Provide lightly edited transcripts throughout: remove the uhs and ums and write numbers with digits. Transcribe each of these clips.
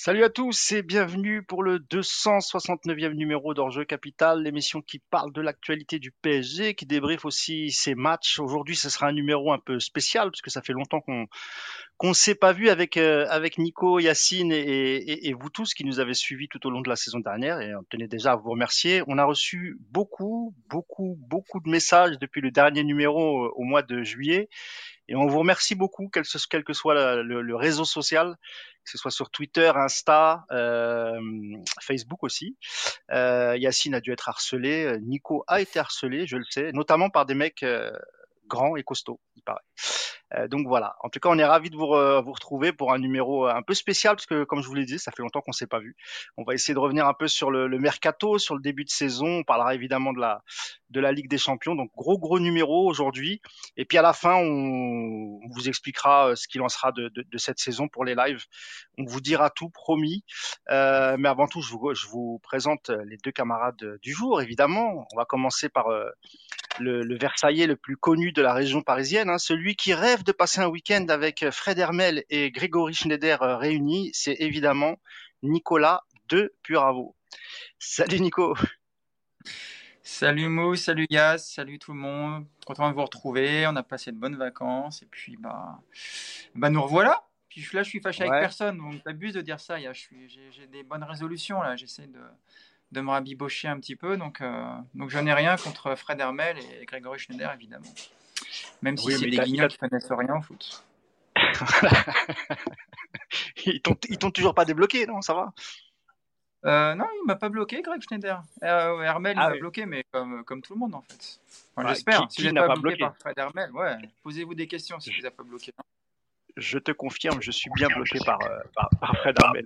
Salut à tous et bienvenue pour le 269e numéro d'Enjeu Capital, l'émission qui parle de l'actualité du PSG, qui débriefe aussi ses matchs. Aujourd'hui, ce sera un numéro un peu spécial parce que ça fait longtemps qu'on ne s'est pas vu avec Nico, Yacine et vous tous qui nous avez suivis tout au long de la saison dernière. Et on tenait déjà à vous remercier. On a reçu beaucoup de messages depuis le dernier numéro au mois de juillet. Et on vous remercie beaucoup, quel que soit le réseau social, que ce soit sur Twitter, Insta, Facebook aussi. Yacine a dû être harcelé, Nico a été harcelé, je le sais, notamment par des mecs grands et costauds, il paraît. Donc voilà. En tout cas, on est ravis de vous retrouver pour un numéro un peu spécial parce que, comme je vous l'ai dit, ça fait longtemps qu'on s'est pas vu. On va essayer de revenir un peu sur le mercato, sur le début de saison. On parlera évidemment de la Ligue des Champions. Donc gros numéro aujourd'hui. Et puis à la fin, on vous expliquera ce qu'il en sera de cette saison pour les lives. On vous dira tout, promis. Mais avant tout, je vous présente les deux camarades du jour, évidemment. On va commencer par le Versaillais le plus connu de la région parisienne, hein, celui qui rêve de passer un week-end avec Fred Hermel et Grégory Schneider réunis, c'est évidemment Nicolas de Puravo. Salut Nico. Salut Mou, salut Yas, salut tout le monde. Content de vous retrouver. On a passé de bonnes vacances et puis nous revoilà. Puis là, je suis fâché avec Ouais. personne, donc t'abuses de dire ça. J'ai des bonnes résolutions là. J'essaie de me rabibocher un petit peu. Donc je n'ai rien contre Fred Hermel et Grégory Schneider évidemment. Même si Oui, c'est mais des guignols qui connaissent rien au foot. ils t'ont toujours pas débloqué, non? Ça va? Non, il m'a pas bloqué, Greg Schneider. Hermel, il Ah m'a oui. bloqué, mais comme tout le monde en fait. Enfin, Ouais, j'espère. Si vous qui n'êtes n'a pas pas bloqué bloqué? par Fred Hermel, ouais, posez-vous des questions si vous n'êtes pas bloqué. Je te confirme, je suis bien bloqué par Fred Hermel.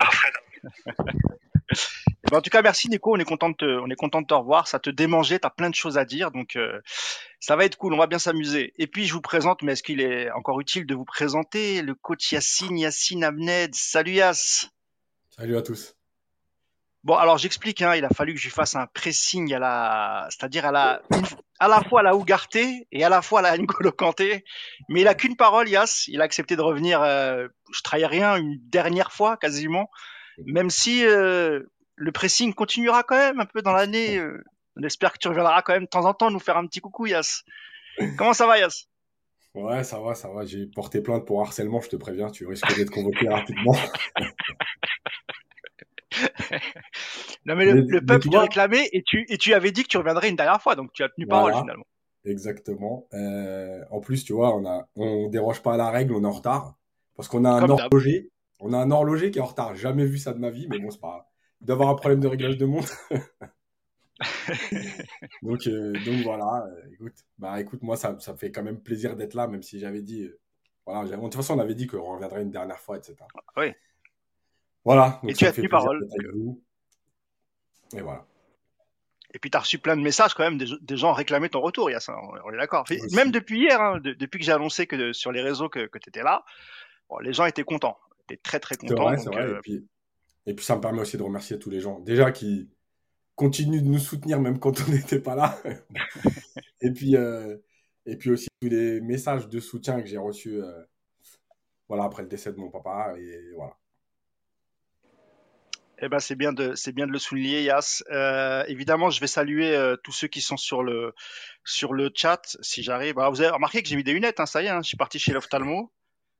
Eh ben, en tout cas, merci Nico, on est content de te revoir. Ça te démangeait, t'as plein de choses à dire, donc ça va être cool, on va bien s'amuser. Et puis je vous présente, mais est-ce qu'il est encore utile de vous présenter le coach Yacine Abned. Salut Yass. Salut à tous. Bon, alors j'explique, hein, il a fallu que je lui fasse un pressing c'est-à-dire à la fois à la Ougarté et à la fois à la N'Golo Kanté. Mais il a qu'une parole, Yass. Il a accepté de revenir, je trahis rien, une dernière fois quasiment. Même si le pressing continuera quand même un peu dans l'année. On espère que tu reviendras quand même de temps en temps nous faire un petit coucou, Yass. Comment ça va, Yass? Ouais, ça va, ça va. J'ai porté plainte pour harcèlement, je te préviens. Tu risques d'être convoqué rapidement. Non, mais le, Mais, le mais peuple tu te vois, réclamait et tu avais dit que tu reviendrais une dernière fois, donc tu as tenu parole voilà, finalement. exactement. En plus, tu vois, on déroge pas à la règle, on est en retard. Parce qu'on a un Comme d'hab. horloger. On a un horloger qui est en retard. J'ai jamais vu ça de ma vie, mais bon, c'est pas grave. Il doit avoir un problème de réglage de montre. Donc voilà, écoute, moi, ça me fait quand même plaisir d'être là, même si j'avais dit. Voilà, de toute façon, on avait dit qu'on reviendrait une dernière fois, etc. Oui. Voilà, Et donc tu ça as me fait tenu plaisir parole. d'être avec vous. Et voilà. Et puis tu as reçu plein de messages quand même, des gens réclamaient ton retour, Yass, hein, on est d'accord. Même Aussi. depuis hier, hein, depuis que j'ai annoncé sur les réseaux que tu étais là, bon, les gens étaient contents. Ils étaient très C'est contents. vrai, c'est Donc, vrai. Et puis, ça me permet aussi de remercier tous les gens. Déjà qui continuent de nous soutenir même quand on n'était pas là. Et puis, euh, et puis aussi tous les messages de soutien que j'ai reçus voilà, après le décès de mon papa. Et voilà. eh ben, c'est bien de le souligner, Yass. Évidemment, je vais saluer tous ceux qui sont sur le chat, si j'arrive. Alors, vous avez remarqué que j'ai mis des lunettes, hein, ça y est, hein, je suis parti chez l'ophtalmo.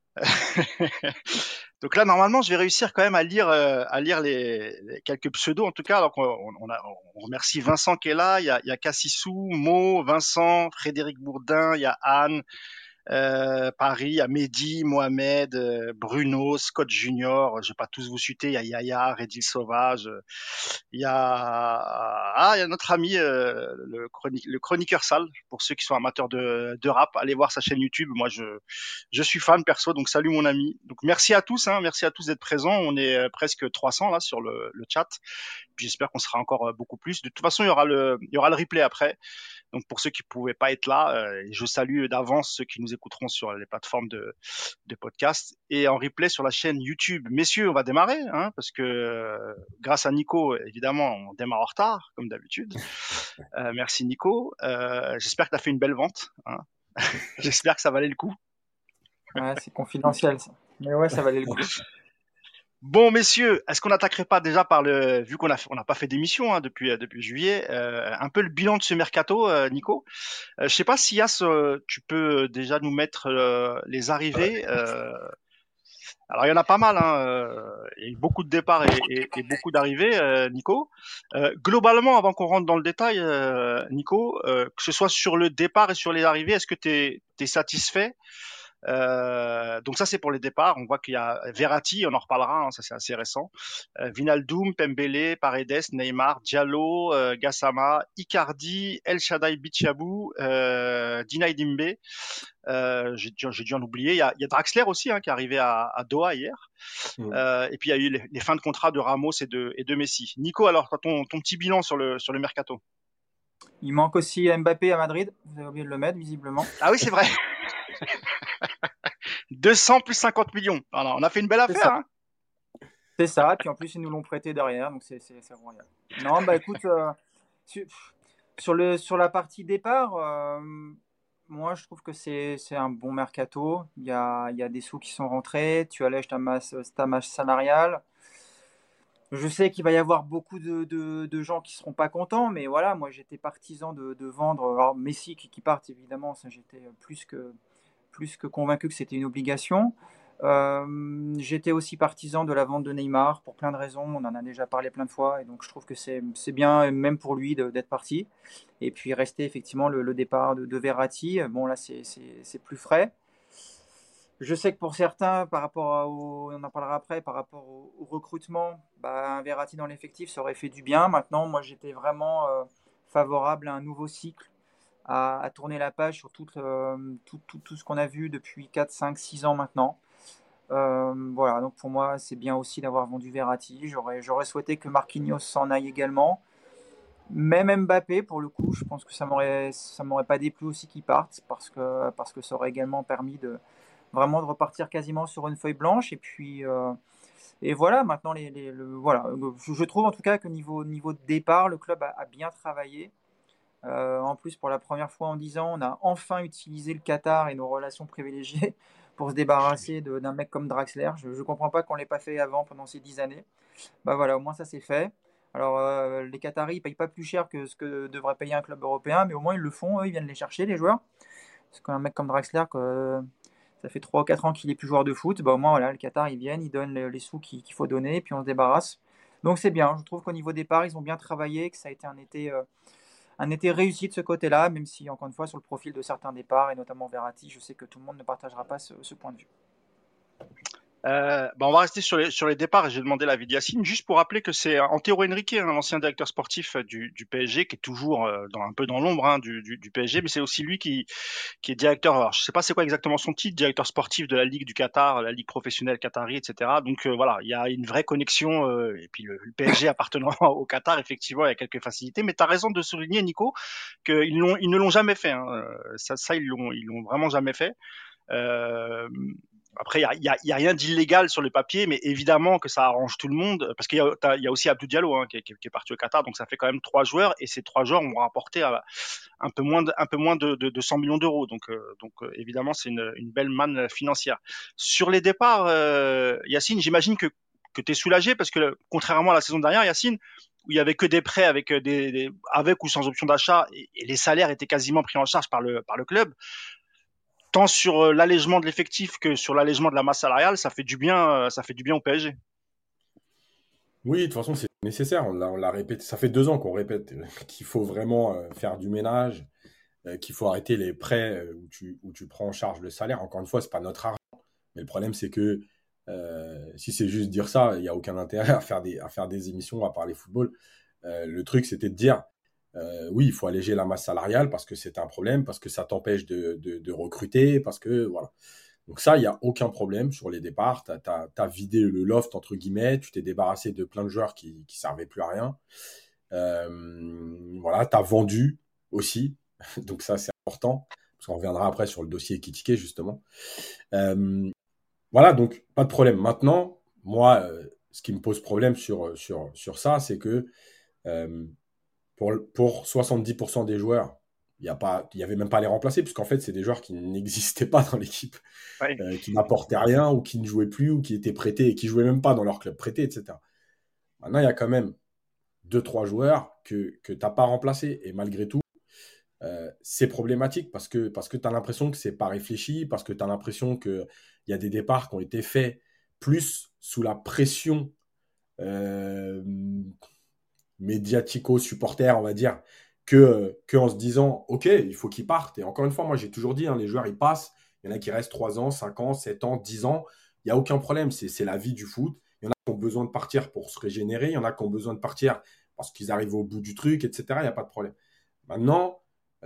Donc là, normalement, je vais réussir quand même à lire les quelques pseudos, en tout cas. Alors on remercie Vincent qui est là, il y a Cassissou, Mo, Vincent, Frédéric Bourdin, il y a Anne, Paris, il y a Mehdi, Mohamed, Bruno, Scott Junior, je vais pas tous vous citer, il y a Yaya, Redil Sauvage, il y a notre ami le chroniqueur sale, pour ceux qui sont amateurs de rap, allez voir sa chaîne YouTube. Moi, je suis fan perso, donc salut mon ami. Donc merci à tous, hein, merci à tous d'être présents. On est presque 300 là sur le chat. Puis j'espère qu'on sera encore beaucoup plus. De toute façon, il y aura le replay après. Donc pour ceux qui pouvaient pas être là, je salue d'avance ceux qui nous écouteront sur les plateformes de podcast et en replay sur la chaîne YouTube. Messieurs, on va démarrer, hein, parce que grâce à Nico, évidemment, on démarre en retard, comme d'habitude. Merci Nico. J'espère que tu as fait une belle vente, hein. J'espère que ça valait le coup. Ouais, c'est confidentiel ça. Mais ouais, ça valait le coup. Bon, messieurs, est-ce qu'on n'attaquerait pas déjà par vu on n'a pas fait d'émission hein, depuis juillet, un peu le bilan de ce mercato, Nico. Je sais pas si Yas, tu peux déjà nous mettre les arrivées. Alors il y en a pas mal, hein, il y a eu beaucoup de départs et beaucoup d'arrivées, Nico. Globalement, avant qu'on rentre dans le détail, Nico, que ce soit sur le départ et sur les arrivées, est-ce que t'es satisfait? Donc ça c'est pour les départs. On voit qu'il y a Verratti, on en reparlera, hein, ça c'est assez récent. Vinaldoom, Pembele, Paredes, Neymar, Diallo, Gassama, Icardi, El Shaddai Bichabou, Dinaï Dimbe. J'ai dû en oublier. Il y a Draxler aussi hein, qui est arrivé à Doha hier. Et puis il y a eu les fins de contrat de Ramos et de Messi. Nico, alors ton petit bilan sur le mercato. Il manque aussi Mbappé à Madrid. Vous avez oublié de le mettre, visiblement. Ah oui, c'est vrai. 200 plus 50 millions. Alors, on a fait une belle affaire. Hein. C'est ça. Puis en plus, ils nous l'ont prêté derrière. Donc, c'est royal. Non, bah écoute, sur la partie départ, moi, je trouve que c'est un bon mercato. Il y a des sous qui sont rentrés. Tu allèges ta masse salariale. Je sais qu'il va y avoir beaucoup de gens qui ne seront pas contents, mais voilà, moi j'étais partisan de vendre. Alors, Messi qui parte, évidemment, ça j'étais plus que convaincu que c'était une obligation. J'étais aussi partisan de la vente de Neymar pour plein de raisons. On en a déjà parlé plein de fois, et donc je trouve que c'est bien, même pour lui, d'être parti. Et puis rester effectivement le départ de Verratti. Bon, là, c'est plus frais. Je sais que pour certains, on en parlera après, par rapport au recrutement, bah, un Verratti dans l'effectif, ça aurait fait du bien. Maintenant, moi, j'étais vraiment favorable à un nouveau cycle, à tourner la page sur tout ce qu'on a vu depuis 4, 5, 6 ans maintenant. Voilà, donc pour moi, c'est bien aussi d'avoir vendu Verratti. J'aurais souhaité que Marquinhos s'en aille également. Même Mbappé, pour le coup, je pense que ça m'aurait pas déplu aussi qu'il parte, parce que ça aurait également permis vraiment de repartir quasiment sur une feuille blanche. Et voilà, maintenant, voilà. Je trouve en tout cas que niveau de départ, le club a bien travaillé. En plus, pour la première fois en 10 ans, on a enfin utilisé le Qatar et nos relations privilégiées pour se débarrasser d'un mec comme Draxler. Je ne comprends pas qu'on ne l'ait pas fait avant, pendant ces 10 années. Bah voilà, au moins ça c'est fait. Alors, les Qataris ne payent pas plus cher que ce que devrait payer un club européen, mais au moins ils le font, eux, ils viennent les chercher, les joueurs. Parce qu'un mec comme Draxler, ça fait 3 ou 4 ans qu'il est plus joueur de foot, bah au moins voilà, le Qatar, ils viennent, ils donnent les sous qu'il faut donner, et puis on se débarrasse. Donc c'est bien, je trouve qu'au niveau départ, ils ont bien travaillé, que ça a été un été réussi de ce côté-là, même si, encore une fois, sur le profil de certains départs, et notamment Verratti, je sais que tout le monde ne partagera pas ce point de vue. On va rester sur les départs et j'ai demandé l'avis de Yacine, juste pour rappeler que c'est Antero Henrique, hein, l'ancien directeur sportif du PSG, qui est toujours un peu dans l'ombre hein, du PSG, mais c'est aussi lui qui est directeur, alors je sais pas c'est quoi exactement son titre, directeur sportif de la Ligue du Qatar, la Ligue professionnelle qatari, etc. Donc voilà, il y a une vraie connexion, et puis le PSG appartenant au Qatar, effectivement, il y a quelques facilités, mais tu as raison de souligner, Nico, qu'ils ne l'ont jamais fait. Hein. Ça, ils l'ont vraiment jamais fait. Après, il y a rien d'illégal sur le papier, mais évidemment que ça arrange tout le monde, parce qu'il y a aussi Abdou Diallo hein, qui est parti au Qatar, donc ça fait quand même 3 joueurs, et ces 3 joueurs ont rapporté un peu moins de 100 millions d'euros, donc évidemment c'est une belle manne financière. Sur les départs, Yacine, j'imagine que tu es soulagé, parce que contrairement à la saison dernière, Yacine, où il y avait que des prêts avec avec ou sans option d'achat, et les salaires étaient quasiment pris en charge par le tant sur l'allègement de l'effectif que sur l'allègement de la masse salariale, ça fait du bien au PSG. Oui, de toute façon, c'est nécessaire. On l'a répété. Ça fait 2 ans qu'on répète qu'il faut vraiment faire du ménage, qu'il faut arrêter les prêts où tu prends en charge le salaire. Encore une fois, c'est pas notre argent. Mais le problème, c'est que si c'est juste dire ça, il n'y a aucun intérêt à faire des émissions, à parler football. Le truc, c'était de dire, oui, il faut alléger la masse salariale parce que c'est un problème, parce que ça t'empêche de recruter, parce que voilà. Donc ça, il n'y a aucun problème sur les départs. Tu as vidé le loft, entre guillemets, tu t'es débarrassé de plein de joueurs qui ne servaient plus à rien. Voilà, tu as vendu aussi. Donc ça, c'est important, parce qu'on reviendra après sur le dossier Ekitike, justement. Voilà, donc pas de problème. Maintenant, moi, ce qui me pose problème sur ça, c'est que pour 70% des joueurs, il y avait même pas à les remplacer, puisqu'en fait, c'est des joueurs qui n'existaient pas dans l'équipe, Ouais. qui n'apportaient rien, ou qui ne jouaient plus, ou qui étaient prêtés, et qui jouaient même pas dans leur club prêté, etc. Maintenant, il y a quand même 2-3 joueurs que tu n'as pas remplacés. Et malgré tout, c'est problématique parce que tu as l'impression que c'est pas réfléchi, parce que tu as l'impression qu'il y a des départs qui ont été faits plus sous la pression euh, médiatico-supporter, on va dire, que en se disant, OK, il faut qu'ils partent. Et encore une fois, moi, j'ai toujours dit, hein, les joueurs, ils passent. Il y en a qui restent 3 ans, 5 ans, 7 ans, 10 ans. Il n'y a aucun problème. C'est la vie du foot. Il y en a qui ont besoin de partir pour se régénérer. Il y en a qui ont besoin de partir parce qu'ils arrivent au bout du truc, etc. Il n'y a pas de problème. Maintenant,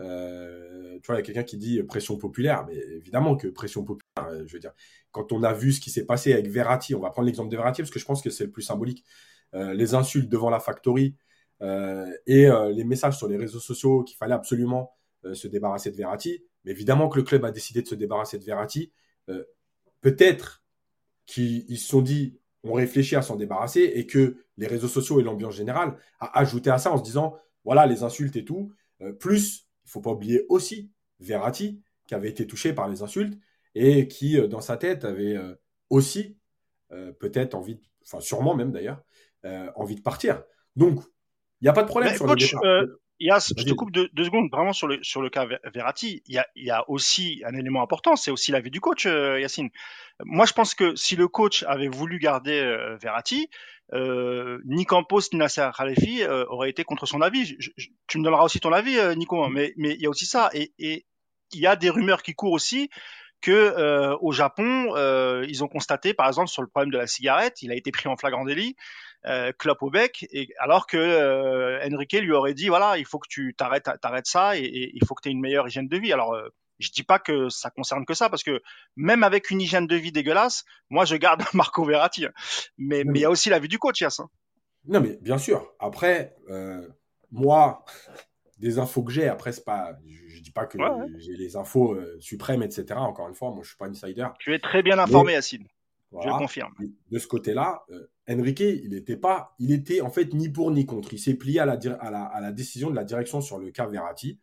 tu vois, il y a quelqu'un qui dit pression populaire. Mais évidemment que pression populaire, je veux dire, quand on a vu ce qui s'est passé avec Verratti, on va prendre l'exemple de Verratti parce que je pense que c'est le plus symbolique. Les insultes devant la factory et les messages sur les réseaux sociaux qu'il fallait absolument se débarrasser de Verratti. Mais évidemment que le club a décidé de se débarrasser de Verratti. Peut-être qu'ils se sont dit, on réfléchit à s'en débarrasser et que les réseaux sociaux et l'ambiance générale a ajouté à ça en se disant, voilà, les insultes et tout. Plus, il ne faut pas oublier aussi Verratti qui avait été touché par les insultes et qui, dans sa tête, avait aussi peut-être envie, enfin sûrement même d'ailleurs, envie de partir. Donc, il n'y a pas de problème Mais sur les coach, départs. Yas, je te Vas-y. coupe 2 secondes vraiment sur le cas Verratti. Il y a aussi un élément important, c'est aussi l'avis du coach, Yacine. Moi, je pense que si le coach avait voulu garder Verratti, ni Campos ni Nasser Khelaïfi auraient été contre son avis. Tu me donneras aussi ton avis, Nico, hein, mais il y a aussi ça. Et il y a des rumeurs qui courent aussi que au Japon, ils ont constaté, par exemple, sur le problème de la cigarette, il a été pris en flagrant délit, clope au bec, et alors que Enrique lui aurait dit, voilà, il faut que tu t'arrêtes ça, et il faut que tu aies une meilleure hygiène de vie. Alors, je dis pas que ça concerne que ça, parce que même avec une hygiène de vie dégueulasse, moi, je garde Marco Verratti. Non, Mais il y mais, a aussi la vie du coach, Yass. Hein. non, mais bien sûr. Après, moi, des infos que j'ai, après, c'est pas, je dis pas que Ouais, ouais. j'ai les infos suprêmes, etc. Encore une fois, moi, je suis pas insider. Tu es très bien informé, Mais Yacine. Je le voilà, confirme. de ce côté-là, Enrique, il était en fait ni pour ni contre. Il s'est plié à la décision de la direction sur le cas Verratti.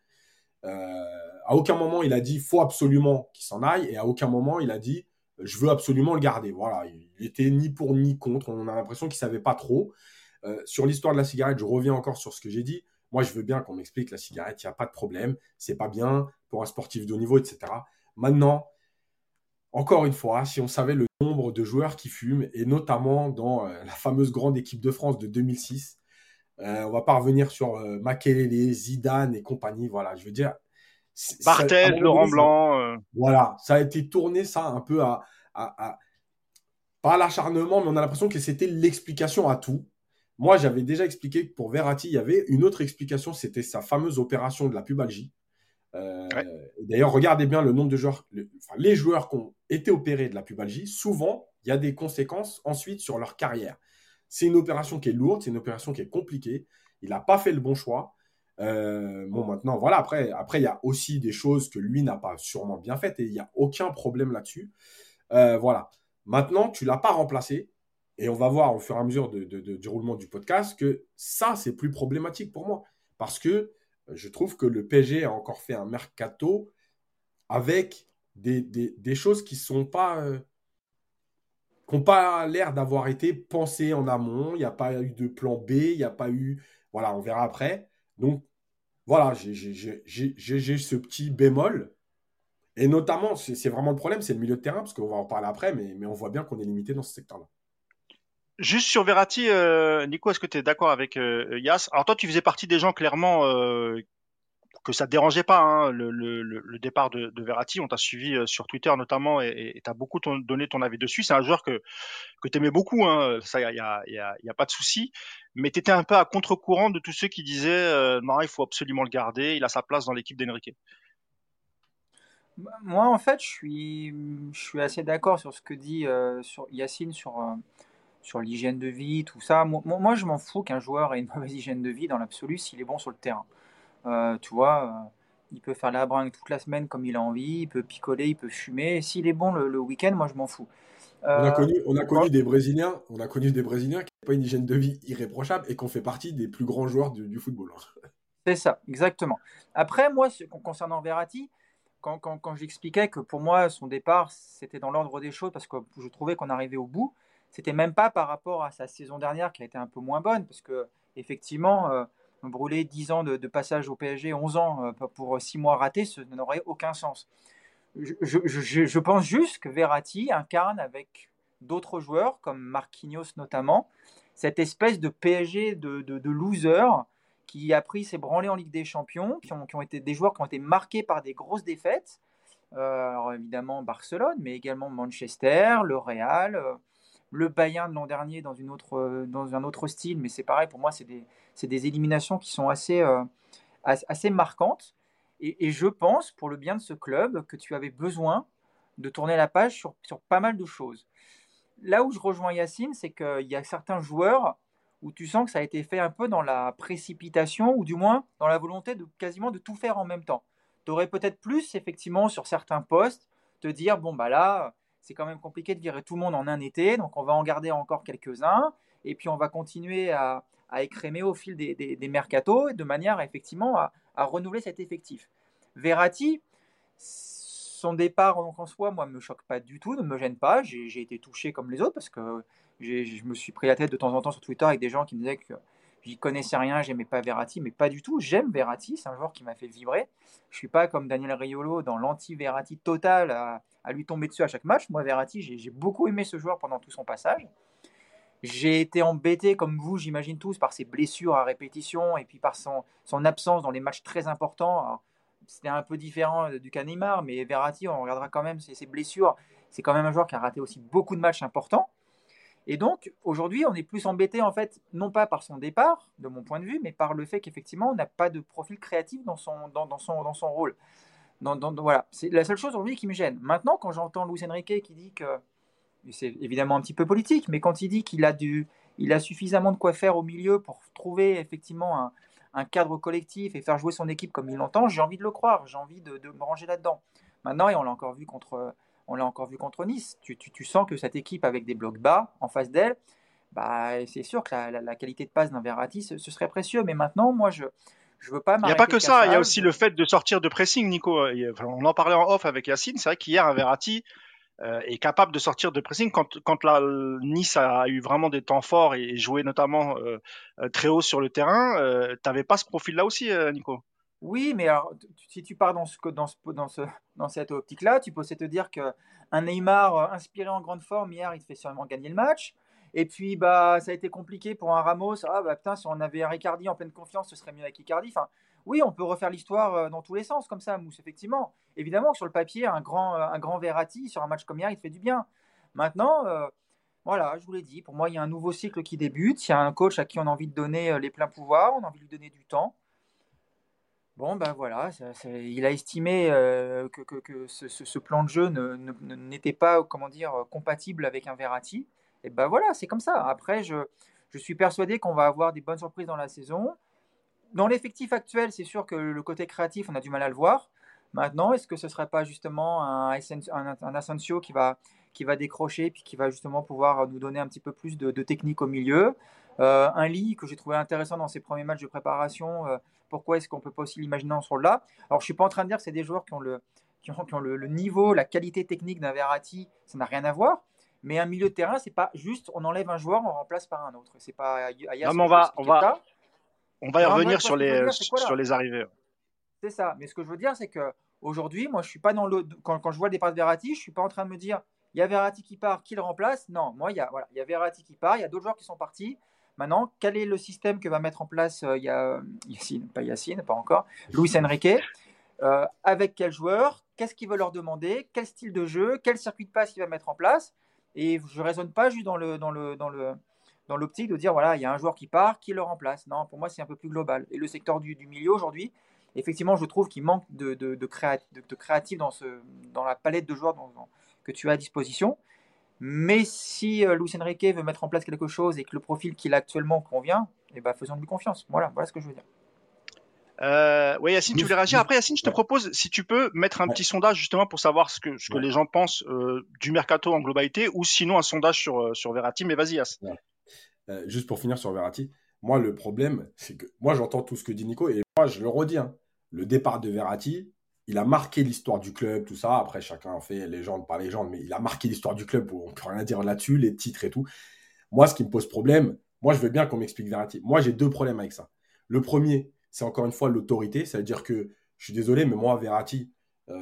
À aucun moment il a dit faut absolument qu'il s'en aille et à aucun moment il a dit je veux absolument le garder. Voilà, il était ni pour ni contre. On a l'impression qu'il savait pas trop. Sur l'histoire de la cigarette, je reviens encore sur ce que j'ai dit. Moi, je veux bien qu'on m'explique la cigarette, il n'y a pas de problème, c'est pas bien pour un sportif de haut niveau, etc. Maintenant, encore une fois, si on savait le nombre de joueurs qui fument, et notamment dans la fameuse grande équipe de France de 2006, on va pas revenir sur Makelele, Zidane et compagnie. Voilà, je veux dire, à un Barthez, moment Laurent donné, Blanc. voilà, ça a été tourné ça un peu pas à l'acharnement, mais on a l'impression que c'était l'explication à tout. Moi, j'avais déjà expliqué que pour Verratti, il y avait une autre explication, c'était sa fameuse opération de la pubalgie. Ouais. D'ailleurs, regardez bien le nombre de joueurs, enfin, les joueurs qui ont été opérés de la pubalgie, souvent, il y a des conséquences ensuite sur leur carrière. C'est une opération qui est lourde, c'est une opération qui est compliquée. Il n'a pas fait le bon choix. Bon, maintenant, voilà, après, il y a aussi des choses que lui n'a pas sûrement bien faites et il n'y a aucun problème là-dessus. Voilà. Maintenant, tu ne l'as pas remplacé et on va voir au fur et à mesure du roulement du podcast que ça, c'est plus problématique pour moi parce que je trouve que le PSG a encore fait un mercato avec des choses qui sont pas, qui n'ont pas l'air d'avoir été pensées en amont. Il n'y a pas eu de plan B, il n'y a pas eu. Voilà, on verra après. Donc, voilà, j'ai ce petit bémol. Et notamment, c'est vraiment le problème, c'est le milieu de terrain, parce qu'on va en parler après, mais on voit bien qu'on est limité dans ce secteur-là. Juste sur Verratti, Nico, est-ce que tu es d'accord avec Yas? Alors toi, tu faisais partie des gens clairement que ça te dérangeait pas, hein, le départ de Verratti. On t'a suivi sur Twitter notamment et tu as beaucoup donné ton avis dessus. C'est un joueur que tu aimais beaucoup, hein, ça, y a pas de souci. Mais tu étais un peu à contre-courant de tous ceux qui disaient non, il faut absolument le garder, il a sa place dans l'équipe d'Enrique. Moi, en fait, je suis assez d'accord sur ce que dit sur Yacine sur l'hygiène de vie, tout ça. Moi, je m'en fous qu'un joueur ait une mauvaise hygiène de vie dans l'absolu s'il est bon sur le terrain. Tu vois, il peut faire la bringue toute la semaine comme il a envie, il peut picoler, il peut fumer. Et s'il est bon le week-end, moi, je m'en fous. Euh, On a bon, connu des Brésiliens, qui n'ont pas une hygiène de vie irréprochable et qui ont fait partie des plus grands joueurs du football, hein. C'est ça, exactement. Après, moi, concernant Verratti, quand j'expliquais que pour moi, son départ, c'était dans l'ordre des choses parce que je trouvais qu'on arrivait au bout, c'était même pas par rapport à sa saison dernière qui a été un peu moins bonne parce que, effectivement, brûler 10 ans de passage au PSG, 11 ans pour 6 mois ratés, ça n'aurait aucun sens. Je pense juste que Verratti incarne avec d'autres joueurs, comme Marquinhos notamment, cette espèce de PSG de loser qui a pris ses branlées en Ligue des Champions, qui ont été des joueurs qui ont été marqués par des grosses défaites. Alors évidemment Barcelone, mais également Manchester, le Real, le Bayern de l'an dernier dans un autre style, mais c'est pareil, pour moi, c'est des éliminations qui sont assez marquantes. Et je pense, pour le bien de ce club, que tu avais besoin de tourner la page sur pas mal de choses. Là où je rejoins Yacine, c'est qu'il y a certains joueurs où tu sens que ça a été fait un peu dans la précipitation, ou du moins dans la volonté de quasiment de tout faire en même temps. Tu aurais peut-être plus, effectivement, sur certains postes, te dire, bon, bah là, c'est quand même compliqué de virer tout le monde en un été, donc on va en garder encore quelques-uns, et puis on va continuer à écrémer au fil des mercatos, de manière effectivement à renouveler cet effectif. Verratti, son départ en soi, moi, me choque pas du tout, ne me gêne pas. J'ai été touché comme les autres parce que je me suis pris la tête de temps en temps sur Twitter avec des gens qui me disaient que j'y connaissais rien, j'aimais pas Verratti, mais pas du tout. J'aime Verratti, c'est un joueur qui m'a fait vibrer. Je suis pas comme Daniel Riolo dans l'anti-Verratti total à lui tomber dessus à chaque match. Moi, Verratti, j'ai beaucoup aimé ce joueur pendant tout son passage. J'ai été embêté, comme vous, j'imagine tous, par ses blessures à répétition et puis par son absence dans les matchs très importants. Alors, c'était un peu différent du cas Neymar, mais Verratti, on regardera quand même ses blessures. C'est quand même un joueur qui a raté aussi beaucoup de matchs importants. Et donc, aujourd'hui, on est plus embêté, en fait, non pas par son départ, de mon point de vue, mais par le fait qu'effectivement, on n'a pas de profil créatif dans son rôle. Voilà, c'est la seule chose aujourd'hui qui me gêne. Maintenant, quand j'entends Luis Enrique qui dit que c'est évidemment un petit peu politique, mais quand il dit il a suffisamment de quoi faire au milieu pour trouver effectivement un cadre collectif et faire jouer son équipe comme il l'entend, j'ai envie de le croire, j'ai envie de me ranger là-dedans. Maintenant, et on l'a encore vu contre Nice, tu sens que cette équipe avec des blocs bas en face d'elle, bah, c'est sûr que la qualité de passe d'un Verratti, ce serait précieux. Mais maintenant, moi, je ne veux pas Il n'y a pas m'arrêter que qu'à ça, il y a ça. aussi le fait de sortir de pressing, Nico. Enfin, on en parlait en off avec Yacine. C'est vrai qu'hier, un Verratti est capable de sortir de pressing quand Nice a eu vraiment des temps forts et joué notamment très haut sur le terrain. T'avais pas ce profil-là aussi, Nico? Oui, mais alors, si tu pars dans cette optique-là, tu peux aussi te dire qu'un Neymar inspiré en grande forme hier, il te fait sûrement gagner le match. Et puis, bah, ça a été compliqué pour un Ramos. Ah, bah putain, si on avait un Icardi en pleine confiance, ce serait mieux avec Icardi. Enfin, oui, on peut refaire l'histoire dans tous les sens, comme ça, Mousse, effectivement. Évidemment que sur le papier, un grand Verratti, sur un match comme hier, il te fait du bien. Maintenant, voilà, je vous l'ai dit, pour moi, il y a un nouveau cycle qui débute. Il y a un coach à qui on a envie de donner les pleins pouvoirs, on a envie de lui donner du temps. Bon, ben voilà, il a estimé que ce plan de jeu n'était pas, comment dire, compatible avec un Verratti. Et ben voilà, c'est comme ça. Après, je suis persuadé qu'on va avoir des bonnes surprises dans la saison. Dans l'effectif actuel, c'est sûr que le côté créatif, on a du mal à le voir. Maintenant, est-ce que ce ne serait pas justement un Asensio qui va décrocher, puis qui va justement pouvoir nous donner un petit peu plus de technique au milieu. Un Lee que j'ai trouvé intéressant dans ses premiers matchs de préparation. Pourquoi est-ce qu'on ne peut pas aussi l'imaginer dans ce rôle-là? Alors, je ne suis pas en train de dire que c'est des joueurs qui ont le niveau, la qualité technique d'un Verratti, ça n'a rien à voir. Mais un milieu de terrain, c'est pas juste on enlève un joueur, on remplace par un autre. C'est pas Non, Ayas mais qui peut expliquer ça. on va y Non, moi, revenir ce que je veux dire, c'est quoi sur là? les arrivées. C'est ça. Mais ce que je veux dire, c'est que aujourd'hui, moi, je suis pas dans le. Quand je vois le départ de Verratti, je suis pas en train de me dire, il y a Verratti qui part, qui le remplace. Non, moi, il y a Verratti qui part, il y a d'autres joueurs qui sont partis. Maintenant, quel est le système que va mettre en place il y a Yacine, pas encore, Luis Enrique, avec quel joueur, qu'est-ce qu'il veut leur demander, quel style de jeu, quel circuit de passe il va mettre en place. Et je raisonne pas juste dans l'optique de dire voilà, il y a un joueur qui part, qui le remplace. Non, pour moi, c'est un peu plus global. Et le secteur du milieu aujourd'hui, effectivement, je trouve qu'il manque de créatif dans la palette de joueurs que tu as à disposition. Mais si Luis Enrique veut mettre en place quelque chose et que le profil qu'il a actuellement convient, eh ben, faisons-lui confiance. Voilà ce que je veux dire. Oui, Yacine, tu voulais réagir. Après, Yacine, je te propose, si tu peux, mettre un petit sondage justement pour savoir ce que les gens pensent du mercato en globalité, ou sinon un sondage sur Verratti. Mais vas-y, Yass. Juste pour finir sur Verratti, moi, le problème, c'est que moi, j'entends tout ce que dit Nico et moi, je le redis, hein, le départ de Verratti, il a marqué l'histoire du club, tout ça. Après, chacun en fait légende par légende, mais il a marqué l'histoire du club. On ne peut rien dire là-dessus, les titres et tout. Moi, ce qui me pose problème, moi, je veux bien qu'on m'explique Verratti. Moi, j'ai deux problèmes avec ça. Le premier, c'est encore une fois l'autorité. Ça veut dire que, je suis désolé, mais moi, Verratti,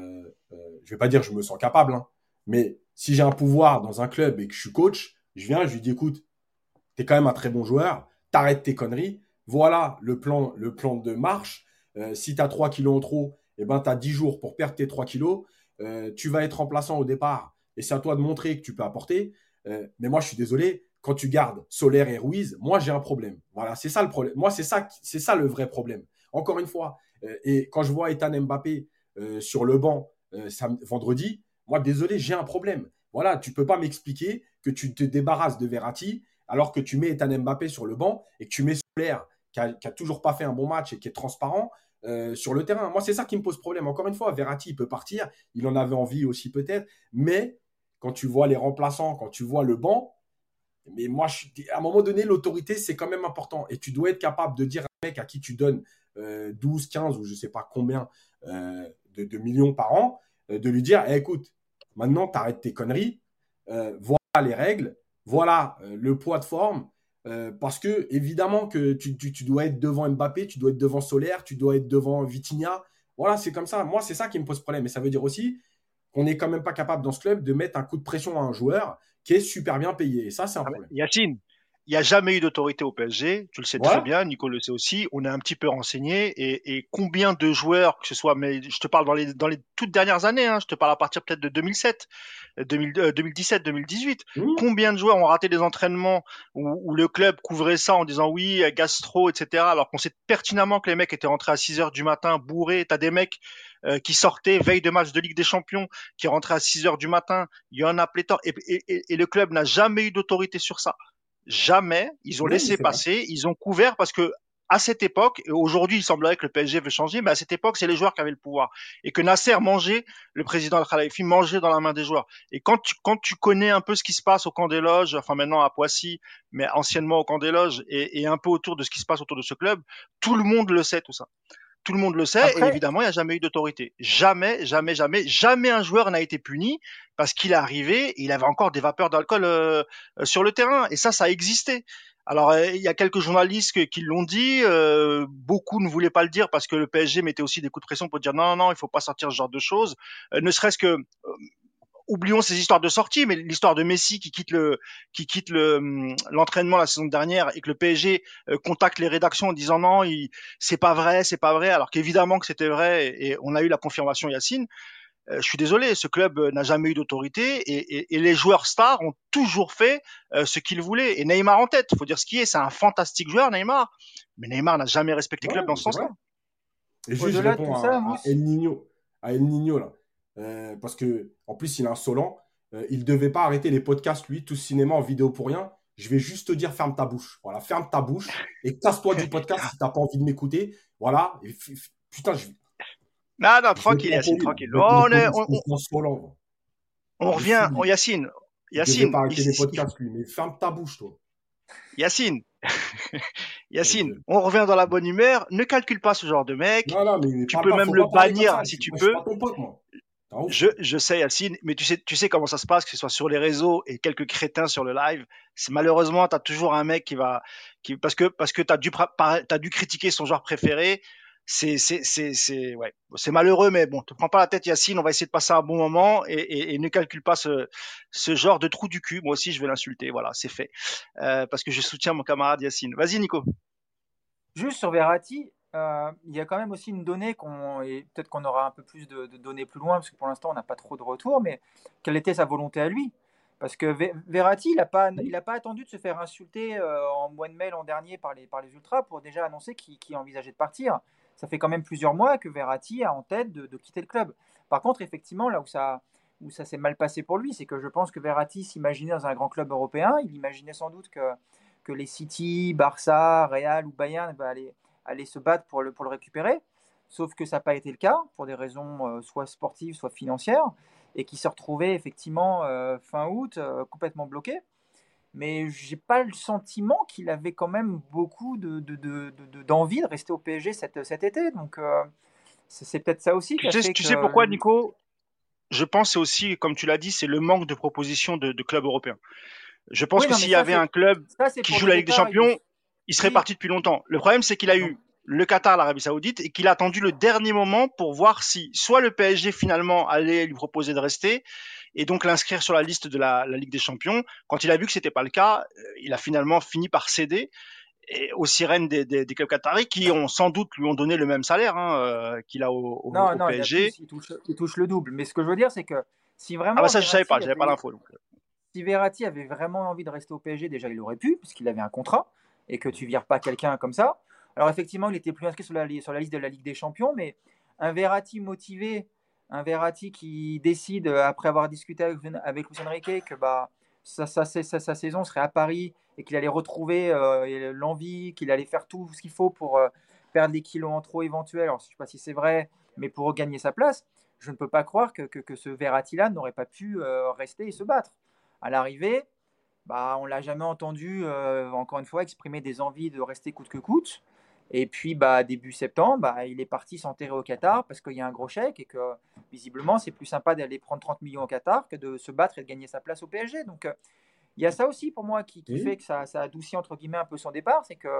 je vais pas dire que je me sens capable, hein, mais si j'ai un pouvoir dans un club et que je suis coach, je viens, je lui dis, écoute, tu es quand même un très bon joueur, t'arrêtes tes conneries, voilà le plan de marche. Si tu as 3 kilos en trop, eh ben, tu as 10 jours pour perdre tes 3 kilos. Tu vas être remplaçant au départ et c'est à toi de montrer que tu peux apporter. Mais moi, je suis désolé, quand tu gardes Solaire et Ruiz, moi, j'ai un problème. Voilà, c'est ça le problème. Moi, c'est ça le vrai problème. Encore une fois, et quand je vois Ethan Mbappé sur le banc vendredi, moi, désolé, j'ai un problème. Voilà, tu peux pas m'expliquer que tu te débarrasses de Verratti alors que tu mets Ethan Mbappé sur le banc et que tu mets Solaire qui a toujours pas fait un bon match et qui est transparent sur le terrain. Moi, c'est ça qui me pose problème. Encore une fois, Verratti, il peut partir. Il en avait envie aussi peut-être. Mais quand tu vois les remplaçants, quand tu vois le banc, mais moi, à un moment donné, l'autorité, c'est quand même important. Et tu dois être capable de dire à un mec à qui tu donnes 12, 15 ou je ne sais pas combien de millions par an, de lui dire, écoute, maintenant, tu arrêtes tes conneries. Voilà les règles. Voilà le poids de forme. Parce que, évidemment, que tu dois être devant Mbappé, tu dois être devant Solaire, tu dois être devant Vitinha. Voilà, c'est comme ça. Moi, c'est ça qui me pose problème. Et ça veut dire aussi qu'on n'est quand même pas capable dans ce club de mettre un coup de pression à un joueur qui est super bien payé. Et ça, c'est un problème. Yacine, il n'y a jamais eu d'autorité au PSG, tu le sais très Voilà. bien, Nico le sait aussi, on est un petit peu renseigné, et combien de joueurs, que ce soit, mais je te parle dans les toutes dernières années, hein, je te parle à partir peut-être de 2007, 2017, 2018, combien de joueurs ont raté des entraînements où le club couvrait ça en disant oui, gastro, etc., alors qu'on sait pertinemment que les mecs étaient rentrés à 6 heures du matin, bourrés, t'as des mecs qui sortaient veille de match de Ligue des Champions, qui rentraient à 6 heures du matin, il y en a pléthore, et le club n'a jamais eu d'autorité sur ça. Jamais, ils ont Oui, laissé c'est vrai. passer, ils ont couvert parce que à cette époque, et aujourd'hui il semblerait que le PSG veut changer, mais à cette époque c'est les joueurs qui avaient le pouvoir et que Nasser mangeait, le président Al-Khalifi mangeait dans la main des joueurs. Et quand tu connais un peu ce qui se passe au camp des loges, enfin maintenant à Poissy, mais anciennement au camp des loges et un peu autour de ce qui se passe autour de ce club, tout le monde le sait tout ça. Tout le monde le sait, et Après, évidemment, il n'y a jamais eu d'autorité. Jamais, jamais, jamais, jamais un joueur n'a été puni parce qu'il est arrivé, et il avait encore des vapeurs d'alcool sur le terrain. Et ça a existé. Alors, il y a quelques journalistes qui l'ont dit. Beaucoup ne voulaient pas le dire parce que le PSG mettait aussi des coups de pression pour dire non, non, non, il faut pas sortir ce genre de choses. Ne serait-ce que oublions ces histoires de sortie, mais l'histoire de Messi qui quitte l'entraînement la saison dernière et que le PSG contacte les rédactions en disant non, c'est pas vrai, c'est pas vrai, alors qu'évidemment que c'était vrai, et on a eu la confirmation, Yacine. Je suis désolé, ce club n'a jamais eu d'autorité, et les joueurs stars ont toujours fait ce qu'ils voulaient. Et Neymar en tête, il faut dire ce qui est, c'est un fantastique joueur, Neymar. Mais Neymar n'a jamais respecté le Ouais, club dans ce c'est vrai. sens-là. Et juste, je au-delà de réponds tout ça, à Mousse, El Nino. À El Nino, là. Parce que, en plus, il est insolent. Il ne devait pas arrêter les podcasts, lui, tout ce cinéma en vidéo pour rien. Je vais juste te dire, ferme ta bouche. Voilà, ferme ta bouche et casse-toi du podcast si tu n'as pas envie de m'écouter. Voilà. Et putain, Non, non, je vais être tranquille, Yacine, impoli, là. tranquille. Je vais être On, impoli. C'est insolent. on Il est fou, revient, lui. Yacine, Il ne devait Yacine, pas arrêter les podcasts, lui. Mais ferme ta bouche, toi. Yacine, Yacine, Ok. on revient dans la bonne humeur. Ne calcule pas ce genre de mec. Non, non, mais Tu parle peux pas, même faut le pas parler comme bannir ça. si tu Moi, je suis peux. pas ton pote, moi. T'es un ouf, toi. Je sais, Yacine, mais tu sais comment ça se passe, que ce soit sur les réseaux et quelques crétins sur le live. C'est malheureusement, t'as toujours un mec parce que t'as dû critiquer son joueur préféré. Ouais, c'est malheureux, mais bon, te prends pas la tête, Yacine. On va essayer de passer un bon moment, et ne calcule pas ce genre de trou du cul. Moi aussi, je vais l'insulter. Voilà, c'est fait. Parce que je soutiens mon camarade Yacine. Vas-y, Nico. juste sur Verratti, il y a quand même aussi une donnée et peut-être qu'on aura un peu plus de données plus loin, parce que pour l'instant on n'a pas trop de retours, mais quelle était sa volonté à lui? Parce que Verratti, il a pas attendu de se faire insulter en mois de mai l'an dernier par les Ultras pour déjà annoncer qu'il envisageait de partir. Ça fait quand même plusieurs mois que Verratti a en tête de quitter le club. Par contre, effectivement, là où ça s'est mal passé pour lui, c'est que je pense que Verratti s'imaginait dans un grand club européen. Il imaginait sans doute que les City, Barça, Real ou Bayern allaient se battre pour le récupérer. Sauf que ça n'a pas été le cas pour des raisons soit sportives, soit financières, et qui se retrouvait effectivement fin août complètement bloqué. mais j'ai pas le sentiment qu'il avait quand même beaucoup d'envie de rester au PSG cet été. Donc c'est peut-être ça aussi qui a fait Tu que sais pourquoi, Nico? Je pense que c'est aussi, comme tu l'as dit, c'est le manque de propositions de clubs européens. Je pense oui, que non, mais s'il y avait un club ça c'est qui pour joue le la Ligue des départ. Champions, il serait Oui, parti depuis longtemps. Le problème, c'est qu'il a donc eu le Qatar, l'Arabie Saoudite, et qu'il a attendu le dernier moment pour voir si soit le PSG finalement allait lui proposer de rester et donc l'inscrire sur la liste de la Ligue des Champions. Quand il a vu que c'était pas le cas, il a finalement fini par céder aux sirènes des clubs qataris qui ont sans doute lui ont donné le même salaire qu'il a non, au non, il a PSG. plus, il touche le double. Mais ce que je veux dire, c'est que si Ah bah vraiment ça je savais pas, j'avais pas l'info. Donc. Si Verratti avait vraiment envie de rester au PSG, déjà il aurait pu, puisqu'il avait un contrat, et que tu vires pas quelqu'un comme ça. Alors effectivement, il était plus inscrit sur la liste de la Ligue des Champions, mais un Verratti motivé, un Verratti qui décide, après avoir discuté avec Luis Enrique, que bah, sa saison serait à Paris et qu'il allait retrouver l'envie, qu'il allait faire tout ce qu'il faut pour perdre les kilos en trop éventuels. Alors je ne sais pas si c'est vrai, mais pour regagner sa place, je ne peux pas croire que ce Verratti-là n'aurait pas pu rester et se battre. À l'arrivée, bah, on ne l'a jamais entendu, encore une fois, exprimer des envies de rester coûte que coûte. Et puis, bah, début septembre, bah, il est parti s'enterrer au Qatar parce qu'il y a un gros chèque et que visiblement, c'est plus sympa d'aller prendre 30 millions au Qatar que de se battre et de gagner sa place au PSG. Donc, il y a ça aussi pour moi qui fait que ça adoucit entre guillemets un peu son départ. C'est que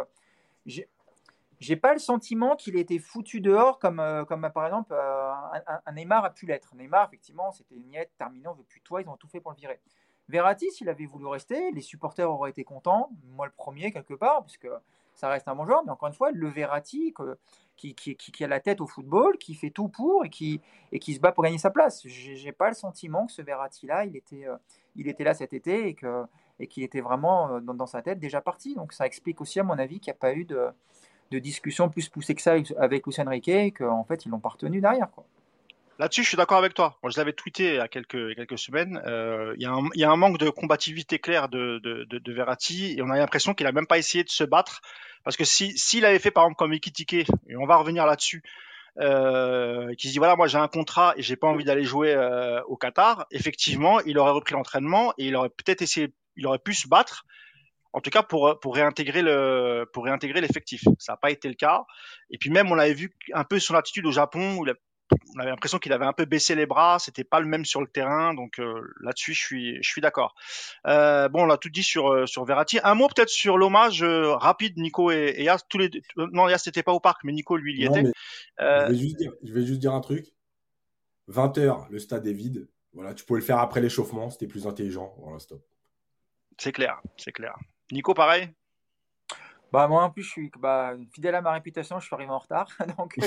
j'ai pas le sentiment qu'il ait été foutu dehors comme par exemple un Neymar a pu l'être. Neymar, effectivement, c'était niette, terminé, on veut plus de toi, ils ont tout fait pour le virer. Verratti, s'il avait voulu rester, les supporters auraient été contents, moi le premier quelque part, puisque ça reste un bon joueur, mais encore une fois, le Verratti qui a la tête au football, qui fait tout pour et qui se bat pour gagner sa place. J'ai pas le sentiment que ce Verratti-là, il était là cet été et qu'il était vraiment dans sa tête déjà parti. Donc ça explique aussi, à mon avis, qu'il n'y a pas eu de discussion plus poussée que ça avec Luis Enrique et qu'en fait, ils l'ont pas retenu derrière, quoi. Là-dessus, je suis d'accord avec toi. Moi, je l'avais tweeté il y a quelques semaines. Il y a un manque de combativité claire de Verratti et on a l'impression qu'il a même pas essayé de se battre parce que s'il avait fait par exemple comme Ekitike, et on va revenir là-dessus, qui se dit voilà moi j'ai un contrat et j'ai pas envie d'aller jouer au Qatar, effectivement il aurait repris l'entraînement et il aurait peut-être essayé, il aurait pu se battre. En tout cas, pour réintégrer l'effectif. Ça n'a pas été le cas. Et puis même, on avait vu un peu son attitude au Japon, où on avait l'impression qu'il avait un peu baissé les bras, c'était pas le même sur le terrain, donc là-dessus je suis d'accord. Bon, on a tout dit sur Verratti. Un mot peut-être sur l'hommage rapide, Nico et Yas, tous les deux. Non, Yas n'était pas au parc, mais Nico lui il y Non, était. mais je vais juste dire un truc. 20h, le stade est vide. Voilà, tu pouvais le faire après l'échauffement, c'était plus intelligent. Voilà, stop. C'est clair, c'est clair. Nico, pareil. Bah, moi, en plus, je suis fidèle à ma réputation, je suis arrivé en retard. Donc,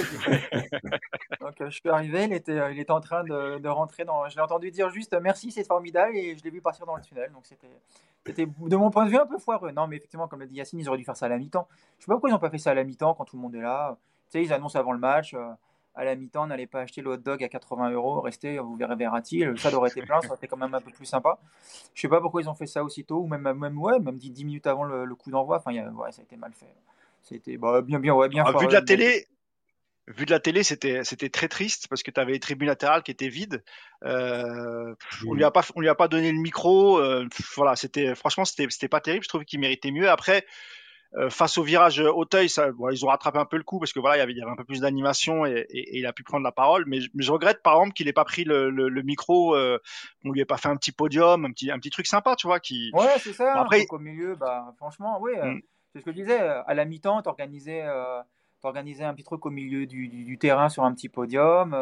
je suis arrivé, il était en train de rentrer dans. Je l'ai entendu dire juste merci, c'est formidable, et je l'ai vu partir dans le tunnel. Donc, c'était, de mon point de vue, un peu foireux. Non, mais effectivement, comme l'a dit Yacine, ils auraient dû faire ça à la mi-temps. Je sais pas pourquoi ils n'ont pas fait ça à la mi-temps quand tout le monde est là. Tu sais, ils annoncent avant le match. À la mi-temps, n'allez pas acheter le hot dog à 80 €, restez, vous verrez Verratti. Le stade aurait été plein, ça aurait été quand même un peu plus sympa. Je sais pas pourquoi ils ont fait ça aussitôt, ou même 10 minutes avant le coup d'envoi. Enfin, ouais, ça a été mal fait. C'était bien Ah, foireux. vu de la télé, c'était très triste parce que tu avais les tribunes latérales qui étaient vides. On lui a pas donné le micro. Voilà, c'était pas terrible. Je trouve qu'il méritait mieux. Après, face au virage Auteuil, ils ont rattrapé un peu le coup parce que voilà, il y avait un peu plus d'animation et il a pu prendre la parole. Mais je regrette par exemple qu'il ait pas pris le micro, qu'on lui ait pas fait un petit podium, un petit truc sympa, tu vois. Ouais, c'est Bon, ça, un après, truc au milieu. Bah, franchement, oui, hmm, c'est ce que je disais. À la mi-temps, t'organisais un petit truc au milieu du terrain sur un petit podium,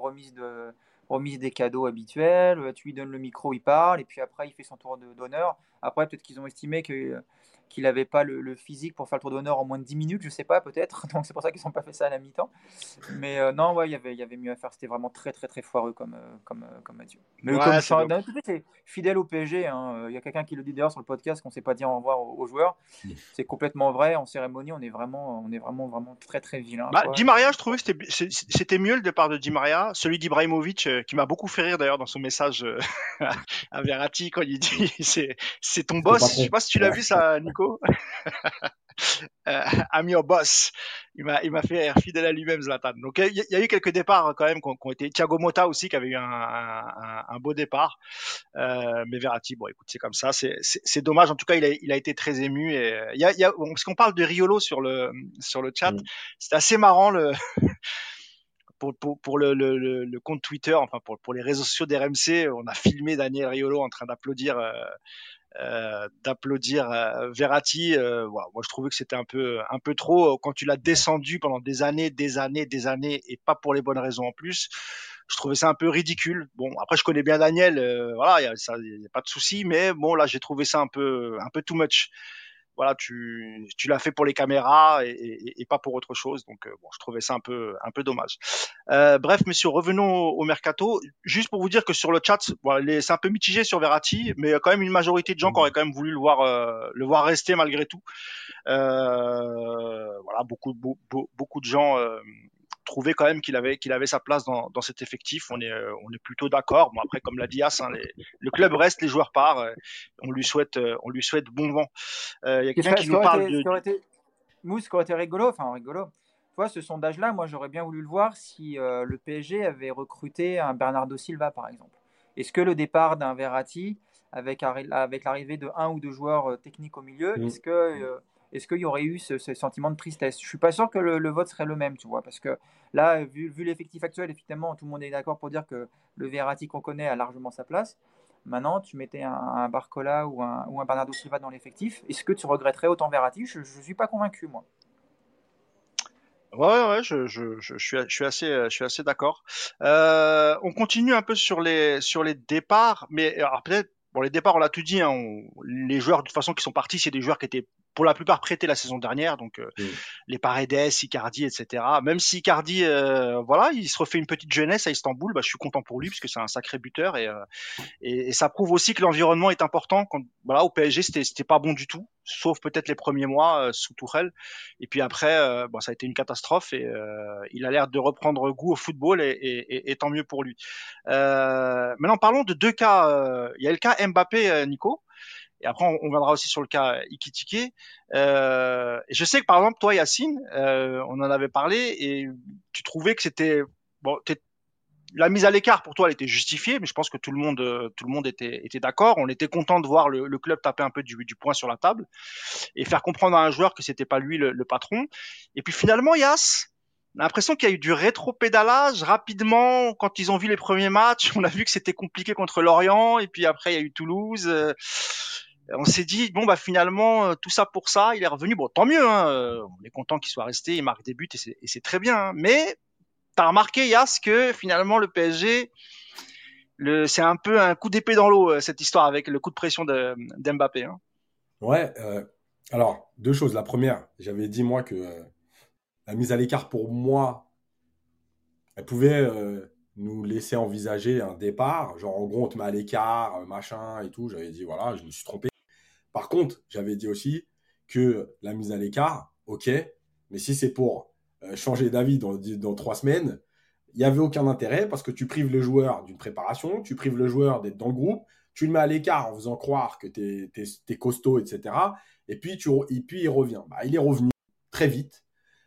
remise des cadeaux habituels. Tu lui donnes le micro, il parle, et puis après, il fait son tour d'honneur. Après, peut-être qu'ils ont estimé qu'il n'avait pas le physique pour faire le tour d'honneur en moins de 10 minutes, je sais pas, peut-être. Donc, c'est pour ça qu'ils n'ont pas fait ça à la mi-temps. Mais non, ouais, il y avait mieux à faire. C'était vraiment très, très, très foireux comme Mathieu. Mais comme ouais, c'est d'un autre côté, c'est fidèle au PSG, hein. Il y a quelqu'un qui le dit d'ailleurs sur le podcast qu'on ne sait pas dire au revoir aux joueurs. C'est complètement vrai. En cérémonie, on est vraiment, vraiment très, très vilain, Bah, quoi. Di Maria, je trouvais que c'était mieux le départ de Di Maria. Celui d'Ibrahimovic, qui m'a beaucoup fait rire d'ailleurs dans son message à Verratti quand il dit c'est ton C'est ton boss. Je sais patron. pas si tu l'as Ouais. vu ça, Nico. Nico. I'm your boss. Il m'a fait rire, fidèle à lui-même, Zlatan. Donc, il y a eu quelques départs quand même qui ont été. Thiago Motta aussi qui avait eu un beau départ. Mais Verratti, bon, écoute, c'est comme ça. C'est dommage. En tout cas, il a été très ému. Et parce qu'on parle de Riolo sur le chat, c'est assez marrant pour le compte Twitter, enfin pour les réseaux sociaux d'RMC, on a filmé Daniel Riolo en train d'applaudir Verratti. Voilà, moi je trouvais que c'était un peu trop quand tu l'as descendu pendant des années et pas pour les bonnes raisons en plus. Je trouvais ça un peu ridicule. Bon, après je connais bien Daniel, voilà, y a pas de souci, mais bon là j'ai trouvé ça un peu too much. Voilà, tu l'as fait pour les caméras et pas pour autre chose. Donc bon, je trouvais ça un peu dommage. Bref, messieurs, revenons au mercato. Juste pour vous dire que sur le chat, voilà, c'est un peu mitigé sur Verratti, mais il y a quand même une majorité de gens qui auraient quand même voulu le voir rester malgré tout. Voilà, beaucoup de gens trouvaient quand même qu'il avait sa place dans cet effectif. On est plutôt d'accord. Bon, après, comme l'a dit As, le club reste, les joueurs partent. On lui souhaite bon vent. Il y a quelqu'un qui nous parle de. Mousse, qui aurait été rigolo. Tu vois, ce sondage-là, moi, j'aurais bien voulu le voir si le PSG avait recruté un Bernardo Silva, par exemple. Est-ce que le départ d'un Verratti, avec l'arrivée de un ou deux joueurs techniques au milieu, est-ce qu'il y aurait eu ce sentiment de tristesse? Je suis pas sûr que le vote serait le même, tu vois, parce que là, vu l'effectif actuel, effectivement, tout le monde est d'accord pour dire que le Verratti qu'on connaît a largement sa place. Maintenant, tu mettais un Barcola ou un Bernardo Silva dans l'effectif. Est-ce que tu regretterais autant Verratti? Je ne suis pas convaincu, moi. Ouais, je suis assez d'accord. On continue un peu sur les départs, mais alors peut-être bon les départs on l'a tout dit, hein, les joueurs de toute façon qui sont partis, c'est des joueurs qui étaient pour la plupart prêtés la saison dernière, donc les Paredes, Icardi, etc. Même si Icardi, voilà, il se refait une petite jeunesse à Istanbul, bah, je suis content pour lui parce que c'est un sacré buteur et ça prouve aussi que l'environnement est important. Voilà, au PSG, c'était pas bon du tout, sauf peut-être les premiers mois sous Tourelle. Et puis après, bon, ça a été une catastrophe et il a l'air de reprendre goût au football et tant mieux pour lui. Maintenant, parlons de deux cas. Il y a le cas Mbappé, Nico. Et après, on viendra aussi sur le cas Ekitike. Je sais que par exemple, toi, Yacine, on en avait parlé et tu trouvais que c'était bon. La mise à l'écart pour toi, elle était justifiée, mais je pense que tout le monde était d'accord. On était content de voir le club taper un peu du poing sur la table et faire comprendre à un joueur que c'était pas lui le patron. Et puis finalement, Yass, on a l'impression qu'il y a eu du rétro-pédalage rapidement quand ils ont vu les premiers matchs. On a vu que c'était compliqué contre Lorient et puis après il y a eu Toulouse. On s'est dit bon bah finalement tout ça pour ça, il est revenu. Bon tant mieux, hein, on est content qu'il soit resté, il marque des buts et c'est très bien. Hein, mais t'as remarqué, Yas, que finalement le PSG, c'est un peu un coup d'épée dans l'eau, cette histoire avec le coup de pression d'Mbappé. Hein. Ouais, alors, deux choses. La première, j'avais dit moi que la mise à l'écart pour moi, elle pouvait nous laisser envisager un départ. Genre, en gros, on te met à l'écart, machin et tout. J'avais dit, voilà, je me suis trompé. Par contre, j'avais dit aussi que la mise à l'écart, ok, mais si c'est pour changer d'avis dans 3 semaines, il n'y avait aucun intérêt parce que tu prives le joueur d'une préparation, tu prives le joueur d'être dans le groupe, tu le mets à l'écart en faisant croire que t'es costaud, etc. Et puis il revient. Bah, il est revenu très vite.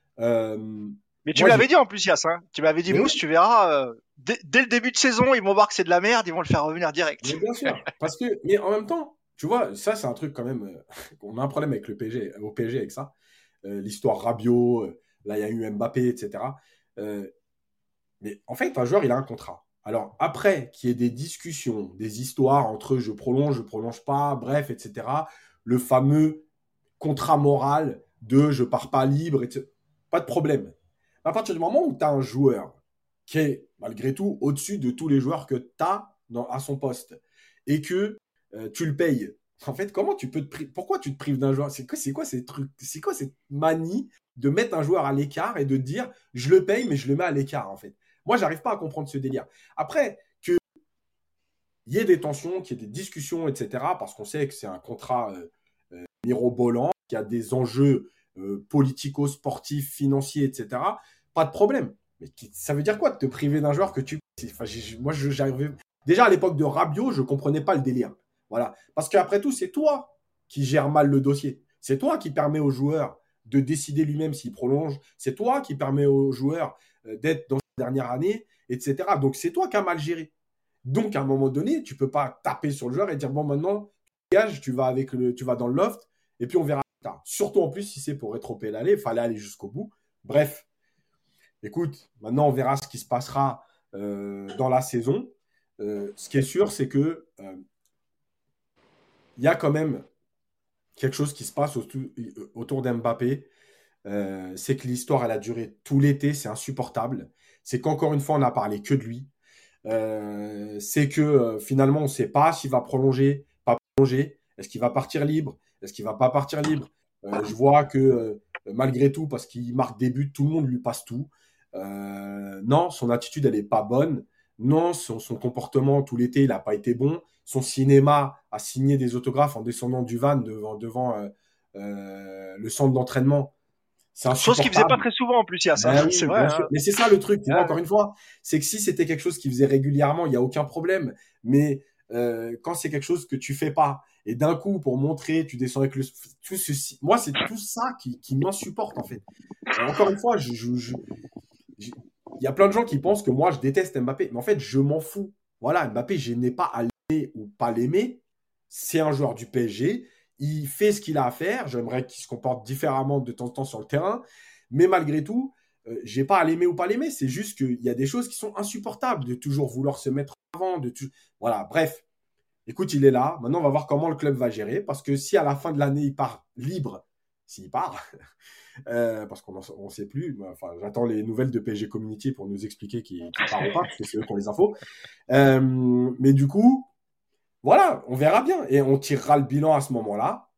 Mais tu me l'avais dit en plus, Yass. Hein. Tu m'avais dit, Mousse, tu verras, dès le début de saison, ils vont voir que c'est de la merde, ils vont le faire revenir direct. Mais bien sûr, mais en même temps, tu vois, ça c'est un truc quand même, on a un problème avec le PSG, au PSG avec ça. L'histoire Rabiot, là il y a eu Mbappé, etc. Mais en fait, un joueur, il a un contrat. Alors après, qu'il y ait des discussions, des histoires entre je prolonge pas, bref, etc. Le fameux contrat moral de je pars pas libre, etc. Pas de problème. À partir du moment où tu as un joueur qui est malgré tout au-dessus de tous les joueurs que tu as à son poste et que tu le payes, en fait, pourquoi tu te prives d'un joueur? C'est quoi ces trucs? C'est quoi cette manie de mettre un joueur à l'écart et de dire je le paye mais je le mets à l'écart en fait? Moi, j'arrive pas à comprendre ce délire. Après, qu'il y ait des tensions, qu'il y ait des discussions, etc., parce qu'on sait que c'est un contrat mirobolant, qu'il y a des enjeux politico-sportifs, financiers, etc., pas de problème. Mais ça veut dire quoi de te priver d'un joueur que tu... Enfin, moi, j'arrivais... Déjà, à l'époque de Rabiot, je comprenais pas le délire. Voilà. Parce qu'après tout, c'est toi qui gères mal le dossier. C'est toi qui permets au joueur de décider lui-même s'il prolonge. C'est toi qui permets au joueur d'être dans sa dernière année, etc. Donc, c'est toi qui as mal géré. Donc, à un moment donné, tu ne peux pas taper sur le joueur et dire, bon, maintenant, tu vas dans le loft et puis on verra. Surtout en plus, si c'est pour rétroper l'aller, il fallait aller jusqu'au bout. Bref, écoute, maintenant, on verra ce qui se passera dans la saison. Ce qui est sûr, c'est que il y a quand même quelque chose qui se passe autour d'Mbappé. C'est que l'histoire, elle a duré tout l'été, c'est insupportable. C'est qu'encore une fois, on n'a parlé que de lui. C'est que finalement, on ne sait pas s'il va prolonger, pas prolonger. Est-ce qu'il va partir libre? Est-ce qu'il va pas partir libre? Je vois que malgré tout, parce qu'il marque des buts, tout le monde lui passe tout. Non, son attitude, elle n'est pas bonne. Non, son comportement tout l'été, il n'a pas été bon. Son cinéma a signé des autographes en descendant du van devant le centre d'entraînement. C'est Chose qu'il faisait pas insupportable. très souvent en plus, il y a ça. Ben oui, C'est vrai. bien sûr. Hein. Mais c'est ça le truc, tu vois, Ah, encore une fois, c'est que si c'était quelque chose qu'il faisait régulièrement, il n'y a aucun problème. Mais quand c'est quelque chose que tu fais pas, et d'un coup, pour montrer, tu descends avec tout ceci. Moi, c'est tout ça qui m'insupporte, en fait. Encore une fois, il y a plein de gens qui pensent que moi, je déteste Mbappé. Mais en fait, je m'en fous. Voilà, Mbappé, je n'ai pas à l'aimer ou pas l'aimer. C'est un joueur du PSG. Il fait ce qu'il a à faire. J'aimerais qu'il se comporte différemment de temps en temps sur le terrain. Mais malgré tout, j'ai pas à l'aimer ou pas l'aimer. C'est juste qu'il y a des choses qui sont insupportables. De toujours vouloir se mettre avant. Voilà, bref. Écoute, il est là. Maintenant, on va voir comment le club va gérer. Parce que si à la fin de l'année, il part libre, s'il part, parce qu'on ne sait plus. Enfin, j'attends les nouvelles de PSG Community pour nous expliquer qu'il part ou pas, parce que c'est eux qui ont les infos. Mais du coup, voilà, on verra bien. Et on tirera le bilan à ce moment-là.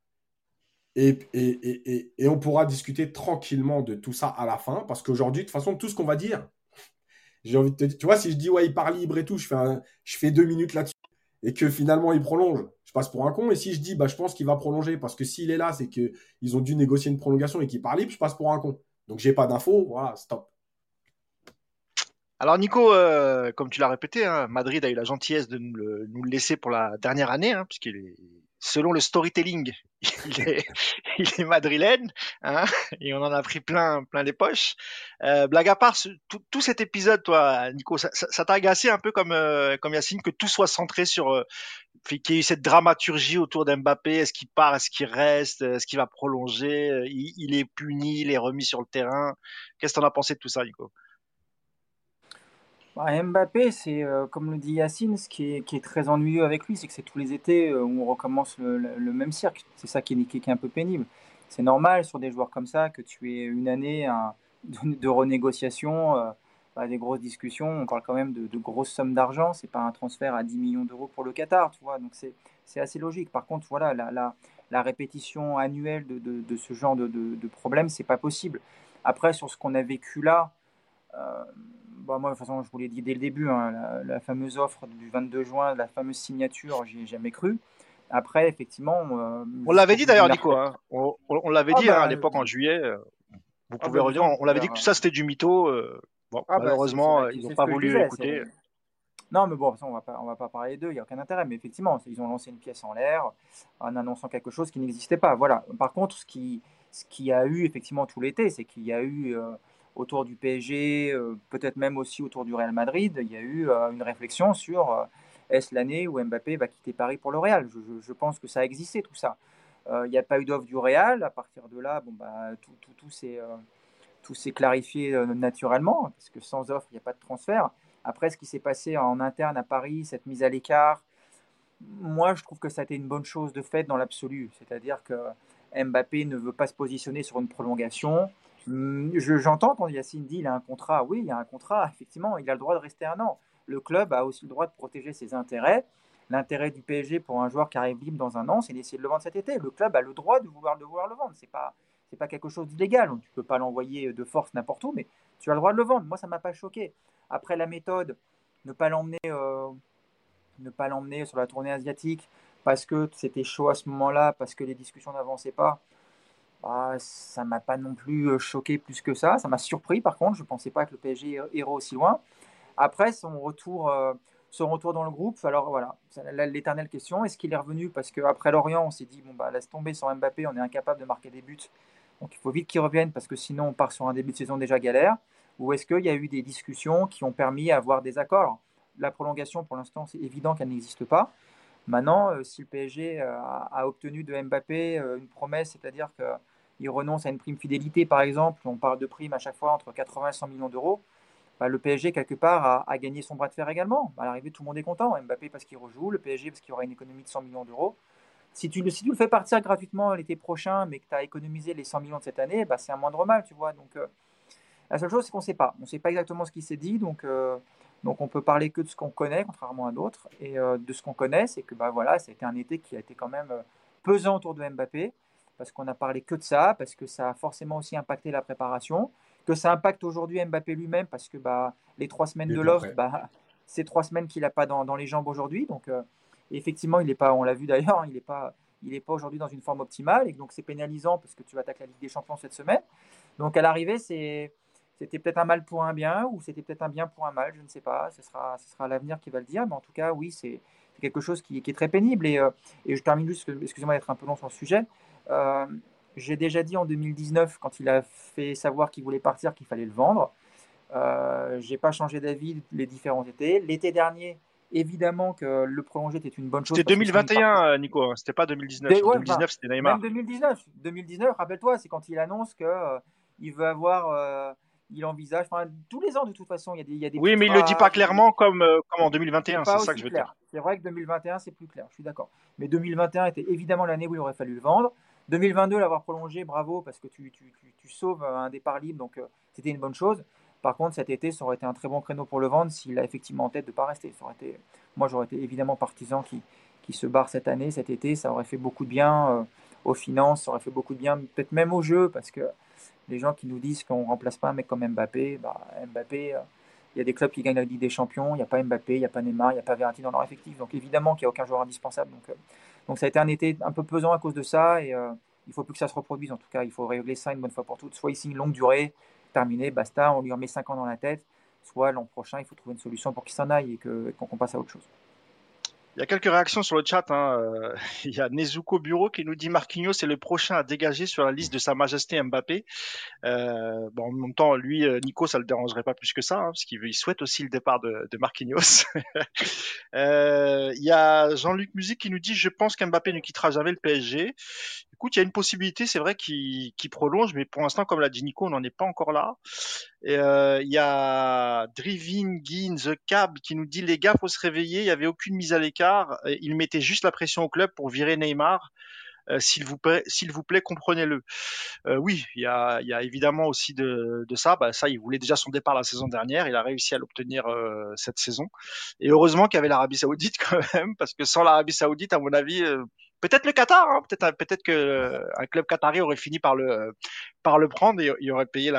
Et on pourra discuter tranquillement de tout ça à la fin. Parce qu'aujourd'hui, de toute façon, tout ce qu'on va dire, j'ai envie de te dire, tu vois, si je dis, ouais, il part libre et tout, je fais 2 minutes là-dessus. Et que finalement, il prolonge, je passe pour un con. Et si je dis, bah, je pense qu'il va prolonger, parce que s'il est là, c'est qu'ils ont dû négocier une prolongation et qu'il part libre, je passe pour un con. Donc, j'ai pas d'infos, voilà, stop. Alors Nico, comme tu l'as répété, hein, Madrid a eu la gentillesse de nous le laisser pour la dernière année, hein, puisqu'il est, selon le storytelling, il est, il est madrilène, hein, et on en a pris plein les poches. Blague à part, tout cet épisode, toi, Nico, ça t'a agacé un peu comme Yacine, que tout soit centré sur, qu'il y ait eu cette dramaturgie autour d'Mbappé, est-ce qu'il part, est-ce qu'il reste, est-ce qu'il va prolonger, il est puni, il est remis sur le terrain. Qu'est-ce que t'en as pensé de tout ça, Nico? Bah, Mbappé, c'est comme le dit Yacine, qui est très ennuyeux avec lui, c'est que c'est tous les étés où on recommence le même cirque. C'est ça qui est un peu pénible. C'est normal sur des joueurs comme ça que tu aies une année de renégociation, des grosses discussions. On parle quand même de grosses sommes d'argent. C'est pas un transfert à 10 millions d'euros pour le Qatar, tu vois. Donc c'est assez logique. Par contre, voilà, la répétition annuelle de ce genre de problème, c'est pas possible. Après, sur ce qu'on a vécu là. Euh, Moi, de toute façon, je vous l'ai dit dès le début, hein, la fameuse offre du 22 juin, la fameuse signature, j'y ai jamais cru. Après, effectivement, On l'avait jusqu'au dit bout du d'ailleurs, Nico. mercato. Hein. On l'avait Ah dit hein, à bah, l'époque en juillet. Vous pouvez de toute redire. façon, On l'avait dit que tout ça c'était du mytho. Bon, malheureusement, ils n'ont c'est ce pas que je voulu disais. écouter. Non, mais bon, de toute façon, on va pas parler d'eux, il n'y a aucun intérêt. Mais effectivement, ils ont lancé une pièce en l'air en annonçant quelque chose qui n'existait pas. Voilà. Par contre, ce qui a eu effectivement tout l'été, c'est qu'il y a eu autour du PSG, peut-être même aussi autour du Real Madrid, il y a eu une réflexion sur est-ce l'année où Mbappé va quitter Paris pour le Real. Je pense que ça a existé tout ça. Il n'y a pas eu d'offre du Real. À partir de là, bon, bah, tout s'est clarifié naturellement, parce que sans offre, il n'y a pas de transfert. Après, ce qui s'est passé en interne à Paris, cette mise à l'écart, moi, je trouve que ça a été une bonne chose de fait dans l'absolu. C'est-à-dire que Mbappé ne veut pas se positionner sur une prolongation. J'entends quand Yacine dit il a un contrat. Oui, il y a un contrat. Effectivement, il a le droit de rester un an. Le club a aussi le droit de protéger ses intérêts. L'intérêt du PSG pour un joueur qui arrive libre dans un an, c'est d'essayer de le vendre cet été. Le club a le droit de vouloir le vendre. C'est pas quelque chose d'illégal. Tu ne peux pas l'envoyer de force n'importe où, mais tu as le droit de le vendre. Moi, ça ne m'a pas choqué. Après, la méthode, ne pas l'emmener sur la tournée asiatique parce que c'était chaud à ce moment-là, parce que les discussions n'avançaient pas, ça m'a pas non plus choqué plus que ça. Ça m'a surpris par contre, je ne pensais pas que le PSG irait aussi loin. Après, son retour son retour dans le groupe. Alors voilà, c'est l'éternelle question. Est-ce qu'il est revenu parce qu'après Lorient, on s'est dit, bon, bah, laisse tomber sans Mbappé, on est incapable de marquer des buts. Donc il faut vite qu'il revienne parce que sinon on part sur un début de saison déjà galère. Ou est-ce qu'il y a eu des discussions qui ont permis d'avoir des accords? Alors, la prolongation, pour l'instant, c'est évident qu'elle n'existe pas. Maintenant, si le PSG a obtenu de Mbappé une promesse, c'est-à-dire qu'il renonce à une prime fidélité, par exemple, on parle de primes à chaque fois entre 80 et 100 millions d'euros, bah, le PSG, quelque part, a gagné son bras de fer également. À l'arrivée, tout le monde est content. Mbappé parce qu'il rejoue, le PSG parce qu'il y aura une économie de 100 millions d'euros. Si tu le fais partir gratuitement l'été prochain, mais que tu as économisé les 100 millions de cette année, bah, c'est un moindre mal, tu vois. Donc, la seule chose, c'est qu'on ne sait pas. On ne sait pas exactement ce qui s'est dit, donc on peut parler que de ce qu'on connaît, contrairement à d'autres. Et de ce qu'on connaît, c'est que bah, voilà, ça a été un été qui a été quand même pesant autour de Mbappé, parce qu'on a parlé que de ça, parce que ça a forcément aussi impacté la préparation, que ça impacte aujourd'hui Mbappé lui-même, parce que bah, les 3 semaines Il est de pas l'off, prêt. bah, c'est 3 semaines qu'il n'a pas dans les jambes aujourd'hui. Donc effectivement, il est pas, on l'a vu d'ailleurs, il est pas aujourd'hui dans une forme optimale, et donc c'est pénalisant parce que tu attaques la Ligue des Champions cette semaine. Donc à l'arrivée, c'était peut-être un mal pour un bien, ou c'était peut-être un bien pour un mal, je ne sais pas. Ce sera l'avenir qui va le dire. Mais en tout cas, oui, c'est quelque chose qui est très pénible. Et je termine juste, excusez-moi d'être un peu long sur le sujet. Euh, j'ai déjà dit en 2019, quand il a fait savoir qu'il voulait partir, qu'il fallait le vendre. J'ai pas changé d'avis les différents étés. L'été dernier, évidemment que le prolonger était une bonne chose C'était parce que sinon il partait. 2021, Nico, hein, c'était pas 2019. Sur Ouais, enfin, 2019, c'était même Neymar. 2019. 2019, rappelle-toi, c'est quand il annonce que il veut avoir, il envisage. Enfin, tous les ans, de toute façon, il y a des Oui, petites mais il le dit pas phrases. clairement comme en C'est 2021, c'est pas ça que aussi je veux clair. dire. C'est vrai que 2021, c'est plus clair. Je suis d'accord. Mais 2021 était évidemment l'année où il aurait fallu le vendre. 2022, l'avoir prolongé, bravo, parce que tu sauves un départ libre, donc c'était une bonne chose. Par contre, cet été, ça aurait été un très bon créneau pour le vendre s'il a effectivement en tête de ne pas rester. Moi, j'aurais été évidemment partisan qui se barre cette année, cet été. Ça aurait fait beaucoup de bien aux finances, ça aurait fait beaucoup de bien, peut-être même au jeu, parce que les gens qui nous disent qu'on ne remplace pas un mec comme Mbappé, bah, Mbappé, il y a des clubs qui gagnent la Ligue des Champions, il n'y a pas Mbappé, il n'y a pas Neymar, il n'y a pas Verratti dans leur effectif. Donc évidemment qu'il n'y a aucun joueur indispensable. Donc ça a été un été un peu pesant à cause de ça, et il ne faut plus que ça se reproduise. En tout cas, il faut régler ça une bonne fois pour toutes. Soit il signe longue durée, terminé, basta, on lui remet 5 ans dans la tête, soit l'an prochain, il faut trouver une solution pour qu'il s'en aille et qu'on passe à autre chose. Il y a quelques réactions sur le chat, hein. Il y a Nezuko Bureau qui nous dit Marquinhos est le prochain à dégager sur la liste de Sa Majesté Mbappé. Bon, en même temps, lui, Nico, ça le dérangerait pas plus que ça, hein, parce qu'il souhaite aussi le départ de Marquinhos. Il y a Jean-Luc Musique qui nous dit je pense qu'Mbappé ne quittera jamais le PSG. Écoute, il y a une possibilité, c'est vrai qu'il prolonge, mais pour l'instant, comme l'a dit Nico, on n'en est pas encore là. Et il y a Drivin Guin The Cab qui nous dit les gars, faut se réveiller, il y avait aucune mise à l'écart, il mettait juste la pression au club pour virer Neymar. S'il vous plaît, comprenez-le. Oui, il y a évidemment aussi de ça. Bah, ça, il voulait déjà son départ la saison dernière. Il a réussi à l'obtenir cette saison. Et heureusement qu'il y avait l'Arabie Saoudite quand même, parce que sans l'Arabie Saoudite, à mon avis, peut-être le Qatar, hein, peut-être que un club qatari aurait fini par le prendre et il aurait payé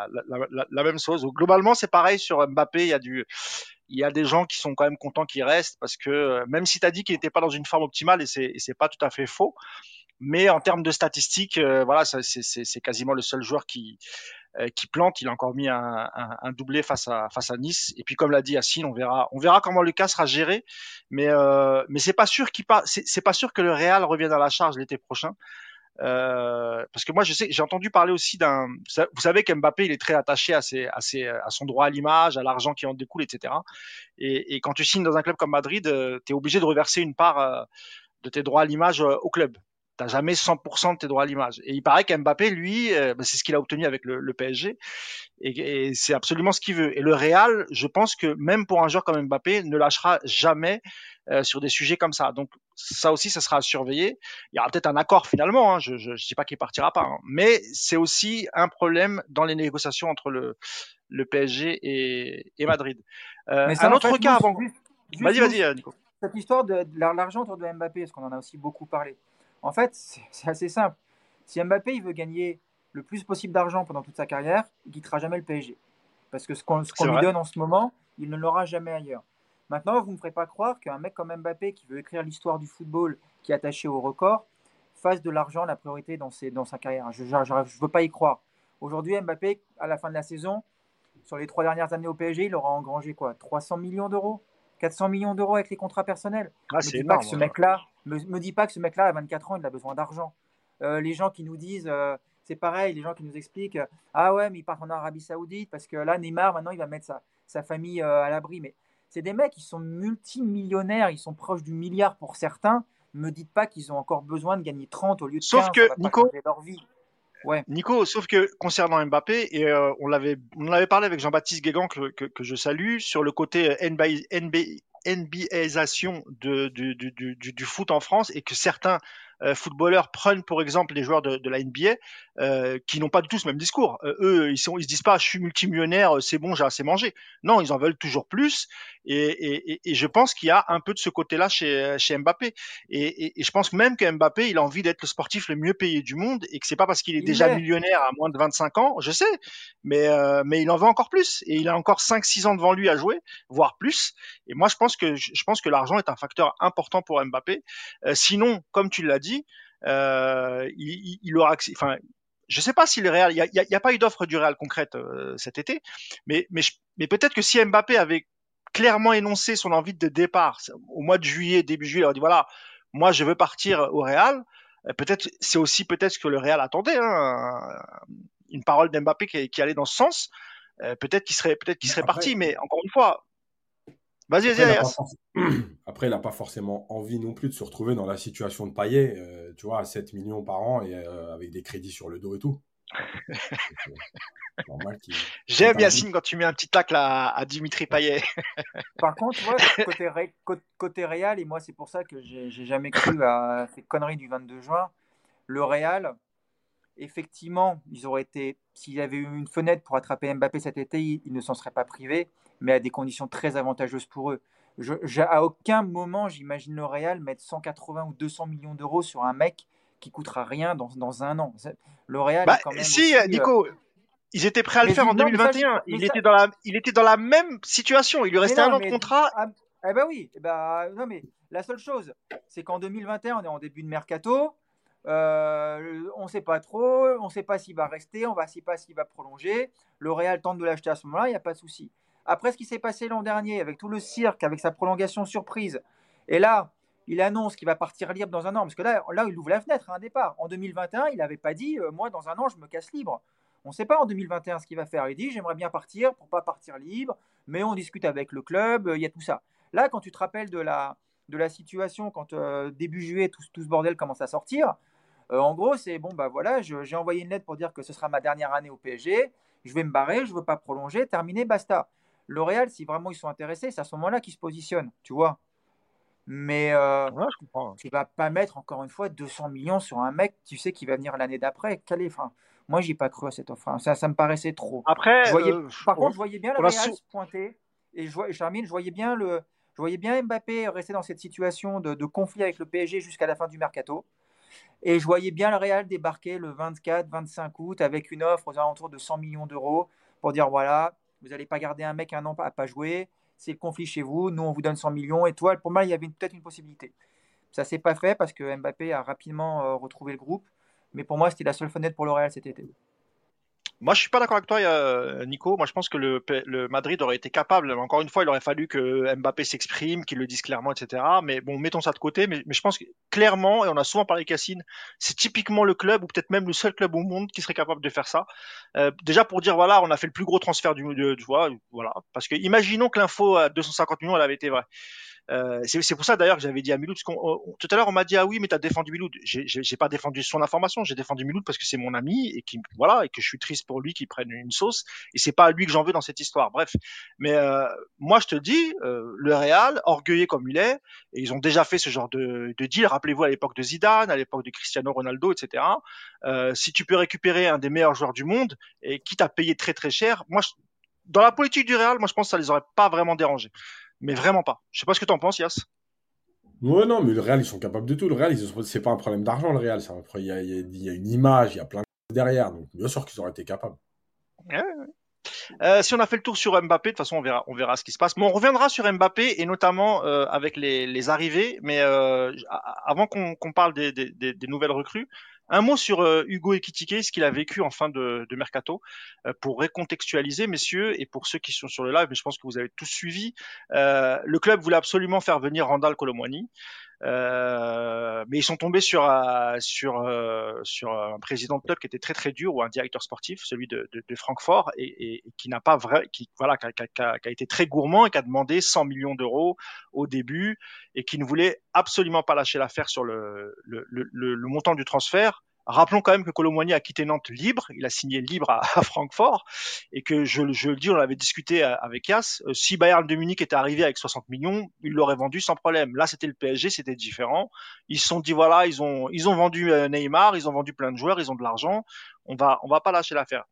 la même chose. Donc, globalement, c'est pareil sur Mbappé. Il y a des gens qui sont quand même contents qu'il reste parce que même si tu as dit qu'il n'était pas dans une forme optimale et c'est pas tout à fait faux, mais en termes de statistiques, voilà, c'est quasiment le seul joueur qui plante. Il a encore mis un doublé face à Nice. Et puis comme l'a dit Yacine, on verra comment le cas sera géré. Mais c'est pas sûr c'est pas sûr que le Real revienne à la charge l'été prochain. Parce que moi, j'ai entendu parler aussi vous savez qu'Mbappé, il est très attaché à son droit à l'image, à l'argent qui en découle, etc. Et quand tu signes dans un club comme Madrid, tu es obligé de reverser une part de tes droits à l'image au club. T'as jamais 100% de tes droits à l'image. Et il paraît qu'Mbappé, lui, c'est ce qu'il a obtenu avec le PSG, et c'est absolument ce qu'il veut. Et le Real, je pense que même pour un joueur comme Mbappé, ne lâchera jamais sur des sujets comme ça. Donc ça aussi, ça sera à surveiller. Il y aura peut-être un accord finalement. Hein, je dis pas qu'il partira pas, hein, mais c'est aussi un problème dans les négociations entre le PSG et Madrid. Mais Un ça, en autre fait, cas Mousse, avant. juste Vas-y, Mousse, Nico. cette histoire de l'argent autour de Mbappé, parce qu'on en a aussi beaucoup parlé. En fait, c'est assez simple. Si Mbappé il veut gagner le plus possible d'argent pendant toute sa carrière, il ne quittera jamais le PSG. Parce que ce qu'on C'est lui vrai. donne en ce moment, il ne l'aura jamais ailleurs. Maintenant, vous ne me ferez pas croire qu'un mec comme Mbappé, qui veut écrire l'histoire du football, qui est attaché au record, fasse de l'argent la priorité dans sa carrière. Je ne veux pas y croire. Aujourd'hui, Mbappé, à la fin de la saison, sur les 3 dernières années au PSG, il aura engrangé quoi, 300 millions d'euros, 400 millions d'euros avec les contrats personnels. Ah, Me c'est dis pas que énorme. ce mec-là, me dis pas que ce mec-là, à 24 ans, il a besoin d'argent. Les gens qui nous disent, c'est pareil, les gens qui nous expliquent, ah ouais, mais il part en Arabie Saoudite parce que là, Neymar, maintenant, il va mettre sa famille à l'abri. Mais c'est des mecs qui sont multimillionnaires, ils sont proches du milliard pour certains. Me dites pas qu'ils ont encore besoin de gagner 30 au lieu de Sauf 15, ça que, va pas Nico, changer leur vie. Ouais. Sauf que concernant Mbappé, et on en avait parlé avec Jean-Baptiste Guégan que je salue sur le côté NBAisation du foot en France et que certains footballeurs prennent pour exemple les joueurs de la NBA qui n'ont pas du tout ce même discours. Eux, ils se disent pas je suis multimillionnaire, c'est bon, j'ai assez mangé. Non, ils en veulent toujours plus et je pense qu'il y a un peu de ce côté-là chez Mbappé. Et je pense même que Mbappé, il a envie d'être le sportif le mieux payé du monde et que c'est pas parce qu'il est Il déjà l'est. millionnaire à moins de 25 ans, je sais, mais il en veut encore plus et il a encore 5-6 ans devant lui à jouer, voire plus. Et moi, je pense que l'argent est un facteur important pour Mbappé. Sinon, comme tu l'as dit, il aura, enfin, je sais pas si le Real, il y a pas eu d'offre du Real concrète cet été, mais peut-être que si Mbappé avait clairement énoncé son envie de départ au mois de juillet, début juillet, il a dit voilà, moi je veux partir au Real. Peut-être c'est aussi peut-être ce que le Real attendait, hein, une parole d'Mbappé qui allait dans ce sens. Peut-être qu'il serait Après, parti, mais encore une fois, vas-y, après, il n'a pas, Ayas. après, il a pas forcément envie non plus de se retrouver dans la situation de Payet, tu vois, à 7 millions par an et avec des crédits sur le dos et tout. C'est normal qu'il J'aime ait un but. Yacine quand tu mets un petit tacle à Dimitri Payet. Par contre, tu vois, côté Real, et moi, c'est pour ça que j'ai jamais cru à ces conneries du 22 juin. Le Real, effectivement, ils auraient été, s'il y avait eu une fenêtre pour attraper Mbappé cet été, ils ne s'en seraient pas privés, mais à des conditions très avantageuses pour eux. À aucun moment, j'imagine le Real mettre 180 ou 200 millions d'euros sur un mec qui coûtera rien dans un an. Le Real est Bah, quand même si, aussi. Nico, ils étaient prêts à le Mais faire en non, mais ça, 2021. mais ça, Il était dans la même situation. Il lui mais restait un non, an de mais contrat. ah, eh ben oui, eh ben, non, mais la seule chose, c'est qu'en 2021, on est en début de mercato. On ne sait pas trop, on ne sait pas s'il va rester, on ne sait pas s'il va prolonger. Le Real tente de l'acheter à ce moment-là, il n'y a pas de souci. Après ce qui s'est passé l'an dernier, avec tout le cirque, avec sa prolongation surprise, et là, il annonce qu'il va partir libre dans un an, parce que là il ouvre la fenêtre à un départ. En 2021, il n'avait pas dit, moi, dans un an, je me casse libre. On ne sait pas en 2021 ce qu'il va faire. Il dit, j'aimerais bien partir pour ne pas partir libre, mais on discute avec le club, il y a tout ça. Là, quand tu te rappelles de la situation, quand début juillet, tout ce bordel commence à sortir, en gros, c'est bon, bah voilà, j'ai envoyé une lettre pour dire que ce sera ma dernière année au PSG, je vais me barrer, je ne veux pas prolonger, terminé, basta. Le Real, si vraiment ils sont intéressés, c'est à ce moment-là qu'ils se positionnent, tu vois. Mais Ouais, je comprends. tu vas pas mettre encore une fois 200 millions sur un mec, tu sais, qui va venir l'année d'après. Enfin, moi, j'ai pas cru à cette offre. Hein. Ça me paraissait trop. Après, Par contre, je voyais bien le on a Real se pointer. Et Charmine, je voyais bien Mbappé rester dans cette situation de conflit avec le PSG jusqu'à la fin du mercato. Et je voyais bien le Real débarquer le 24-25 août avec une offre aux alentours de 100 millions d'euros pour dire voilà, vous n'allez pas garder un mec un an à pas jouer, c'est le conflit chez vous, nous on vous donne 100 millions. Et toi, pour moi, il y avait peut-être une possibilité. Ça ne s'est pas fait parce que Mbappé a rapidement retrouvé le groupe. Mais pour moi, c'était la seule fenêtre pour le Real cet été. Moi, je suis pas d'accord avec toi, Nico. Moi, je pense que le Madrid aurait été capable. Encore une fois, il aurait fallu que Mbappé s'exprime, qu'il le dise clairement, etc. Mais bon, mettons ça de côté. Mais je pense que clairement, et on a souvent parlé avec Yacine, c'est typiquement le club, ou peut-être même le seul club au monde qui serait capable de faire ça. Déjà pour dire, voilà, on a fait le plus gros transfert tu vois, voilà. Parce que imaginons que l'info à 250 millions, elle avait été vraie. C'est pour ça d'ailleurs que j'avais dit à Miloud, parce tout à l'heure on m'a dit ah oui mais t'as défendu Miloud. J'ai pas défendu son information, j'ai défendu Miloud parce que c'est mon ami et voilà et que je suis triste pour lui qu'il prenne une sauce et c'est pas à lui que j'en veux dans cette histoire. Bref, mais moi je te dis le Real orgueilleux comme il est et ils ont déjà fait ce genre de deal. Rappelez-vous à l'époque de Zidane, à l'époque de Cristiano Ronaldo, etc. Si tu peux récupérer un des meilleurs joueurs du monde et quitte à payer très très cher, dans la politique du Real, moi je pense que ça les aurait pas vraiment dérangés. Mais vraiment pas. Je sais pas ce que t'en penses, Yas. Ouais, non, mais le Real, ils sont capables de tout. Le Real, c'est pas un problème d'argent, le Real. Il y a une image, il y a plein de choses derrière. Donc, bien sûr qu'ils auraient été capables. Ouais. Si on a fait le tour sur Mbappé, de toute façon on verra ce qui se passe. Mais on reviendra sur Mbappé et notamment avec les arrivées. Mais avant qu'on parle des nouvelles recrues, Un mot sur Hugo Ekitike, ce qu'il a vécu en fin de mercato, pour recontextualiser, messieurs, et pour ceux qui sont sur le live, mais je pense que vous avez tous suivi. Le club voulait absolument faire venir Randal Kolo Muani. Mais ils sont tombés sur un président de club qui était très très dur, ou un directeur sportif, celui de Francfort, et qui n'a pas qui a été très gourmand et qui a demandé 100 millions d'euros au début, et qui ne voulait absolument pas lâcher l'affaire sur le montant du transfert. Rappelons quand même que Kolo Muani a quitté Nantes libre, il a signé libre à Francfort, et que je le dis, on l'avait discuté avec Yass, si Bayern de Munich était arrivé avec 60 millions, il l'aurait vendu sans problème. Là, c'était le PSG, c'était différent. Ils se sont dit, voilà, ils ont vendu Neymar, ils ont vendu plein de joueurs, ils ont de l'argent, on va pas lâcher l'affaire.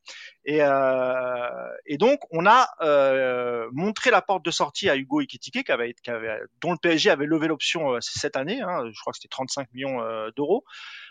Et donc, on a montré la porte de sortie à Hugo Ekitike, dont le PSG avait levé l'option cette année, hein, je crois que c'était 35 millions d'euros.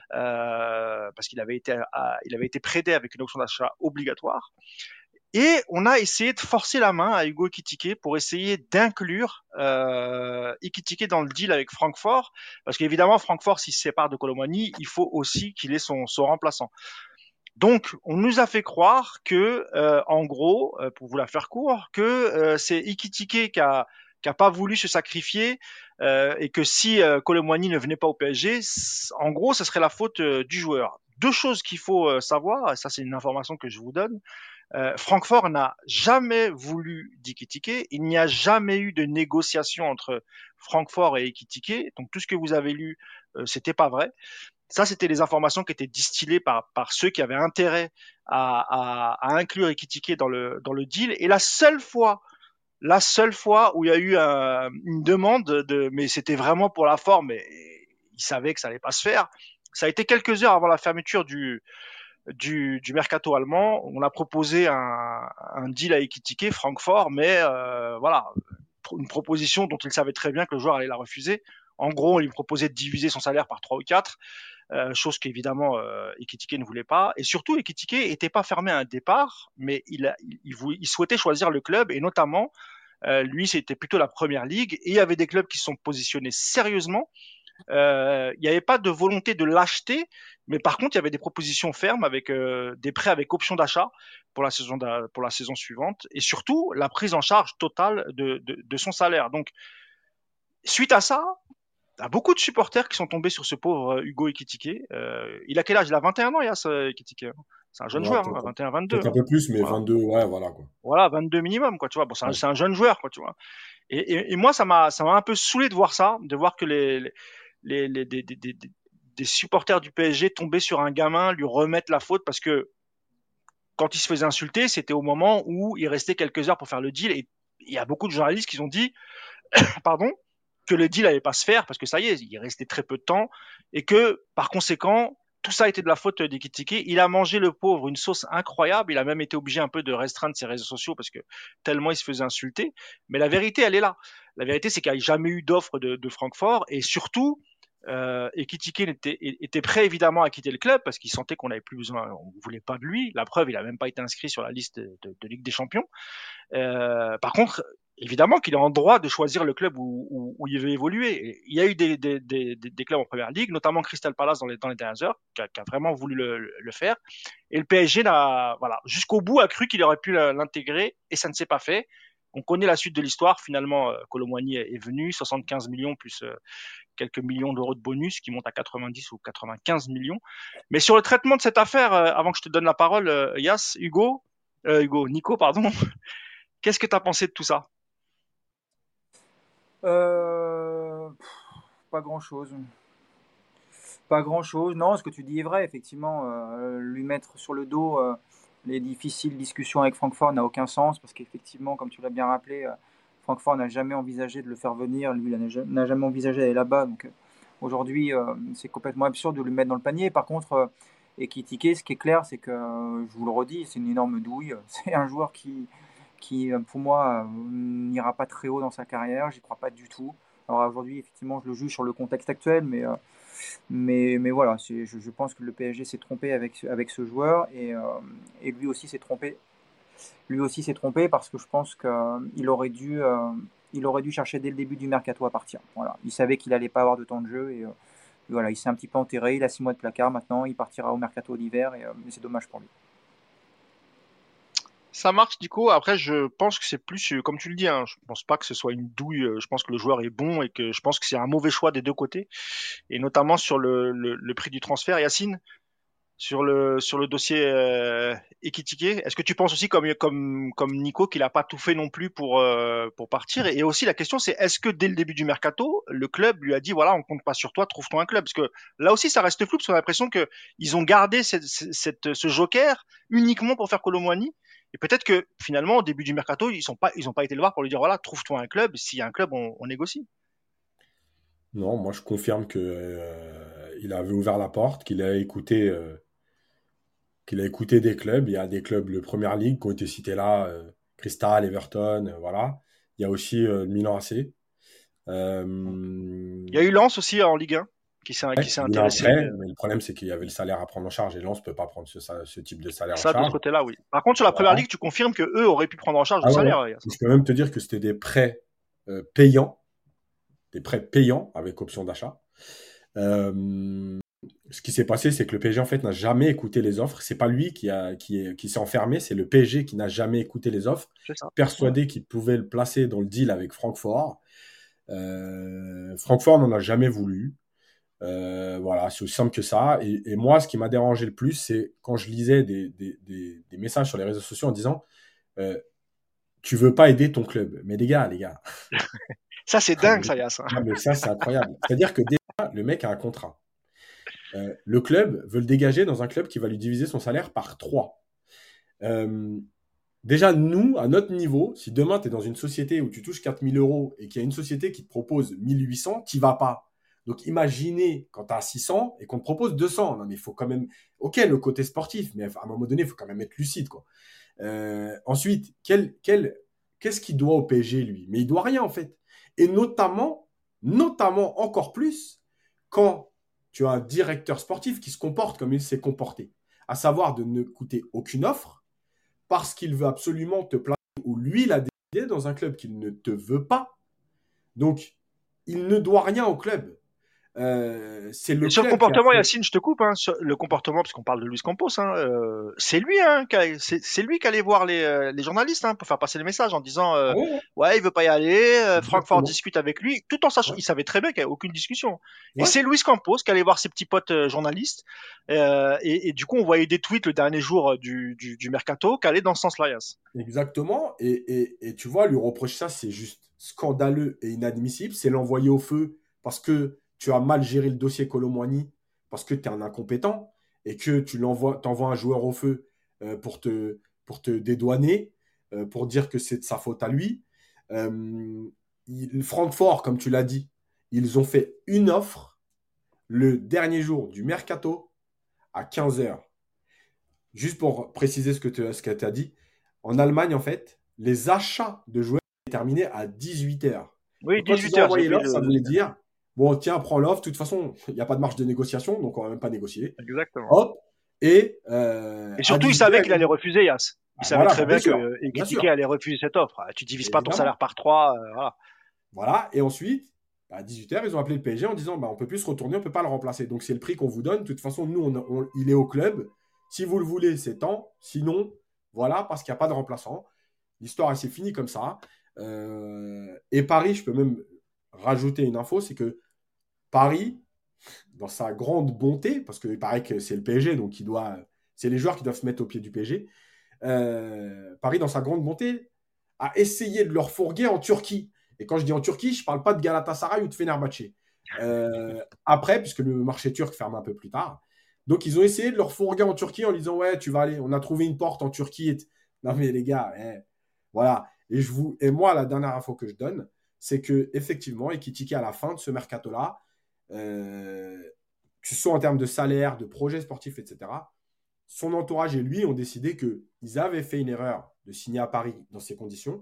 Parce qu'il avait été prêté avec une option d'achat obligatoire. Et on a essayé de forcer la main à Hugo Ekitike pour essayer d'inclure Ekitike dans le deal avec Francfort, parce qu'évidemment Francfort, s'il se sépare de Kolo Muani, il faut aussi qu'il ait son remplaçant. Donc, on nous a fait croire que, en gros, pour vous la faire court, que c'est Ekitike qui a pas voulu se sacrifier, et que si Kolo Muani ne venait pas au PSG, en gros, ce serait la faute du joueur. Deux choses qu'il faut savoir, et ça c'est une information que je vous donne. Francfort n'a jamais voulu d'Ekitike, il n'y a jamais eu de négociation entre Francfort et Ekitike, donc tout ce que vous avez lu, c'était pas vrai. Ça, c'était les informations qui étaient distillées par ceux qui avaient intérêt à inclure Ekitike dans le deal. Et la seule fois où il y a eu une demande mais c'était vraiment pour la forme, et ils savaient que ça allait pas se faire, ça a été quelques heures avant la fermeture du mercato allemand. On a proposé un deal à Ekitike, Francfort, mais voilà, une proposition dont il savait très bien que le joueur allait la refuser. En gros, on lui proposait de diviser son salaire par 3 ou 4, chose qu'évidemment Ekitike ne voulait pas. Et surtout, Ekitike n'était pas fermé à un départ, mais il souhaitait choisir le club, et notamment, lui, c'était plutôt la première ligue, et il y avait des clubs qui se sont positionnés sérieusement. Il n'y avait pas de volonté de l'acheter, mais par contre, il y avait des propositions fermes avec des prêts avec option d'achat pour la saison suivante, et surtout la prise en charge totale de son salaire. Donc, suite à ça, il y a beaucoup de supporters qui sont tombés sur ce pauvre Hugo Ekitike. Il a quel âge? Il a 21 ans, Ekitike. C'est un jeune joueur, hein, 21-22. Peut-être un peu plus, mais voilà. 22, ouais, voilà quoi. Voilà, 22 minimum, quoi, tu vois. Bon, c'est un jeune joueur, quoi, tu vois. Et moi, ça m'a un peu saoulé de voir ça, de voir que des supporters du PSG tombaient sur un gamin, lui remettre la faute, parce que quand il se faisait insulter, c'était au moment où il restait quelques heures pour faire le deal, et il y a beaucoup de journalistes qui ont dit, pardon, que le deal allait pas se faire, parce que ça y est, il restait très peu de temps, et que, par conséquent, tout ça était de la faute d'Ekitike. Il a mangé, le pauvre, une sauce incroyable. Il a même été obligé un peu de restreindre ses réseaux sociaux parce que tellement il se faisait insulter. Mais la vérité, elle est là. La vérité, c'est qu'il n'y a jamais eu d'offre de Francfort, et surtout, Ekitike était prêt évidemment à quitter le club parce qu'il sentait qu'on n'avait plus besoin, on ne voulait pas de lui. La preuve, il n'a même pas été inscrit sur la liste de Ligue des Champions. Par contre, évidemment qu'il est en droit de choisir le club où il veut évoluer. Et il y a eu des clubs en première ligue, notamment Crystal Palace dans les dernières heures, qui a vraiment voulu le faire. Et le PSG, jusqu'au bout, a cru qu'il aurait pu l'intégrer, et ça ne s'est pas fait. On connaît la suite de l'histoire. Finalement, Kolo Muani est venu, 75 millions plus quelques millions d'euros de bonus, qui montent à 90 ou 95 millions. Mais sur le traitement de cette affaire, avant que je te donne la parole, Nico, pardon, qu'est-ce que tu as pensé de tout ça? Pas grand-chose. Pas grand-chose. Non, ce que tu dis est vrai, effectivement. Lui mettre sur le dos les difficiles discussions avec Francfort n'a aucun sens, parce qu'effectivement, comme tu l'as bien rappelé, Francfort n'a jamais envisagé de le faire venir. Lui, il n'a jamais envisagé d'aller là-bas. Donc aujourd'hui, c'est complètement absurde de le mettre dans le panier. Par contre, Ekitike, ce qui est clair, c'est que, je vous le redis, c'est une énorme douille. C'est un joueur qui pour moi, n'ira pas très haut dans sa carrière. J'y crois pas du tout. Alors aujourd'hui, effectivement, je le juge sur le contexte actuel, mais voilà, je pense que le PSG s'est trompé avec ce joueur, et lui aussi s'est trompé. Lui aussi s'est trompé, parce que je pense qu'il aurait dû chercher dès le début du mercato à partir. Voilà. Il savait qu'il n'allait pas avoir de temps de jeu, Voilà, il s'est un petit peu enterré, il a 6 mois de placard maintenant, il partira au mercato d'hiver, mais c'est dommage pour lui. Ça marche du coup. Après, je pense que c'est plus, comme tu le dis, hein, je pense pas que ce soit une douille. Je pense que le joueur est bon et que je pense que c'est un mauvais choix des deux côtés. Et notamment sur le prix du transfert. Yacine, sur le dossier Ekitike, est-ce que tu penses aussi comme Nico qu'il a pas tout fait non plus pour partir? Et aussi la question c'est est-ce que dès le début du mercato, le club lui a dit voilà on compte pas sur toi, trouve-toi un club? Parce que là aussi ça reste flou parce qu'on a l'impression que ils ont gardé ce joker uniquement pour faire Kolo Muani. Et peut-être que finalement au début du mercato ils ont pas été le voir pour lui dire voilà trouve-toi un club. S'il y a un club on négocie. Non, moi je confirme que il avait ouvert la porte, qu'il a écouté des clubs. Il y a des clubs de Première Ligue qui ont été cités là, Crystal, Everton, voilà. Il y a aussi le Milan AC. Il y a eu Lens aussi en Ligue 1 qui Ouais, s'est il a un intéressé. prêt, mais le problème c'est qu'il y avait le salaire à prendre en charge et Lens ne peut pas prendre ce type de salaire en Ça, de ce charge. côté-là, oui. Par contre, sur la première Voilà. ligue, tu confirmes que eux auraient pu prendre en charge le Ah ouais, ouais. salaire. Je peux même te dire que c'était des prêts payants, des prêts payants avec option d'achat. Ce qui s'est passé, c'est que le PSG en fait n'a jamais écouté les offres. C'est pas lui qui s'est enfermé, c'est le PSG qui n'a jamais écouté les offres, C'est ça. Ouais. persuadé qu'il pouvait le placer dans le deal avec Francfort. Francfort n'en a jamais voulu. Voilà, c'est aussi simple que ça. Et moi, ce qui m'a dérangé le plus, c'est quand je lisais des messages sur les réseaux sociaux en disant tu veux pas aider ton club. Mais les gars, Ça, c'est dingue, ça, Yass. non, mais ça, c'est incroyable. C'est-à-dire que déjà, le mec a un contrat. Le club veut le dégager dans un club qui va lui diviser son salaire par 3. Déjà, nous, à notre niveau, si demain, tu es dans une société où tu touches 4 000 euros et qu'il y a une société qui te propose 1 800, tu vas pas. Donc, imaginez quand tu as 600 et qu'on te propose 200. Non, mais il faut quand même. Ok, le côté sportif, mais à un moment donné, il faut quand même être lucide, quoi. Ensuite, qu'est-ce qu'il doit au PSG, lui? Mais il doit rien, en fait. Et notamment encore plus, quand tu as un directeur sportif qui se comporte comme il s'est comporté, à savoir de ne coûter aucune offre parce qu'il veut absolument te placer ou lui l'a décidé dans un club qu'il ne te veut pas. Donc, il ne doit rien au club. C'est le Et sur le club qui a comportement, fait. Yacine, je te coupe, hein, sur le comportement, parce qu'on parle de Luis Campos, hein, c'est lui, hein, c'est lui qui allait voir les journalistes, hein, pour faire passer le message en disant, Ah ouais, ouais, il veut pas y aller, Francfort exactement. discute avec lui, tout en sachant, Ouais, il savait très bien qu'il n'y avait aucune discussion. Et ouais, c'est Luis Campos qui allait voir ses petits potes journalistes, et du coup, on voyait des tweets le dernier jour du mercato qui allaient dans ce sens-là, Yass. exactement. Et tu vois, lui reprocher ça, c'est juste scandaleux et inadmissible. C'est l'envoyer au feu parce que tu as mal géré le dossier Kolo Muani, parce que tu es un incompétent et que t'envoies un joueur au feu pour te dédouaner, pour dire que c'est de sa faute à lui. Francfort, comme tu l'as dit, ils ont fait une offre le dernier jour du mercato à 15 heures. Juste pour préciser ce que tu as dit, en Allemagne, en fait, les achats de joueurs étaient terminés à 18 heures. Oui, Donc, quand ils 18 ont heures, j'ai envoyé vu l'offre, ça le voulait détail. dire bon, tiens, prends l'offre. De toute façon, il n'y a pas de marge de négociation, donc on va même pas négocier. Exactement. Hop. Et Et à surtout, il 18 savait heures, qu'il allait refuser, Yass. Il ah, savait voilà, très bah, bien bien que sûr, bien Ekitike sûr, allait refuser cette offre. Tu divises pas ton évidemment. salaire par 3, voilà. Voilà. Et ensuite, à 18 heures, ils ont appelé le PSG en disant bah, on ne peut plus se retourner, on ne peut pas le remplacer. Donc, c'est le prix qu'on vous donne. De toute façon, nous, il est au club. Si vous le voulez, c'est tant. Sinon, voilà, parce qu'il n'y a pas de remplaçant. L'histoire, elle s'est finie comme ça. Et Paris, je peux même rajouter une info c'est que Paris, dans sa grande bonté, parce qu'il paraît que c'est le PSG, donc c'est les joueurs qui doivent se mettre au pied du PSG. Paris, dans sa grande bonté, a essayé de leur fourguer en Turquie. Et quand je dis en Turquie, je ne parle pas de Galatasaray ou de Fenerbahçe. Après, puisque le marché turc ferme un peu plus tard. Donc, ils ont essayé de leur fourguer en Turquie en disant ouais, tu vas aller, on a trouvé une porte en Turquie. Non, mais les gars, voilà. Et moi, la dernière info que je donne, c'est que effectivement, Ekitike, à la fin de ce mercato-là, que ce soit en termes de salaire, de projets sportifs, etc., son entourage et lui ont décidé qu'ils avaient fait une erreur de signer à Paris dans ces conditions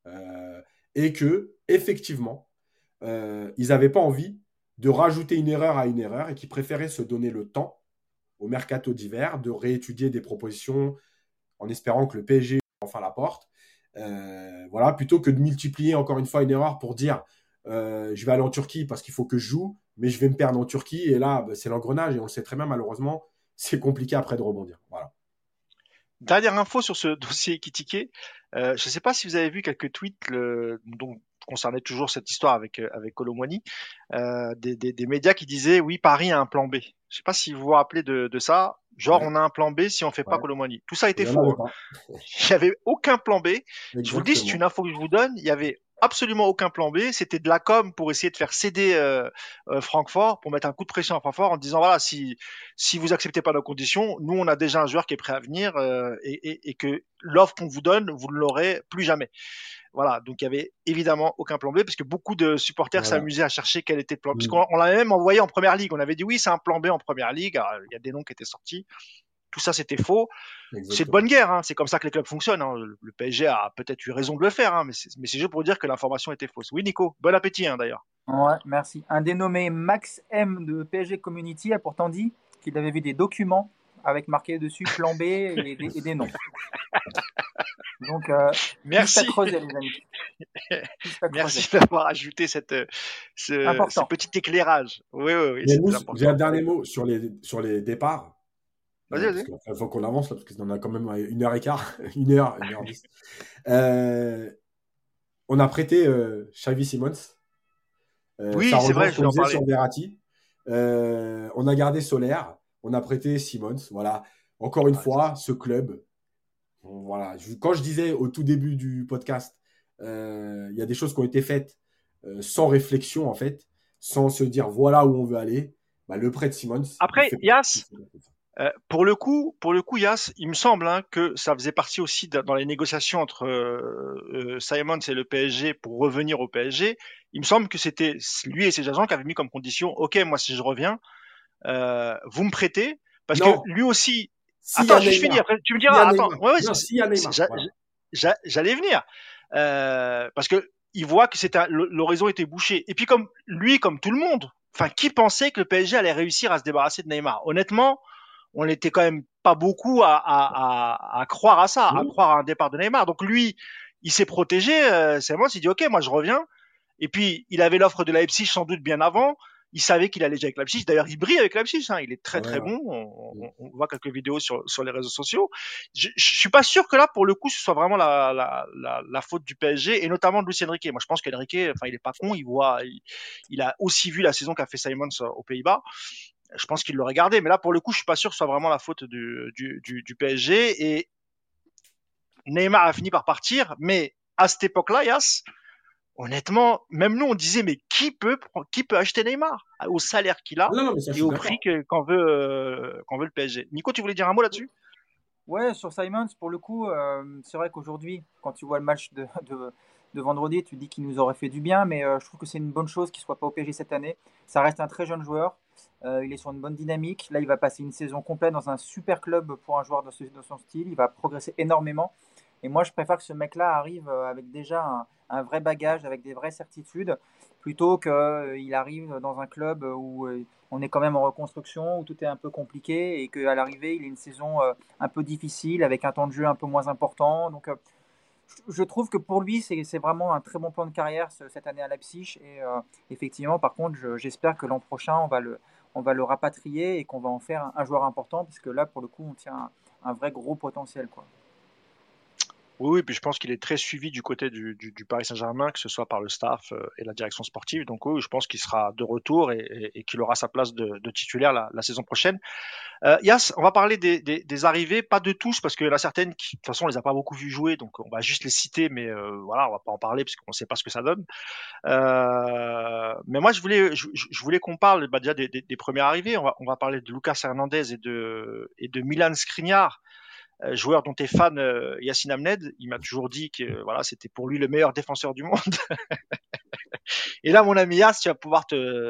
et que effectivement, ils n'avaient pas envie de rajouter une erreur à une erreur et qu'ils préféraient se donner le temps au mercato d'hiver de réétudier des propositions en espérant que le PSG enfin la porte. Voilà, plutôt que de multiplier encore une fois une erreur pour dire je vais aller en Turquie parce qu'il faut que je joue, mais je vais me perdre en Turquie. Et là, c'est l'engrenage. Et on le sait très bien, malheureusement, c'est compliqué après de rebondir. Voilà. Dernière info sur ce dossier Ekitike. Je ne sais pas si vous avez vu quelques tweets donc concernait toujours cette histoire avec Kolo Muani, des médias qui disaient oui, Paris a un plan B. Je ne sais pas si vous vous rappelez de ça. Genre, Ouais. on a un plan B si on fait pas Ouais. Kolo Muani. Tout ça a été Il y en faux. avait Hein. pas. Il n'y avait aucun plan B. Je vous le dis, c'est Exactement. une info que je vous donne. Il y avait absolument aucun plan B. C'était de la com pour essayer de faire céder Francfort, pour mettre un coup de pression à Francfort en disant voilà, si vous acceptez pas nos conditions, nous on a déjà un joueur qui est prêt à venir et que l'offre qu'on vous donne, vous ne l'aurez plus jamais. Voilà, donc il y avait évidemment aucun plan B parce que beaucoup de supporters Voilà. s'amusaient à chercher quel était le plan. Parce Mm. qu'on l'avait même envoyé en première ligue. On avait dit oui, c'est un plan B en première ligue. Alors, il y a des noms qui étaient sortis. Tout ça, c'était faux. C'est de Exactement. bonne guerre. Hein. C'est comme ça que les clubs fonctionnent. Hein. Le PSG a peut-être eu raison de le faire, hein, mais c'est juste pour dire que l'information était fausse. Oui, Nico, bon appétit hein, d'ailleurs. Ouais, merci. Un dénommé Max M de PSG Community a pourtant dit qu'il avait vu des documents avec marqué dessus plan B et des noms. Donc, piste à Merci. creuser, les amis. Piste à creuser. Merci d'avoir ajouté ce Important. petit éclairage. Oui, Mais c'est Mousse, important. j'ai un dernier mot sur les départs. Vas-y. Il faut qu'on avance là, parce qu'on a quand même 1h15, 1h10. On a prêté Xavi Simons. Oui, ça c'est vrai, rejoint ce je qu'on vais en disait parler. sur Verratti. On a gardé Solaire. On a prêté Simons. Voilà. Encore une fois, ce club. Voilà. Quand je disais au tout début du podcast, il y a des choses qui ont été faites sans réflexion, en fait, sans se dire voilà où on veut aller. Bah, le prêt de Simons. Après, Yas, pour le coup, Yas, il me semble hein, que ça faisait partie aussi dans les négociations entre Simons et le PSG pour revenir au PSG. Il me semble que c'était lui et ses agents qui avaient mis comme condition ok, moi si je reviens, vous me prêtez parce non. que lui aussi. Si attends, je finis. Après, tu me diras. Attends, s'il y a Neymar. J'allais venir parce que il voit que l'horizon était bouché. Et puis comme lui, comme tout le monde, enfin, qui pensait que le PSG allait réussir à se débarrasser de Neymar? Honnêtement, on n'était quand même pas beaucoup à croire à ça, à croire à un départ de Neymar. Donc lui, il s'est protégé. C'est moi, il s'est dit ok, moi je reviens. Et puis il avait l'offre de Leipzig sans doute bien avant. Il savait qu'il allait jouer avec Leipzig. D'ailleurs, il brille avec Leipzig. Hein. Il est très très bon. On voit quelques vidéos sur les réseaux sociaux. Je suis pas sûr que là, pour le coup, ce soit vraiment la faute du PSG et notamment de Luis Enrique. Moi, je pense qu'Enrique, enfin, il est pas con. Il a aussi vu la saison qu'a fait Simons aux Pays-Bas. Je pense qu'il l'aurait gardé. Mais là, pour le coup, je suis pas sûr que ce soit vraiment la faute du PSG. Et Neymar a fini par partir. Mais à cette époque-là, Yas, honnêtement, même nous, on disait, mais qui peut acheter Neymar au salaire qu'il a et au prix qu'en veut le PSG. Nico, tu voulais dire un mot là-dessus? Ouais, sur Simons, pour le coup, c'est vrai qu'aujourd'hui, quand tu vois le match de vendredi, tu dis qu'il nous aurait fait du bien, mais je trouve que c'est une bonne chose qu'il ne soit pas au PSG cette année. Ça reste un très jeune joueur. Il est sur une bonne dynamique. Là, il va passer une saison complète dans un super club pour un joueur de son style. Il va progresser énormément. Et moi, je préfère que ce mec-là arrive avec déjà un vrai bagage, avec des vraies certitudes, plutôt qu'il arrive dans un club où on est quand même en reconstruction, où tout est un peu compliqué et qu'à l'arrivée, il ait une saison un peu difficile, avec un temps de jeu un peu moins important. Donc, je trouve que pour lui, c'est vraiment un très bon plan de carrière cette année à Leipzig. Et effectivement, par contre, j'espère que l'an prochain, on va le rapatrier et qu'on va en faire un joueur important, parce que là, pour le coup, on tient un vrai gros potentiel, quoi. Oui, puis je pense qu'il est très suivi du côté du Paris Saint-Germain, que ce soit par le staff et la direction sportive. Donc oui, je pense qu'il sera de retour et qu'il aura sa place de titulaire la saison prochaine. Yas, on va parler des arrivées, pas de tous, parce qu'il y en a certaines qui, de toute façon, on les a pas beaucoup vues jouer, donc on va juste les citer, mais voilà, on va pas en parler parce qu'on sait pas ce que ça donne. Mais moi, je voulais qu'on parle déjà des premières arrivées. On va parler de Lucas Hernandez et de Milan Skriniar. Joueur dont est fan Yacine Amned, il m'a toujours dit que voilà, c'était pour lui le meilleur défenseur du monde. Et là, mon ami Yass, tu vas pouvoir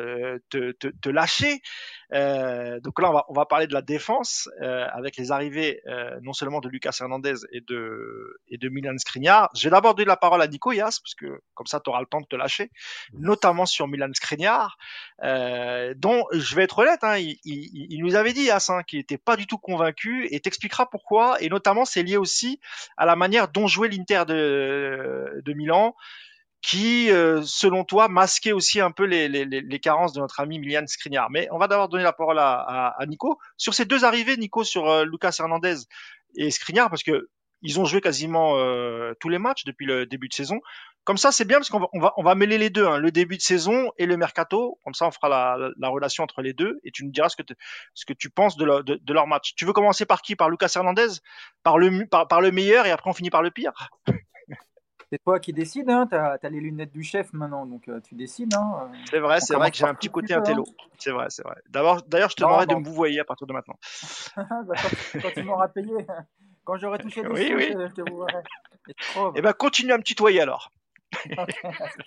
te lâcher. Donc là, on va parler de la défense avec les arrivées non seulement de Lucas Hernandez et de Milan Skriniar. Je vais d'abord donner la parole à Nico Yass, parce que comme ça, tu auras le temps de te lâcher, notamment sur Milan Skriniar, dont je vais être honnête, hein, il nous avait dit Yass hein, qu'il n'était pas du tout convaincu, et t'expliquera pourquoi. Et notamment, c'est lié aussi à la manière dont jouait l'Inter de Milan, qui, selon toi, masquait aussi un peu les carences de notre ami Milian Skriniar. Mais on va d'abord donner la parole à Nico. Sur ces deux arrivées, Nico, sur Lucas Hernandez et Skriniar, parce que ils ont joué quasiment tous les matchs depuis le début de saison. Comme ça, c'est bien parce qu'on va mêler les deux, hein, le début de saison et le mercato. Comme ça, on fera la relation entre les deux et tu nous diras ce que tu penses de leur match. Tu veux commencer par qui? Par Lucas Hernandez? Par le meilleur et après on finit par le pire? C'est toi qui décides, hein. T'as les lunettes du chef maintenant, donc tu décides. Hein. C'est vrai, On c'est vrai commence que j'ai par un petit qui tu côté veux. Hein. intello. C'est vrai, c'est vrai. D'ailleurs, je te Non, demanderai de bon. me vouvoyer à partir de maintenant. Bah, quand tu m'auras payé, quand j'aurai touché des Oui, sous, oui. je te verrai. Et tu trouves. Eh ben, continue à me tutoyer alors. Ok.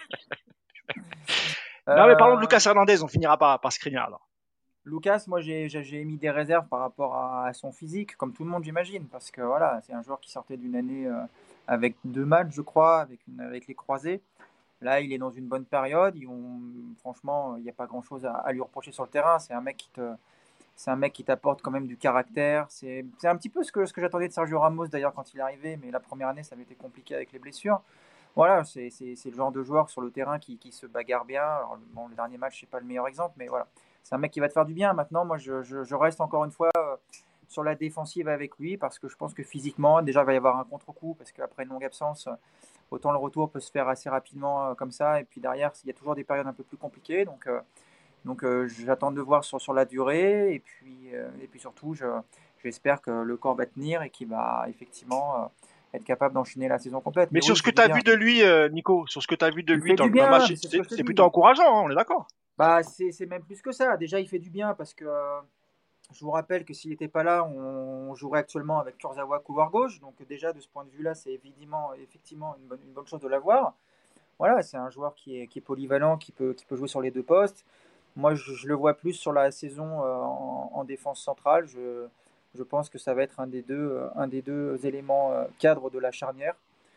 Non, mais parlons de Euh, Lucas Hernandez, on finira par Skriniar alors. Lucas, moi j'ai émis des réserves par rapport à son physique, comme tout le monde j'imagine, parce que voilà, c'est un joueur qui sortait d'une année avec 2 matchs, je crois, avec les croisés. Là, il est dans une bonne période. Franchement, il n'y a pas grand-chose à lui reprocher sur le terrain. C'est un mec qui t'apporte quand même du caractère. C'est un petit peu ce que j'attendais de Sergio Ramos d'ailleurs quand il est arrivé, mais la première année, ça avait été compliqué avec les blessures. Voilà, c'est le genre de joueur sur le terrain qui se bagarre bien. Alors, bon, le dernier match, c'est pas le meilleur exemple, mais voilà. C'est un mec qui va te faire du bien. Maintenant, moi, je reste encore une fois sur la défensive avec lui parce que je pense que physiquement, déjà, il va y avoir un contre-coup parce qu'après une longue absence, autant le retour peut se faire assez rapidement comme ça. Et puis derrière, il y a toujours des périodes un peu plus compliquées. Donc, j'attends de voir sur la durée. Et puis surtout, j'espère que le corps va tenir et qu'il va effectivement être capable d'enchaîner la saison complète. Mais Mais sur oui, ce il que fait tu du as bien. vu de lui, Nico, sur ce que tu as vu de Il lui fait du dans le bien, match, mais c'est ce que je te c'est plutôt dis. encourageant, hein, on est d'accord. Bah, c'est même plus que ça. Déjà, il fait du bien parce que je vous rappelle que s'il n'était pas là, on jouerait actuellement avec Kurzawa couloir gauche. Donc déjà, de ce point de vue-là, c'est effectivement une bonne chose de l'avoir. Voilà, c'est un joueur qui est polyvalent, qui peut jouer sur les deux postes. Moi, je le vois plus sur la saison en défense centrale. Je pense que ça va être un des deux éléments cadres de la charnière.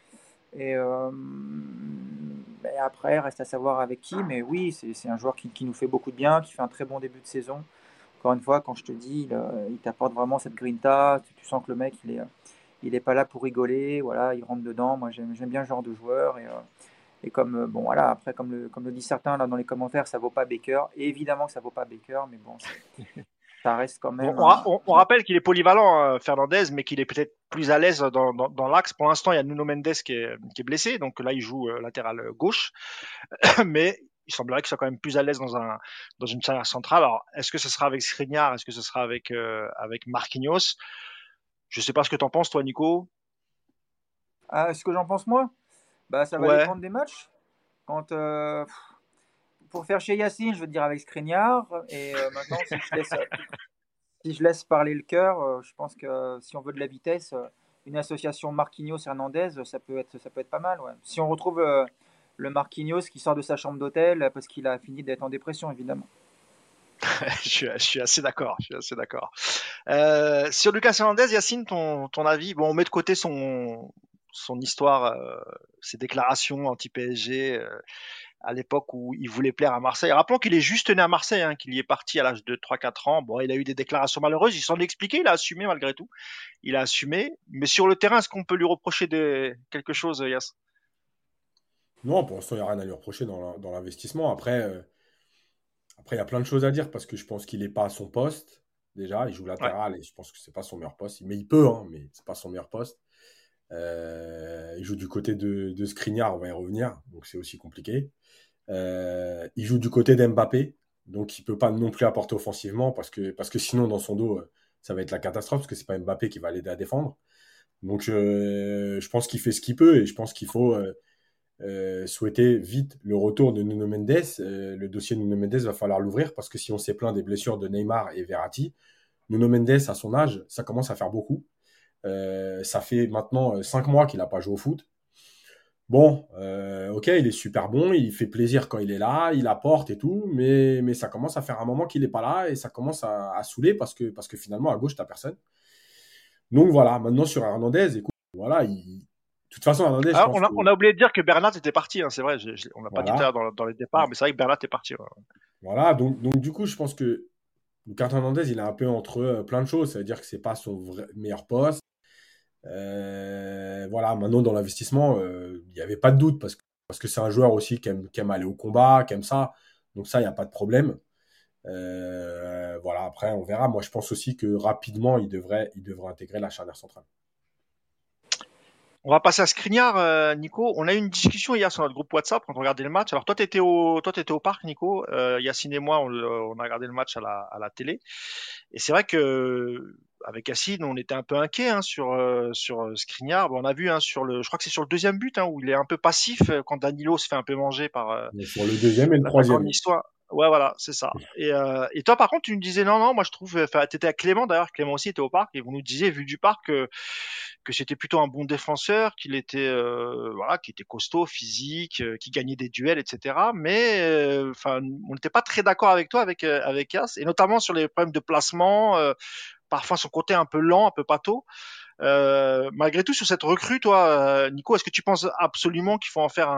Et après, reste à savoir avec qui. Mais oui, c'est un joueur qui nous fait beaucoup de bien, qui fait un très bon début de saison. Encore une fois, quand je te dis, il t'apporte vraiment cette grinta. Tu sens que le mec, il est pas là pour rigoler. Voilà, il rentre dedans. Moi, j'aime bien ce genre de joueur. Et comme, bon, voilà, après, comme le disent certains là, dans les commentaires, ça vaut pas Baker. Et évidemment que ça vaut pas Baker, mais bon, ça reste quand Bon, même on rappelle qu'il est polyvalent, Fernandez, mais qu'il est peut-être plus à l'aise dans l'axe. Pour l'instant, il y a Nuno Mendes qui est blessé, donc là, il joue latéral gauche, mais il semblerait qu'il soit quand même plus à l'aise dans une charnière centrale. Alors, est-ce que ce sera avec Skriniar? Est-ce que ce sera avec Marquinhos? Je sais pas ce que t'en penses, toi, Nico. ce que j'en pense moi, bah, ça va Ouais. dépendre des matchs. Quand, pour faire chez Yacine, je veux te dire avec Skriniar. Et maintenant, si je laisse parler le cœur, je pense que si on veut de la vitesse, une association Marquinhos-Hernandez, ça peut être pas mal. Ouais. Si on retrouve le Marquinhos qui sort de sa chambre d'hôtel parce qu'il a fini d'être en dépression, évidemment. Je suis assez d'accord. Je suis assez d'accord. Sur Lucas Hernandez, Yacine, ton avis? Bon, on met de côté son histoire, ses déclarations anti-PSG à l'époque où il voulait plaire à Marseille. Rappelons qu'il est juste né à Marseille, hein, qu'il y est parti à l'âge de 3-4 ans. Bon, il a eu des déclarations malheureuses, il s'en est expliqué, il a assumé malgré tout. Il a assumé. Mais sur le terrain, est-ce qu'on peut lui reprocher quelque chose, Yass? Non, pour l'instant, il n'y a rien à lui reprocher dans l'investissement. Après, il y a plein de choses à dire parce que je pense qu'il n'est pas à son poste. Déjà, il joue Ouais. latéral et je pense que c'est pas son meilleur poste. Mais il peut, hein, mais c'est pas son meilleur poste. Il joue du côté de Skriniar, on va y revenir, donc c'est aussi compliqué. Il joue du côté d'Mbappé, donc il peut pas non plus apporter offensivement parce que sinon dans son dos, ça va être la catastrophe parce que c'est pas Mbappé qui va l'aider à défendre. Donc je pense qu'il fait ce qu'il peut et je pense qu'il faut souhaiter vite le retour de Nuno Mendes. Le dossier de Nuno Mendes va falloir l'ouvrir parce que si on s'est plaint des blessures de Neymar et Verratti, Nuno Mendes à son âge, ça commence à faire beaucoup. Ça fait maintenant 5 mois qu'il n'a pas joué au foot. Bon, ok, il est super bon, il fait plaisir quand il est là, il apporte et tout, mais ça commence à faire un moment qu'il n'est pas là et ça commence à saouler parce que finalement à gauche, t'as personne. Donc voilà, maintenant sur Hernandez, écoute, voilà, de toute façon, Hernandez, je Ah, pense on que a, on a oublié de dire que Bernat était parti, hein, c'est vrai, on l'a pas dit tout à voilà, l'heure dans les départs, mais c'est vrai que Bernat est parti. Ouais. voilà, donc du coup, je pense que Lucas Hernandez, il est un peu entre plein de choses, ça veut dire que c'est pas son meilleur poste. Voilà, maintenant dans l'investissement, il n'y avait pas de doute parce que parce que c'est un joueur aussi qui aime aller au combat, qui aime ça. Donc ça, il n'y a pas de problème. Voilà, après, on verra. Moi, je pense aussi que rapidement, il devrait intégrer la charnière centrale. On va passer à Skriniar, Nico. On a eu une discussion hier sur notre groupe WhatsApp quand on regardait le match. Alors toi, t'étais au parc, Nico. Yacine et moi, on a regardé le match à la télé. Et c'est vrai que avec Yacine, on était un peu inquiet sur Skriniar. Bon, on a vu je crois que c'est sur le deuxième but où il est un peu passif quand Danilo se fait un peu manger par Sur le deuxième et le l'attaquant troisième. niçois. Ouais, voilà, c'est ça. Et toi, par contre, tu nous disais non, moi je trouve, enfin, t'étais à Clément d'ailleurs, Clément aussi était au parc, et vous nous disiez, vu du parc, que c'était plutôt un bon défenseur, qu'il était, voilà, qui était costaud, physique, qui gagnait des duels, etc. Mais, enfin, on n'était pas très d'accord avec toi, avec Yass, et notamment sur les problèmes de placement, parfois son côté un peu lent, un peu pâteau. Malgré tout, sur cette recrue, toi, Nico, est-ce que tu penses absolument qu'il faut en faire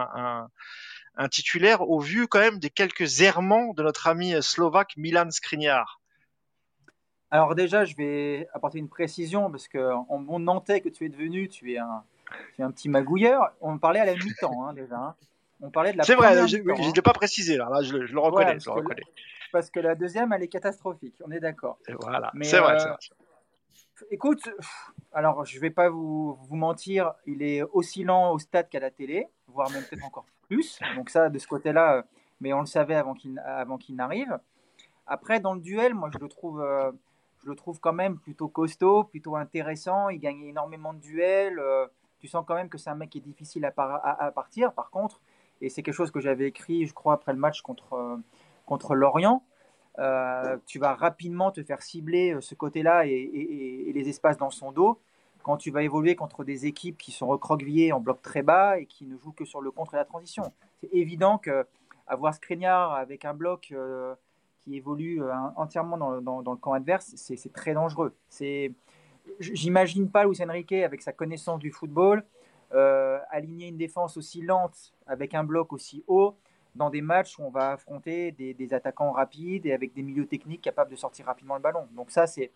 un titulaire au vu quand même des quelques errements de notre ami slovaque Milan Skriniar? Alors déjà, je vais apporter une précision parce que en bon nantais que tu es devenu, tu es un petit magouilleur. On parlait à la mi-temps déjà. On parlait de la C'est vrai, première je mi-temps. ne l'ai pas précisé là, je le Voilà, reconnais, je le reconnais. parce que la deuxième, elle est catastrophique. On est d'accord. Et voilà, Mais c'est vrai, c'est vrai. écoute, alors je vais pas vous mentir, il est aussi lent au stade qu'à la télé, voire même peut-être encore plus. Donc ça, de ce côté-là, mais on le savait avant qu'il n'arrive. Après, dans le duel, moi, je le trouve quand même plutôt costaud, plutôt intéressant. Il gagne énormément de duels. Tu sens quand même que c'est un mec qui est difficile à partir, par contre. Et c'est quelque chose que j'avais écrit, je crois, après le match contre Lorient. Tu vas rapidement te faire cibler ce côté-là et les espaces dans son dos quand tu vas évoluer contre des équipes qui sont recroquevillées en bloc très bas et qui ne jouent que sur le contre et la transition. C'est évident que avoir Skriniar avec un bloc qui évolue entièrement dans le camp adverse, c'est très dangereux. J'imagine pas Luis Enrique avec sa connaissance du football aligner une défense aussi lente avec un bloc aussi haut dans des matchs où on va affronter des attaquants rapides et avec des milieux techniques capables de sortir rapidement le ballon. Donc ça, c'est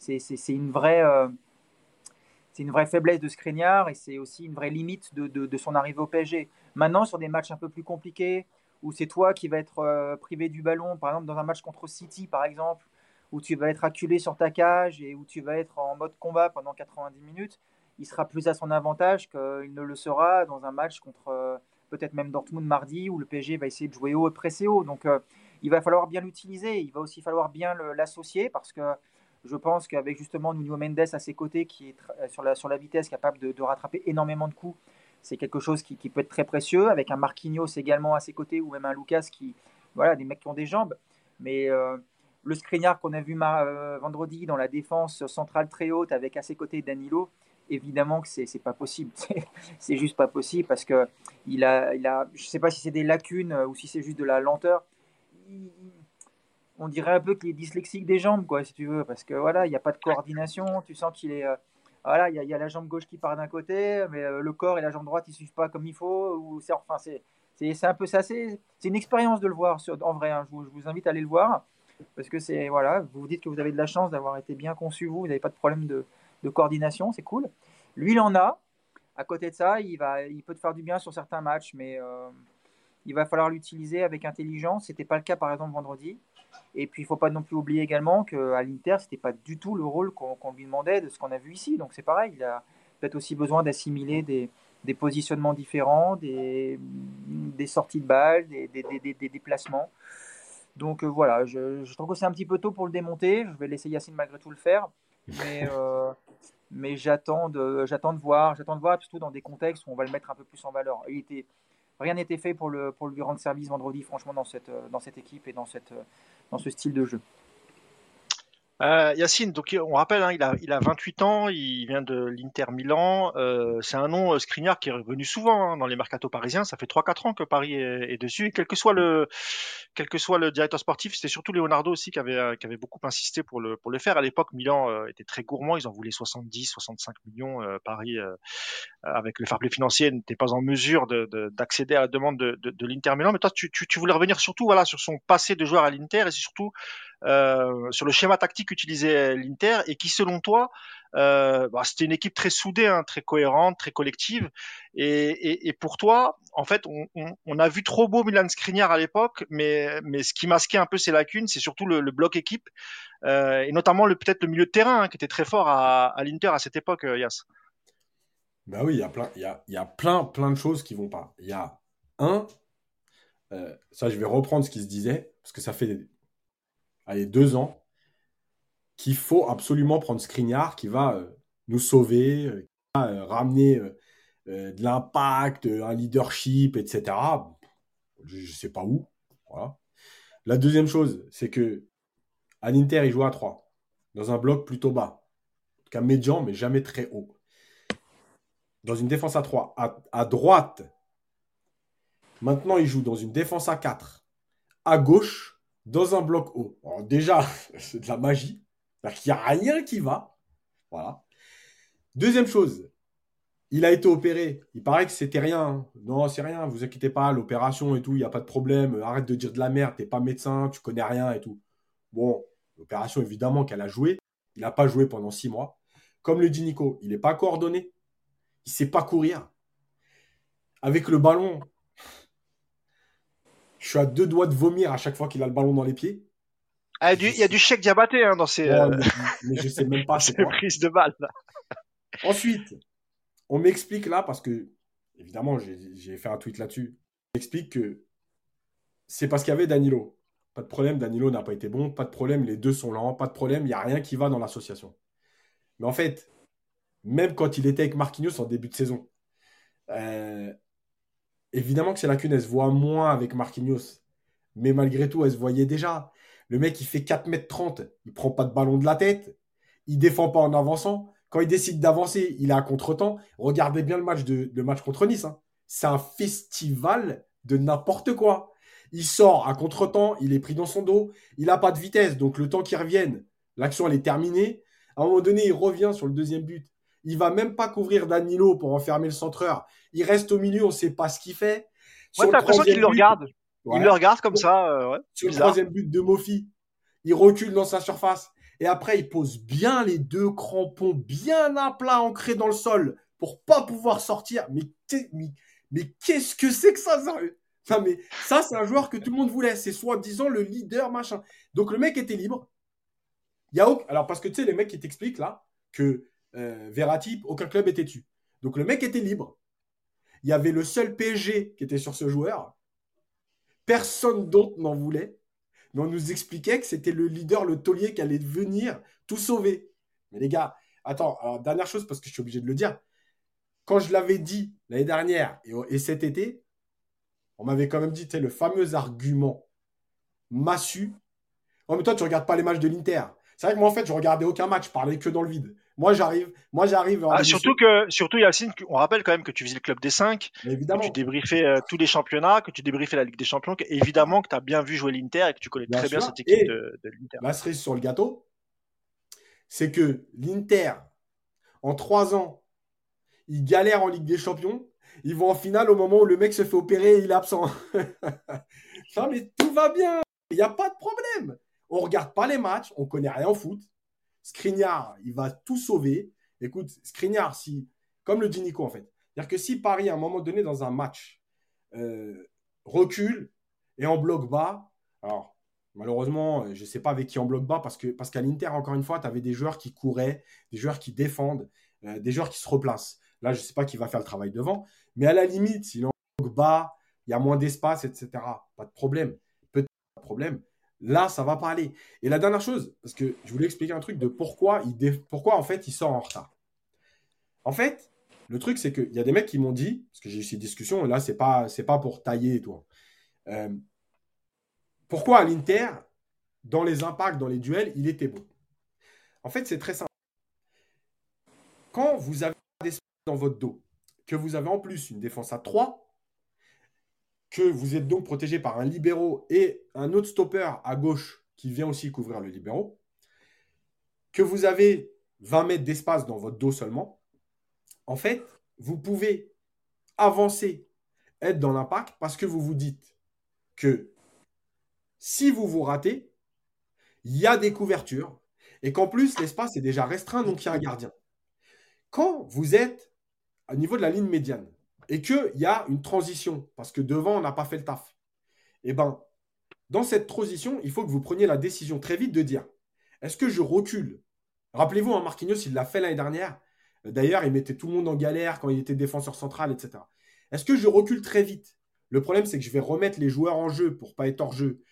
une vraie faiblesse de Skriniar et c'est aussi une vraie limite de son arrivée au PSG. Maintenant, sur des matchs un peu plus compliqués, où c'est toi qui vas être privé du ballon, par exemple dans un match contre City, par exemple, où tu vas être acculé sur ta cage et où tu vas être en mode combat pendant 90 minutes, il sera plus à son avantage qu'il ne le sera dans un match contre peut-être même Dortmund mardi, où le PSG va essayer de jouer haut et presser haut. Donc il va falloir bien l'utiliser, il va aussi falloir bien l'associer parce que je pense qu'avec justement Nuno Mendes à ses côtés, qui est sur la vitesse, capable de rattraper énormément de coups, c'est quelque chose qui peut être très précieux. Avec un Marquinhos également à ses côtés, ou même un Lucas voilà, des mecs qui ont des jambes. Mais le Skriniar qu'on a vu vendredi dans la défense centrale très haute, avec à ses côtés Danilo, évidemment que c'est pas possible. C'est juste pas possible parce que je sais pas si c'est des lacunes ou si c'est juste de la lenteur. On dirait un peu qu'il est dyslexique des jambes, quoi, si tu veux, parce que voilà, il n'y a pas de coordination. Tu sens qu'il est, voilà, il y a la jambe gauche qui part d'un côté, mais le corps et la jambe droite ils suivent pas comme il faut. Enfin, c'est un peu ça. C'est une expérience de le voir en vrai. Je vous invite à aller le voir parce que c'est voilà, vous vous dites que vous avez de la chance d'avoir été bien conçu vous n'avez pas de problème de coordination, c'est cool. Lui, il en a. À côté de ça, il peut te faire du bien sur certains matchs, mais il va falloir l'utiliser avec intelligence. C'était pas le cas par exemple vendredi. Et puis, il ne faut pas non plus oublier également qu'à l'Inter, ce n'était pas du tout le rôle qu'on lui demandait de ce qu'on a vu ici. Donc, c'est pareil, il a peut-être aussi besoin d'assimiler des positionnements différents, des sorties de balles, des déplacements. Donc, voilà, je trouve que c'est un petit peu tôt pour le démonter. Je vais laisser Yacine malgré tout le faire. Mais j'attends de voir, surtout dans des contextes où on va le mettre un peu plus en valeur. Rien n'était fait pour lui rendre service vendredi, franchement, dans cette équipe et dans ce style de jeu. Yacine, donc on rappelle, hein, il a 28 ans, il vient de l'Inter Milan. C'est un nom, Skriniar, qui est revenu souvent dans les mercatos parisiens. Ça fait 3-4 ans que Paris est dessus. Et quel que soit le directeur sportif, c'était surtout Leonardo aussi qui avait beaucoup insisté pour le faire. À l'époque, Milan était très gourmand. Ils en voulaient 70, 65 millions. Paris avec le fair play financier, n'était pas en mesure d'accéder à la demande de l'Inter Milan. Mais toi, tu voulais revenir surtout voilà, sur son passé de joueur à l'Inter et surtout sur le schéma tactique qu'utilisait l'Inter et qui, selon toi, c'était une équipe très soudée, hein, très cohérente, très collective. Et pour toi, en fait, on a vu trop beau Milan Skriniar à l'époque, mais ce qui masquait un peu ses lacunes, c'est surtout le bloc équipe et notamment peut-être le milieu de terrain hein, qui était très fort à l'Inter à cette époque, Yas. Bah oui, il y a plein de choses qui vont pas. Il y a un, ça je vais reprendre ce qui se disait, parce que ça fait, allez, 2 ans, qu'il faut absolument prendre Skriniar qui va nous sauver, qui va ramener de l'impact, un leadership, etc. Je ne sais pas où. Voilà. La deuxième chose, c'est que à l'Inter, il joue à 3, dans un bloc plutôt bas. En tout cas, médian, mais jamais très haut. Dans une défense à 3, à droite. Maintenant, il joue dans une défense à 4, à gauche, dans un bloc haut. Alors déjà, c'est de la magie. C'est-à-dire qu'il n'y a rien qui va. Voilà. Deuxième chose, il a été opéré. Il paraît que c'était rien. Hein. Non, c'est rien. Vous inquiétez pas, l'opération et tout, il n'y a pas de problème. Arrête de dire de la merde. T'es pas médecin, tu connais rien et tout. Bon, l'opération, évidemment, qu'elle a joué. Il n'a pas joué pendant 6 mois. Comme le dit Nico, il n'est pas coordonné. Il ne sait pas courir. Avec le ballon, je suis à 2 doigts de vomir à chaque fois qu'il a le ballon dans les pieds. Ah, il y a du chèque Diabaté hein, dans ces, mais je ne sais même pas c'est quoi. prises de balles. Là. Ensuite, on m'explique là, parce que, évidemment, j'ai fait un tweet là-dessus. On m'explique que c'est parce qu'il y avait Danilo. Pas de problème, Danilo n'a pas été bon. Pas de problème, les deux sont lents. Pas de problème, il n'y a rien qui va dans l'association. Mais en fait, même quand il était avec Marquinhos en début de saison, euh, évidemment que ces lacunes, elles se voient moins avec Marquinhos. Mais malgré tout, elles se voyaient déjà. Le mec, il fait 4,30 m. Il prend pas de ballon de la tête. Il défend pas en avançant. Quand il décide d'avancer, il est à contre-temps. Regardez bien le match contre Nice. Hein. C'est un festival de n'importe quoi. Il sort à contre-temps, il est pris dans son dos. Il n'a pas de vitesse. Donc le temps qu'il revienne, l'action, elle est terminée. À un moment donné, il revient sur le deuxième but. Il va même pas couvrir Danilo pour enfermer le centreur. Il reste au milieu, on ne sait pas ce qu'il fait. Ouais, t'as l'impression qu'il le regarde. Ouais. Il le regarde comme ça. Ouais, sur bizarre. le troisième but de Mofi, il recule dans sa surface. Et après, il pose bien les 2 crampons bien à plat, ancrés dans le sol, pour pas pouvoir sortir. Mais qu'est-ce que c'est que ça? Non, mais ça, c'est un joueur que tout le monde voulait. C'est soi-disant le leader, machin. Donc, le mec était libre. Alors, parce que tu sais, les mecs qui t'expliquent là que Verratti, aucun club était dessus. Donc, le mec était libre. Il y avait le seul PSG qui était sur ce joueur. Personne d'autre n'en voulait. Mais on nous expliquait que c'était le leader, le taulier qui allait venir tout sauver. Mais les gars, attends, alors dernière chose, parce que je suis obligé de le dire. Quand je l'avais dit l'année dernière et cet été, on m'avait quand même dit, tu sais, le fameux argument massu. Oh, mais toi, tu ne regardes pas les matchs de l'Inter. C'est vrai que moi, en fait, je ne regardais aucun match, je parlais que dans le vide. Moi, j'arrive. Surtout, Yacine, on rappelle quand même que tu faisais le club des 5, que tu débriefais tous les championnats, que tu débriefais la Ligue des Champions, évidemment que tu as bien vu jouer l'Inter et que tu connais très bien cette équipe de l'Inter. La cerise sur le gâteau, c'est que l'Inter, en 3 ans, il galère en Ligue des Champions. Ils vont en finale au moment où le mec se fait opérer et il est absent. Non, mais tout va bien. Il n'y a pas de problème. On ne regarde pas les matchs. On ne connaît rien au foot. Skriniar, il va tout sauver. Écoute, Skriniar, comme le dit Nico, en fait. C'est-à-dire que si Paris, à un moment donné, dans un match, recule et en bloc bas, alors, malheureusement, je ne sais pas avec qui en bloc bas, parce qu'à l'Inter, encore une fois, tu avais des joueurs qui couraient, des joueurs qui défendent, des joueurs qui se replacent. Là, je ne sais pas qui va faire le travail devant. Mais à la limite, s'il est en bloc bas, il y a moins d'espace, etc. Pas de problème. Peut-être pas de problème. Là, ça va pas aller. Et la dernière chose, parce que je voulais expliquer un truc de pourquoi en fait, il sort en retard. En fait, le truc, c'est qu'il y a des mecs qui m'ont dit, parce que j'ai eu ces discussions, et là, c'est pas pour tailler et tout. Pourquoi à l'Inter, dans les impacts, dans les duels, il était bon? En fait, c'est très simple. Quand vous avez des espaces dans votre dos, que vous avez en plus une défense à 3, que vous êtes donc protégé par un libéro et un autre stopper à gauche qui vient aussi couvrir le libéro, que vous avez 20 mètres d'espace dans votre dos seulement, en fait, vous pouvez avancer, être dans l'impact parce que vous vous dites que si vous vous ratez, il y a des couvertures et qu'en plus, l'espace est déjà restreint, donc il y a un gardien. Quand vous êtes au niveau de la ligne médiane et qu'il y a une transition parce que devant, on n'a pas fait le taf, eh ben, dans cette transition, il faut que vous preniez la décision très vite de dire est-ce que je recule? Rappelez-vous, Marquinhos, il l'a fait l'année dernière. D'ailleurs, il mettait tout le monde en galère quand il était défenseur central, etc. Est-ce que je recule très vite? Le problème, c'est que je vais remettre les joueurs en jeu pour ne pas être hors jeu.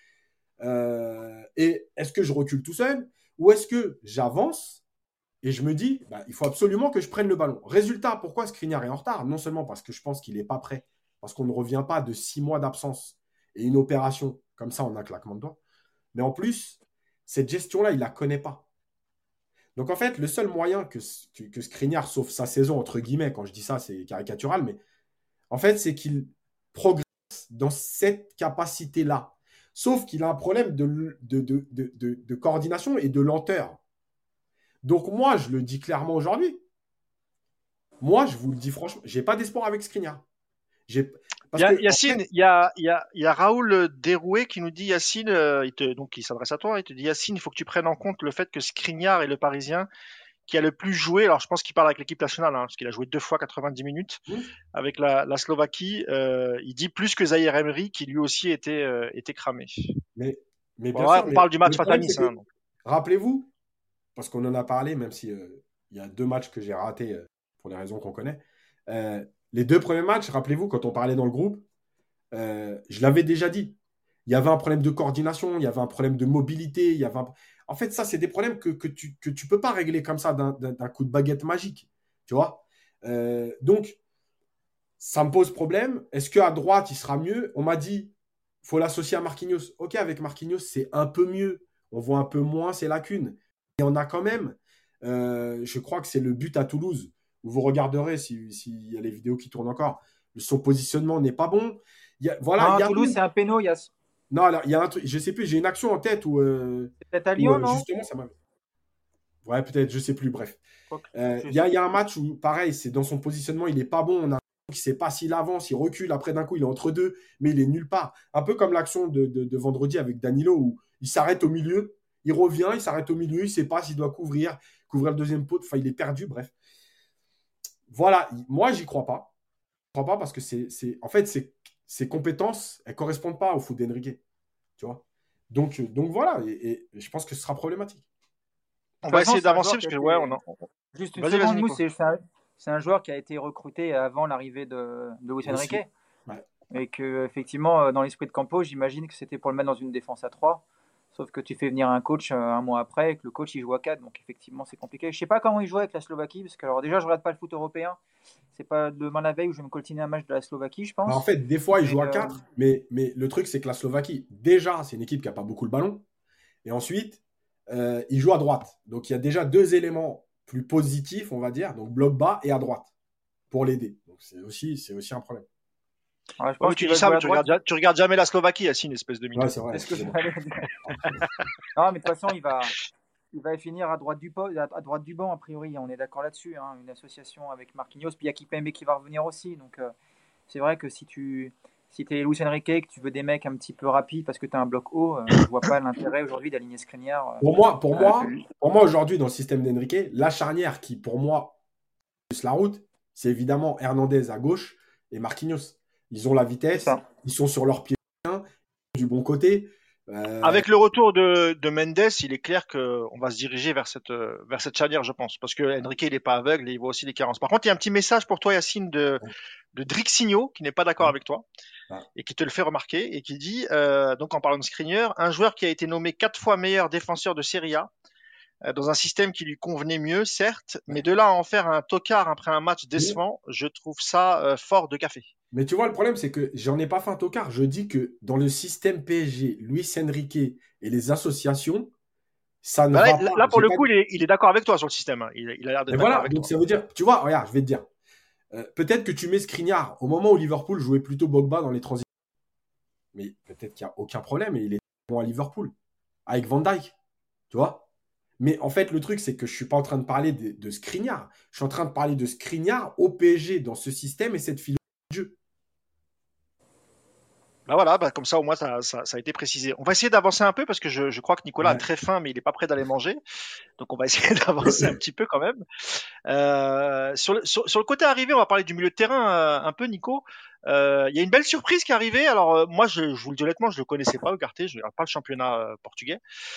Et est-ce que je recule tout seul? Ou est-ce que j'avance et je me dis, il faut absolument que je prenne le ballon? Résultat, pourquoi Skriniar est en retard? Non seulement parce que je pense qu'il n'est pas prêt, parce qu'on ne revient pas de 6 mois d'absence et une opération comme ça en un claquement de doigts. Mais en plus, cette gestion-là, il ne la connaît pas. Donc en fait, le seul moyen que Skriniar sauve sa saison, entre guillemets, quand je dis ça, c'est caricatural, mais en fait, c'est qu'il progresse dans cette capacité-là. Sauf qu'il a un problème de coordination et de lenteur. Donc moi, je le dis clairement aujourd'hui. Moi, je vous le dis franchement, j'ai pas d'espoir avec Skriniar. Yacine, il y a Raoul Derouet qui nous dit Yacine, donc il s'adresse à toi, il te dit Yacine, il faut que tu prennes en compte le fait que Skriniar est le Parisien qui a le plus joué. Alors je pense qu'il parle avec l'équipe nationale, parce qu'il a joué 2 fois 90 minutes avec la Slovaquie. Il dit plus que Zaïre Emery qui lui aussi était cramé. Mais bien sûr, on parle du match face à Nice. Rappelez-vous, parce qu'on en a parlé, même si il y a 2 matchs que j'ai ratés pour des raisons qu'on connaît. Les 2 premiers matchs, rappelez-vous, quand on parlait dans le groupe, je l'avais déjà dit. Il y avait un problème de coordination, il y avait un problème de mobilité. En fait, ça, c'est des problèmes que tu ne peux pas régler comme ça d'un coup de baguette magique. Tu vois? Donc, ça me pose problème. Est-ce qu'à droite, il sera mieux? On m'a dit, il faut l'associer à Marquinhos. OK, avec Marquinhos, c'est un peu mieux. On voit un peu moins ses lacunes. Et on a quand même, je crois que c'est le but à Toulouse, où vous regarderez s'il y a les vidéos qui tournent encore. Son positionnement n'est pas bon. Toulouse, c'est un péno, Yass. Non, alors, il y a un truc, je ne sais plus, j'ai une action en tête où. C'est peut-être à Lyon, non? Justement, ça m'a. Ouais, peut-être, je ne sais plus, bref. Il y a un match où, pareil, c'est dans son positionnement, il n'est pas bon. On a qui ne sait pas s'il avance, il recule, après d'un coup, il est entre deux, mais il est nulle part. Un peu comme l'action de vendredi avec Danilo, où il s'arrête au milieu, il revient, il s'arrête au milieu, il ne sait pas s'il doit couvrir le deuxième poteau, enfin, il est perdu, bref. Voilà, moi, j'y crois pas. Je ne crois pas parce que en fait, ses compétences, elles ne correspondent pas au foot d'Enrique. Tu vois? Donc voilà, et je pense que ce sera problématique. On va essayer d'avancer parce que, Juste une seconde, Mousse, c'est un joueur qui a été recruté avant l'arrivée de Luis Enrique. Ouais. Et qu'effectivement, dans l'esprit de Campos, j'imagine que c'était pour le mettre dans une défense à 3. Sauf que tu fais venir un coach un mois après et que le coach il joue à 4. Donc effectivement, c'est compliqué. Je ne sais pas comment il joue avec la Slovaquie. Parce que alors déjà, je ne regarde pas le foot européen. C'est pas demain la veille où je vais me coltiner un match de la Slovaquie, je pense. En fait, des fois, il joue à 4. Mais le truc, c'est que la Slovaquie, déjà, c'est une équipe qui n'a pas beaucoup le ballon. Et ensuite, il joue à droite. Donc il y a déjà 2 éléments plus positifs, on va dire. Donc bloc bas et à droite pour l'aider. Donc c'est aussi un problème. Ouais, je pense tu dis ça, mais tu regardes jamais la Slovaquie, Yacine, espèce de mytho. Ouais, c'est vrai. Non, mais de toute façon, il va finir à droite du banc, a priori. On est d'accord là-dessus. Une association avec Marquinhos. Puis il y a Kimpembe qui va revenir aussi. Donc c'est vrai que si tu es Luis Enrique et que tu veux des mecs un petit peu rapides parce que tu as un bloc haut, je vois pas l'intérêt aujourd'hui d'aligner Skriniar. Pour moi aujourd'hui, dans le système d'Enrique, la charnière qui, pour moi, plus la route, c'est évidemment Hernandez à gauche et Marquinhos. Ils ont la vitesse, ils sont sur leur pied du bon côté. Avec le retour de Mendes, il est clair qu'on va se diriger vers cette charnière, je pense. Parce que Enrique, il n'est pas aveugle et il voit aussi les carences. Par contre, il y a un petit message pour toi, Yacine, de Drixigno, qui n'est pas d'accord avec toi, et qui te le fait remarquer, et qui dit, donc en parlant de Skriniar, un joueur qui a été nommé 4 fois meilleur défenseur de Serie A, dans un système qui lui convenait mieux, certes, mais de là à en faire un tocard après un match décevant, je trouve ça fort de café. Mais tu vois, le problème, c'est que j'en ai pas fait un tocard. Je dis que dans le système PSG, Luis Enrique et les associations, ça ne va pas. Là, pour le coup, il est d'accord avec toi sur le système. Il a l'air d'être d'accord avec donc toi. Ça veut dire, tu vois, regarde, je vais te dire. Peut-être que tu mets Skriniar au moment où Liverpool jouait plutôt Pogba dans les transitions. Mais peut-être qu'il n'y a aucun problème et il est bon à Liverpool. Avec Van Dijk. Tu vois? Mais en fait, le truc, c'est que je ne suis pas en train de parler de Skriniar. Je suis en train de parler de Skriniar au PSG dans ce système et cette philosophie de jeu. Bah voilà, bah comme ça au moins ça a été précisé. On va essayer d'avancer un peu parce que je crois que Nicolas a Ouais. très faim mais il est pas prêt d'aller manger. Donc on va essayer d'avancer un petit peu quand même. Sur le côté arrivé, on va parler du milieu de terrain un peu, Nico. Il y a une belle surprise qui est arrivée. Alors moi, je vous le dis honnêtement, je le connaissais pas, Ugarte. Je regarde pas le championnat portugais.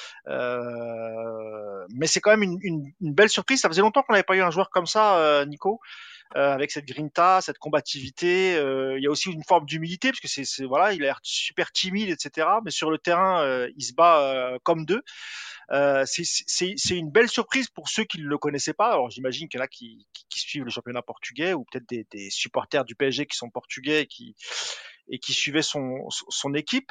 Mais c'est quand même une belle surprise. Ça faisait longtemps qu'on n'avait pas eu un joueur comme ça, Nico. Avec cette grinta, cette combativité. Il y a aussi une forme d'humilité parce que voilà, il a l'air super timide, etc. Mais sur le terrain, il se bat comme deux. C'est une belle surprise pour ceux qui ne le connaissaient pas. Alors j'imagine qu'il y en a qui suivent le championnat portugais ou peut-être des supporters du PSG qui sont portugais et qui suivaient son équipe.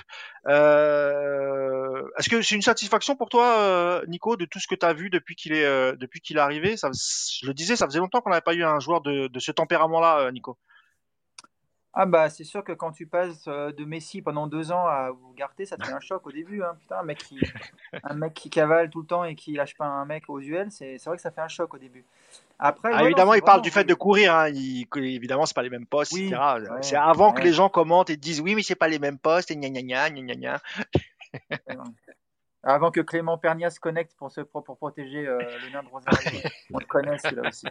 Est-ce que c'est une satisfaction pour toi, Nico, de tout ce que tu as vu depuis qu'il est arrivé? Je le disais, ça faisait longtemps qu'on n'avait pas eu un joueur de ce tempérament-là, Nico. Ah bah c'est sûr que quand tu passes de Messi pendant 2 ans à Ugarte, ça te fait un choc au début. Hein. Putain, un mec qui cavale tout le temps et qui lâche pas un mec aux UL, c'est vrai que ça fait un choc au début. Après, Ah, ouais, non, évidemment, c'est il parle vraiment. du fait de courir. Hein. Évidemment, c'est pas les mêmes postes, Oui, etc. C'est ouais, avant que ouais. les gens commentent et disent oui, mais c'est pas les mêmes postes et gna gna gna gna gna gna. Ouais. Avant que Clément Pernia se connecte pour protéger le nain de Rosario. On le connaît celui-là aussi.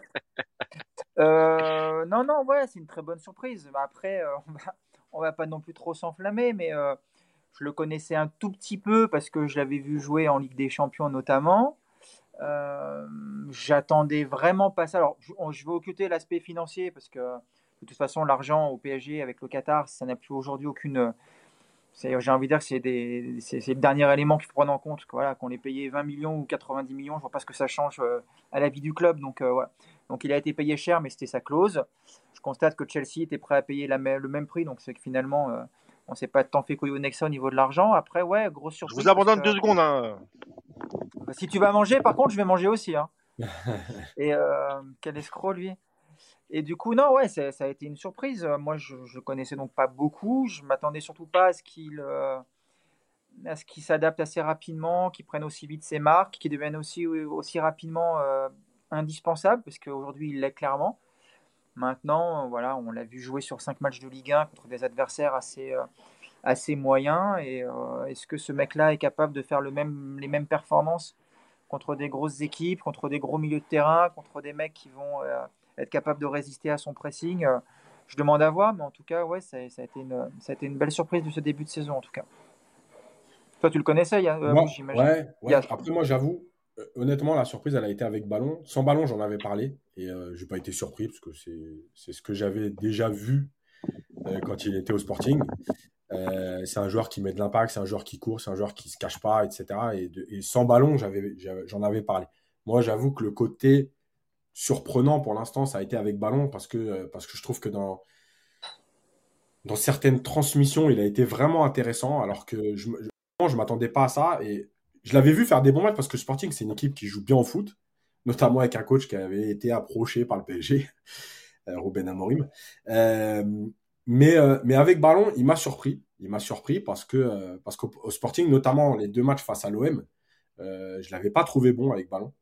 Non, non, ouais, c'est une très bonne surprise. Bah, après, on va pas non plus trop s'enflammer, mais je le connaissais un tout petit peu parce que je l'avais vu jouer en Ligue des Champions notamment. Euh, J'attendais vraiment pas ça. Alors, je vais occulter l'aspect financier parce que de toute façon, l'argent au PSG avec le Qatar, ça n'a plus aujourd'hui aucune. J'ai envie de dire que c'est le dernier élément qu'il faut prendre en compte. Voilà, qu'on ait payé 20 millions ou 90 millions, je vois pas ce que ça change à la vie du club. Donc, voilà. Donc il a été payé cher, mais c'était sa clause. Je constate que Chelsea était prêt à payer le même prix, donc c'est que finalement, on s'est pas tant fait couillonner que ça au niveau de l'argent. Après, ouais, grosse Je vous surprise parce que abandonne 2 secondes. Hein. bah, si tu vas manger, par contre, je vais manger aussi. Hein. Et quel escroc, lui. Et du coup, non, ouais, ça a été une surprise. Moi, je ne connaissais donc pas beaucoup. Je m'attendais surtout pas à ce qu'il s'adapte assez rapidement, qu'il prenne aussi vite ses marques, qu'il devienne aussi rapidement indispensable, parce qu'aujourd'hui, il l'est clairement. Maintenant, voilà, on l'a vu jouer sur 5 matchs de Ligue 1 contre des adversaires assez moyens. Et est-ce que ce mec-là est capable de faire les mêmes performances contre des grosses équipes, contre des gros milieux de terrain, contre des mecs qui vont être capables de résister à son pressing? Je demande à voir, mais en tout cas, ouais, ça a été une belle surprise de ce début de saison, en tout cas. Toi, tu le connaissais, oui, Moi, j'imagine. ouais, ouais. Yas, pardon. Après, moi, j'avoue, honnêtement, la surprise, elle a été avec ballon. Sans ballon, j'en avais parlé et j'ai pas été surpris parce que c'est ce que j'avais déjà vu quand il était au Sporting. C'est un joueur qui met de l'impact, c'est un joueur qui court, c'est un joueur qui se cache pas, etc. Et sans ballon, j'en avais parlé. Moi, j'avoue que le côté surprenant pour l'instant, ça a été avec ballon parce que je trouve que dans certaines transmissions, il a été vraiment intéressant alors que je m'attendais pas à ça et je l'avais vu faire des bons matchs parce que Sporting, c'est une équipe qui joue bien au foot, notamment avec un coach qui avait été approché par le PSG, Ruben Amorim. Euh, mais avec ballon, il m'a surpris. Il m'a surpris parce qu'au au Sporting, notamment les 2 matchs face à l'OM, je l'avais pas trouvé bon avec ballon.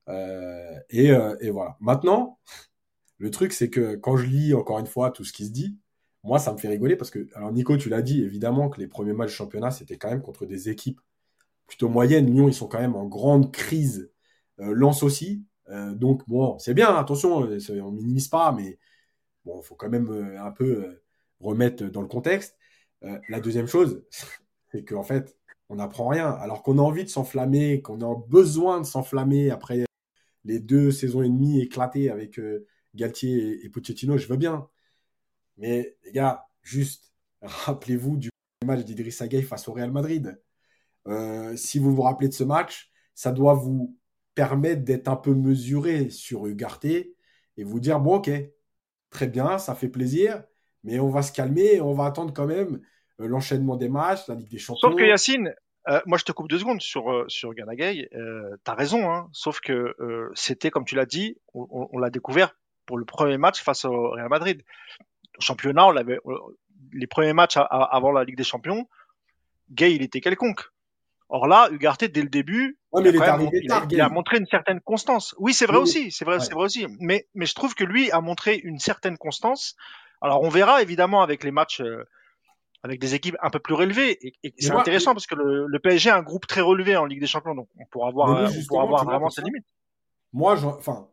Et voilà. Maintenant, le truc, c'est que quand je lis encore une fois tout ce qui se dit, moi, ça me fait rigoler parce que, alors Nico, tu l'as dit, évidemment que les premiers matchs du championnat, c'était quand même contre des équipes plutôt moyennes. Lyon, ils sont quand même en grande crise. Lens aussi. Donc, bon, c'est bien, attention, on minimise pas, mais bon, il faut quand même un peu remettre dans le contexte. La deuxième chose, c'est qu'en fait, on n'apprend rien. Alors qu'on a envie de s'enflammer, qu'on a besoin de s'enflammer après les 2 saisons et demie éclatées avec Galtier et Pochettino, je veux bien. Mais les gars, juste rappelez-vous du match d'Idrissa Gueye face au Real Madrid. Si vous vous rappelez de ce match, ça doit vous permettre d'être un peu mesuré sur Ugarte et vous dire, bon ok, très bien, ça fait plaisir, mais on va se calmer et on va attendre quand même l'enchaînement des matchs, la Ligue des Sauf que Champions. Yacine, moi je te coupe 2 secondes sur Gana Gueye. T'as raison, hein, sauf que c'était, comme tu l'as dit, on l'a découvert pour le premier match face au Real Madrid. Au championnat, les premiers matchs avant la Ligue des Champions, Gay, il était quelconque. Or là, Ugarte, dès le début, Ouais, il mais a il quand est même arrivé tard, il a Gay. montré une certaine constance. Oui, c'est vrai Oui, aussi, ouais. c'est vrai aussi. Mais je trouve que lui a montré une certaine constance. Alors on verra évidemment avec les matchs avec des équipes un peu plus relevées. Et Mais c'est moi, intéressant parce que le PSG a un groupe très relevé en Ligue des Champions, donc mais nous, on pourra justement, voir tu vois, vraiment pour ses ça, limites. moi, enfin,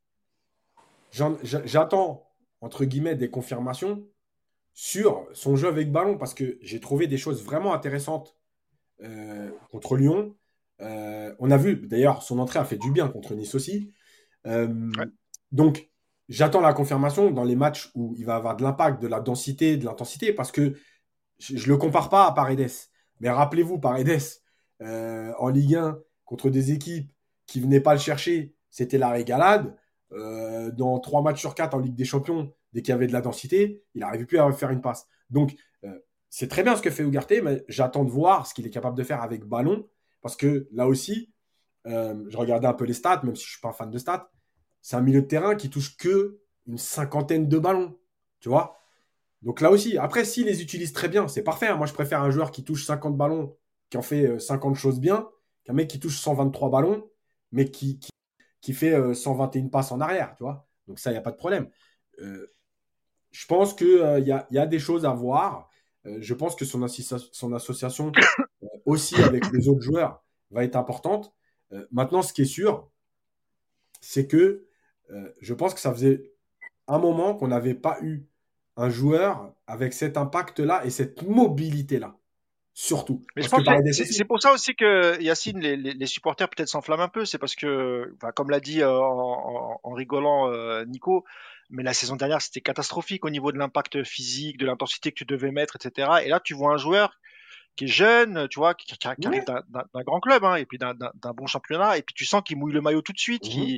j'attends, entre guillemets, des confirmations sur son jeu avec ballon parce que j'ai trouvé des choses vraiment intéressantes contre Lyon. On a vu, d'ailleurs, son entrée a fait du bien contre Nice aussi. Ouais. Donc, j'attends la confirmation dans les matchs où il va avoir de l'impact, de la densité, de l'intensité, parce que je ne le compare pas à Paredes. Mais rappelez-vous, Paredes, en Ligue 1, contre des équipes qui ne venaient pas le chercher, c'était la régalade. Dans 3 matchs sur 4 en Ligue des Champions, dès qu'il y avait de la densité, il n'arrivait plus à faire une passe. Donc, c'est très bien ce que fait Ugarte, mais j'attends de voir ce qu'il est capable de faire avec ballon, parce que là aussi, je regardais un peu les stats, même si je ne suis pas fan de stats, c'est un milieu de terrain qui touche que une cinquantaine de ballons. Tu vois. Donc là aussi, après, s'il les utilise très bien, c'est parfait. Hein. Moi, je préfère un joueur qui touche 50 ballons, qui en fait 50 choses bien, qu'un mec qui touche 123 ballons, mais qui fait 121 passes en arrière. Tu vois. Donc ça, il n'y a pas de problème. Euh, je pense qu'il y a des choses à voir. Je pense que son association aussi avec les autres joueurs va être importante. Maintenant, ce qui est sûr, c'est que je pense que ça faisait un moment qu'on n'avait pas eu un joueur avec cet impact-là et cette mobilité-là. Surtout. Mais je Parce que pense que Paredes c'est aussi. pour ça aussi que Yacine, les supporters peut-être s'enflamment un peu. C'est parce que, enfin, comme l'a dit en rigolant Nico, mais la saison dernière c'était catastrophique au niveau de l'impact physique, de l'intensité que tu devais mettre, etc. Et là, tu vois un joueur qui est jeune, tu vois, qui arrive Ouais. d'un grand club, hein, et puis d'un bon championnat, et puis tu sens qu'il mouille le maillot tout de suite. Mhm.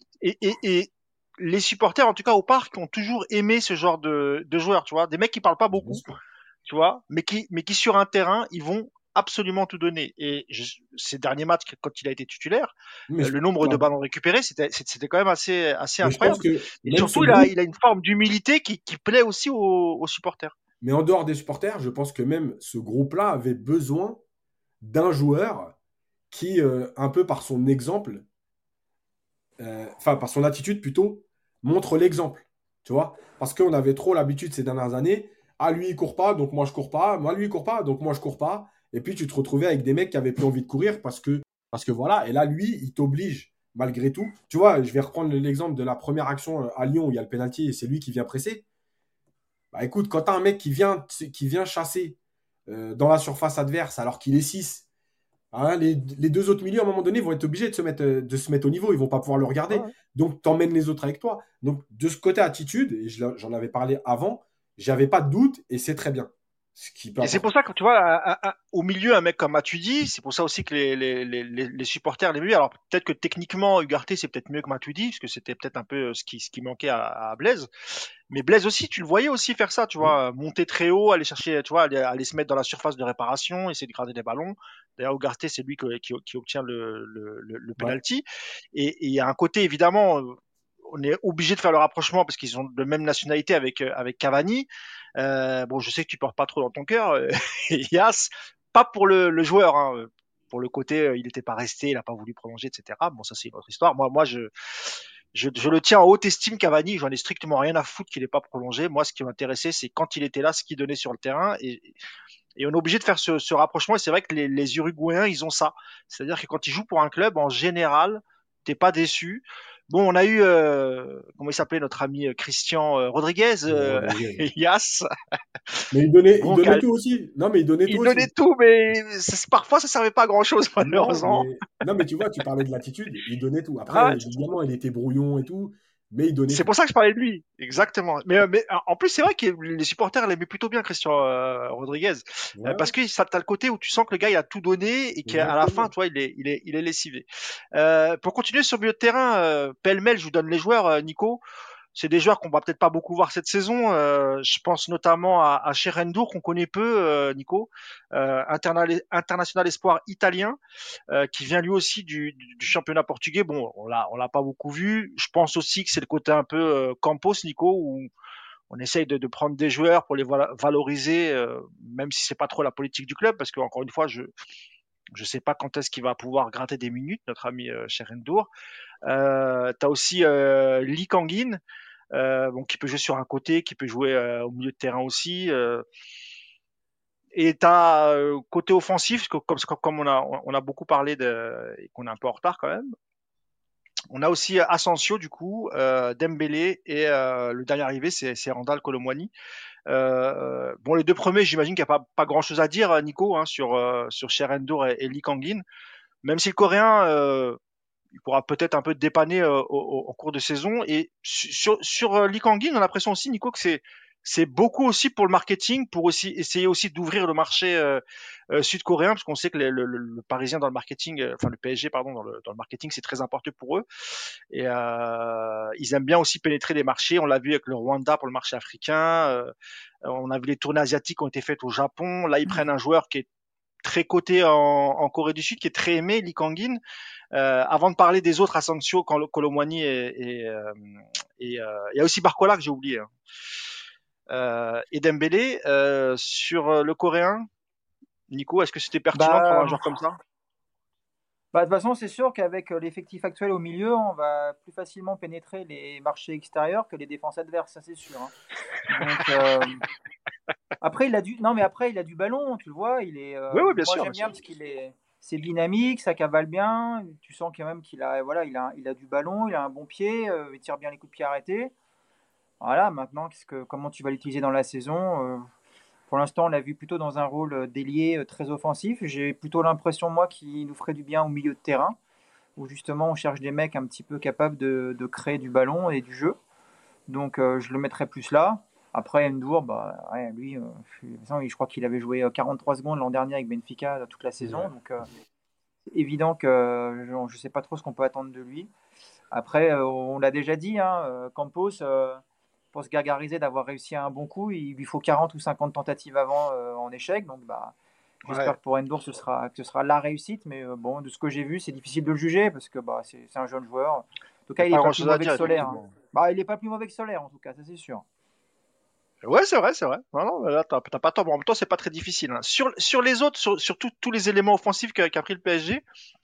Et les supporters, en tout cas au parc, ont toujours aimé ce genre de joueurs, tu vois, des mecs qui parlent pas Bien beaucoup, sûr. tu vois, mais qui sur un terrain, ils vont absolument tout donner. Et ces derniers matchs, quand il a été titulaire, Mais je, le nombre de enfin, ballons récupérés, c'était quand même assez mais je pense incroyable. que Et même ce surtout, groupe, il a une forme d'humilité qui plaît aussi aux supporters. mais en dehors des supporters, je pense que même ce groupe-là avait besoin d'un joueur qui, un peu par son exemple, enfin par son attitude plutôt, montre l'exemple. Tu vois. Parce qu'on avait trop l'habitude ces dernières années, ah lui il court pas, donc moi je cours pas, moi lui il court pas, donc moi je cours pas. Et puis tu te retrouvais avec des mecs qui avaient plus envie de courir parce que voilà, et là lui il t'oblige malgré tout. Tu vois, je vais reprendre l'exemple de la première action à Lyon où il y a le penalty et c'est lui qui vient presser. Bah écoute, quand tu as un mec qui vient chasser dans la surface adverse alors qu'il est 6, hein, les deux autres milieux, à un moment donné, vont être obligés de se mettre au niveau. Ils vont pas pouvoir le regarder. Ouais. Donc, t'emmènes les autres avec toi. Donc, de ce côté attitude, et j'en avais parlé avant, j'avais pas de doute et c'est très bien. Ce qui peut Et c'est pour apporter. ça que tu vois, au milieu, un mec comme Matuidi, c'est pour ça aussi que les supporters l'aimaient. Alors peut-être que techniquement, Ugarte, c'est peut-être mieux que Matuidi, parce que c'était peut-être un peu ce qui manquait à Blaise. Mais Blaise aussi, tu le voyais aussi faire ça, tu vois, monter très haut, aller chercher, tu vois, aller se mettre dans la surface de réparation, essayer de garder des ballons. D'ailleurs, Ugarte, c'est lui qui obtient le Ouais. penalty. Et il y a un côté, évidemment, on est obligé de faire le rapprochement parce qu'ils ont de même nationalité avec Cavani. Bon, je sais que tu portes pas trop dans ton cœur, Yas, pas pour le joueur, hein, pour le côté, il n'était pas resté, il n'a pas voulu prolonger, etc. Bon, ça c'est une autre histoire. Moi, je le tiens en haute estime, Cavani. J'en ai strictement rien à foutre qu'il n'ait pas prolongé. Moi, ce qui m'intéressait, c'est quand il était là, ce qu'il donnait sur le terrain. Et on est obligé de faire ce rapprochement. Et c'est vrai que les Uruguayens, ils ont ça. C'est-à-dire que quand ils jouent pour un club, en général, t'es pas déçu. Bon, on a eu, comment il s'appelait notre ami Christian Rodriguez, Rodriguez. Yas. Mais il Bon, donnait tout aussi. Non, mais il donnait tout il donnait aussi. tout, mais parfois ça servait pas à grand chose, Non, malheureusement. mais, non, mais tu vois, tu parlais de l'attitude. Il donnait tout. Après, Ah, évidemment, il était brouillon et tout, mais il donnait c'est tout. pour ça que je parlais de lui, exactement. Mais en plus, c'est vrai que les supporters l'aimaient plutôt bien, Christian Rodriguez, parce Ouais, que ça t'as le côté où tu sens que le gars il a tout donné et qu'à la fin, exactement. tu vois, il est lessivé. Pour continuer sur le milieu de terrain, pêle-mêle, je vous donne les joueurs, Nico. C'est des joueurs qu'on va peut-être pas beaucoup voir cette saison. Je pense notamment à Cherendour qu'on connaît peu, Nico, international espoir italien qui vient lui aussi du championnat portugais. Bon, on l'a pas beaucoup vu. Je pense aussi que c'est le côté un peu Campos, Nico, où on essaye de prendre des joueurs pour les valoriser, même si c'est pas trop la politique du club, parce que encore une fois, Je sais pas quand est-ce qu'il va pouvoir gratter des minutes, notre ami Cherendour. T'as aussi Lee Kangin, bon, qui peut jouer sur un côté, qui peut jouer au milieu de terrain aussi. Et t'as côté offensif, comme on a beaucoup parlé et qu'on est un peu en retard quand même. On a aussi Asensio du coup, Dembélé et le dernier arrivé c'est Randal Kolo Muani. Bon, les deux premiers, j'imagine qu'il n'y a pas grand-chose à dire, Nico, hein, sur Sherendor et Lee Kangin. Même si le Coréen, il pourra peut-être un peu dépanner au cours de saison. Et sur Lee Kangin, on a l'impression aussi, Nico, que c'est beaucoup aussi pour le marketing, pour aussi essayer aussi d'ouvrir le marché sud-coréen, parce qu'on sait que le Parisien dans le marketing, enfin le PSG pardon dans le marketing, c'est très important pour eux. Et ils aiment bien aussi pénétrer les marchés. On l'a vu avec le Rwanda pour le marché africain. On a vu les tournées asiatiques qui ont été faites au Japon. Là, ils prennent un joueur qui est très coté en Corée du Sud, qui est très aimé, Lee Kangin. Avant de parler des autres, Asensio, Kolo Muani et il y a aussi Barcola que j'ai oublié. Hein. Et Dembélé, sur le coréen, Nico, est-ce que c'était pertinent de prendre un Bah, joueur comme ça? de toute façon, c'est sûr qu'avec l'effectif actuel au milieu, on va plus facilement pénétrer les marchés extérieurs que les défenses adverses, ça c'est sûr. Hein. Donc, après, non, mais après, il a du ballon, tu le vois. Oui, oui, bien Moi, sûr, bien j'aime bien sûr. parce c'est dynamique, ça cavale bien. Tu sens quand même voilà, il a du ballon, il a un bon pied, il tire bien les coups de pied arrêtés. Voilà, maintenant, comment tu vas l'utiliser dans la saison pour l'instant, on l'a vu plutôt dans un rôle d'ailier très offensif. J'ai plutôt l'impression, moi, qu'il nous ferait du bien au milieu de terrain, où justement on cherche des mecs un petit peu capables de créer du ballon et du jeu. Donc je le mettrais plus là. Après, Ndour, bah, ouais, lui, je crois qu'il avait joué 43 secondes l'an dernier avec Benfica toute la saison. Ouais. Donc c'est évident que je ne sais pas trop ce qu'on peut attendre de lui. Après, on l'a déjà dit, hein, Campos, pour se gargariser d'avoir réussi à un bon coup, il lui faut 40 ou 50 tentatives avant en échec. Donc, bah, Ouais. j'espère que pour Endur, que ce sera la réussite. Mais bon, de ce que j'ai vu, c'est difficile de le juger parce que bah, c'est un jeune joueur. En tout Il n'y cas, a il pas n'est pas plus grand-chose à mauvais que dire, Solaire. Hein. effectivement. Bah, il n'est pas plus mauvais que Solaire, en tout cas, ça c'est sûr. Ouais, c'est vrai, c'est vrai. Non, non, là, t'as pas tort. Bon, en même temps, c'est pas très difficile. Hein. Sur les autres, sur tous les éléments offensifs qu'a pris le PSG,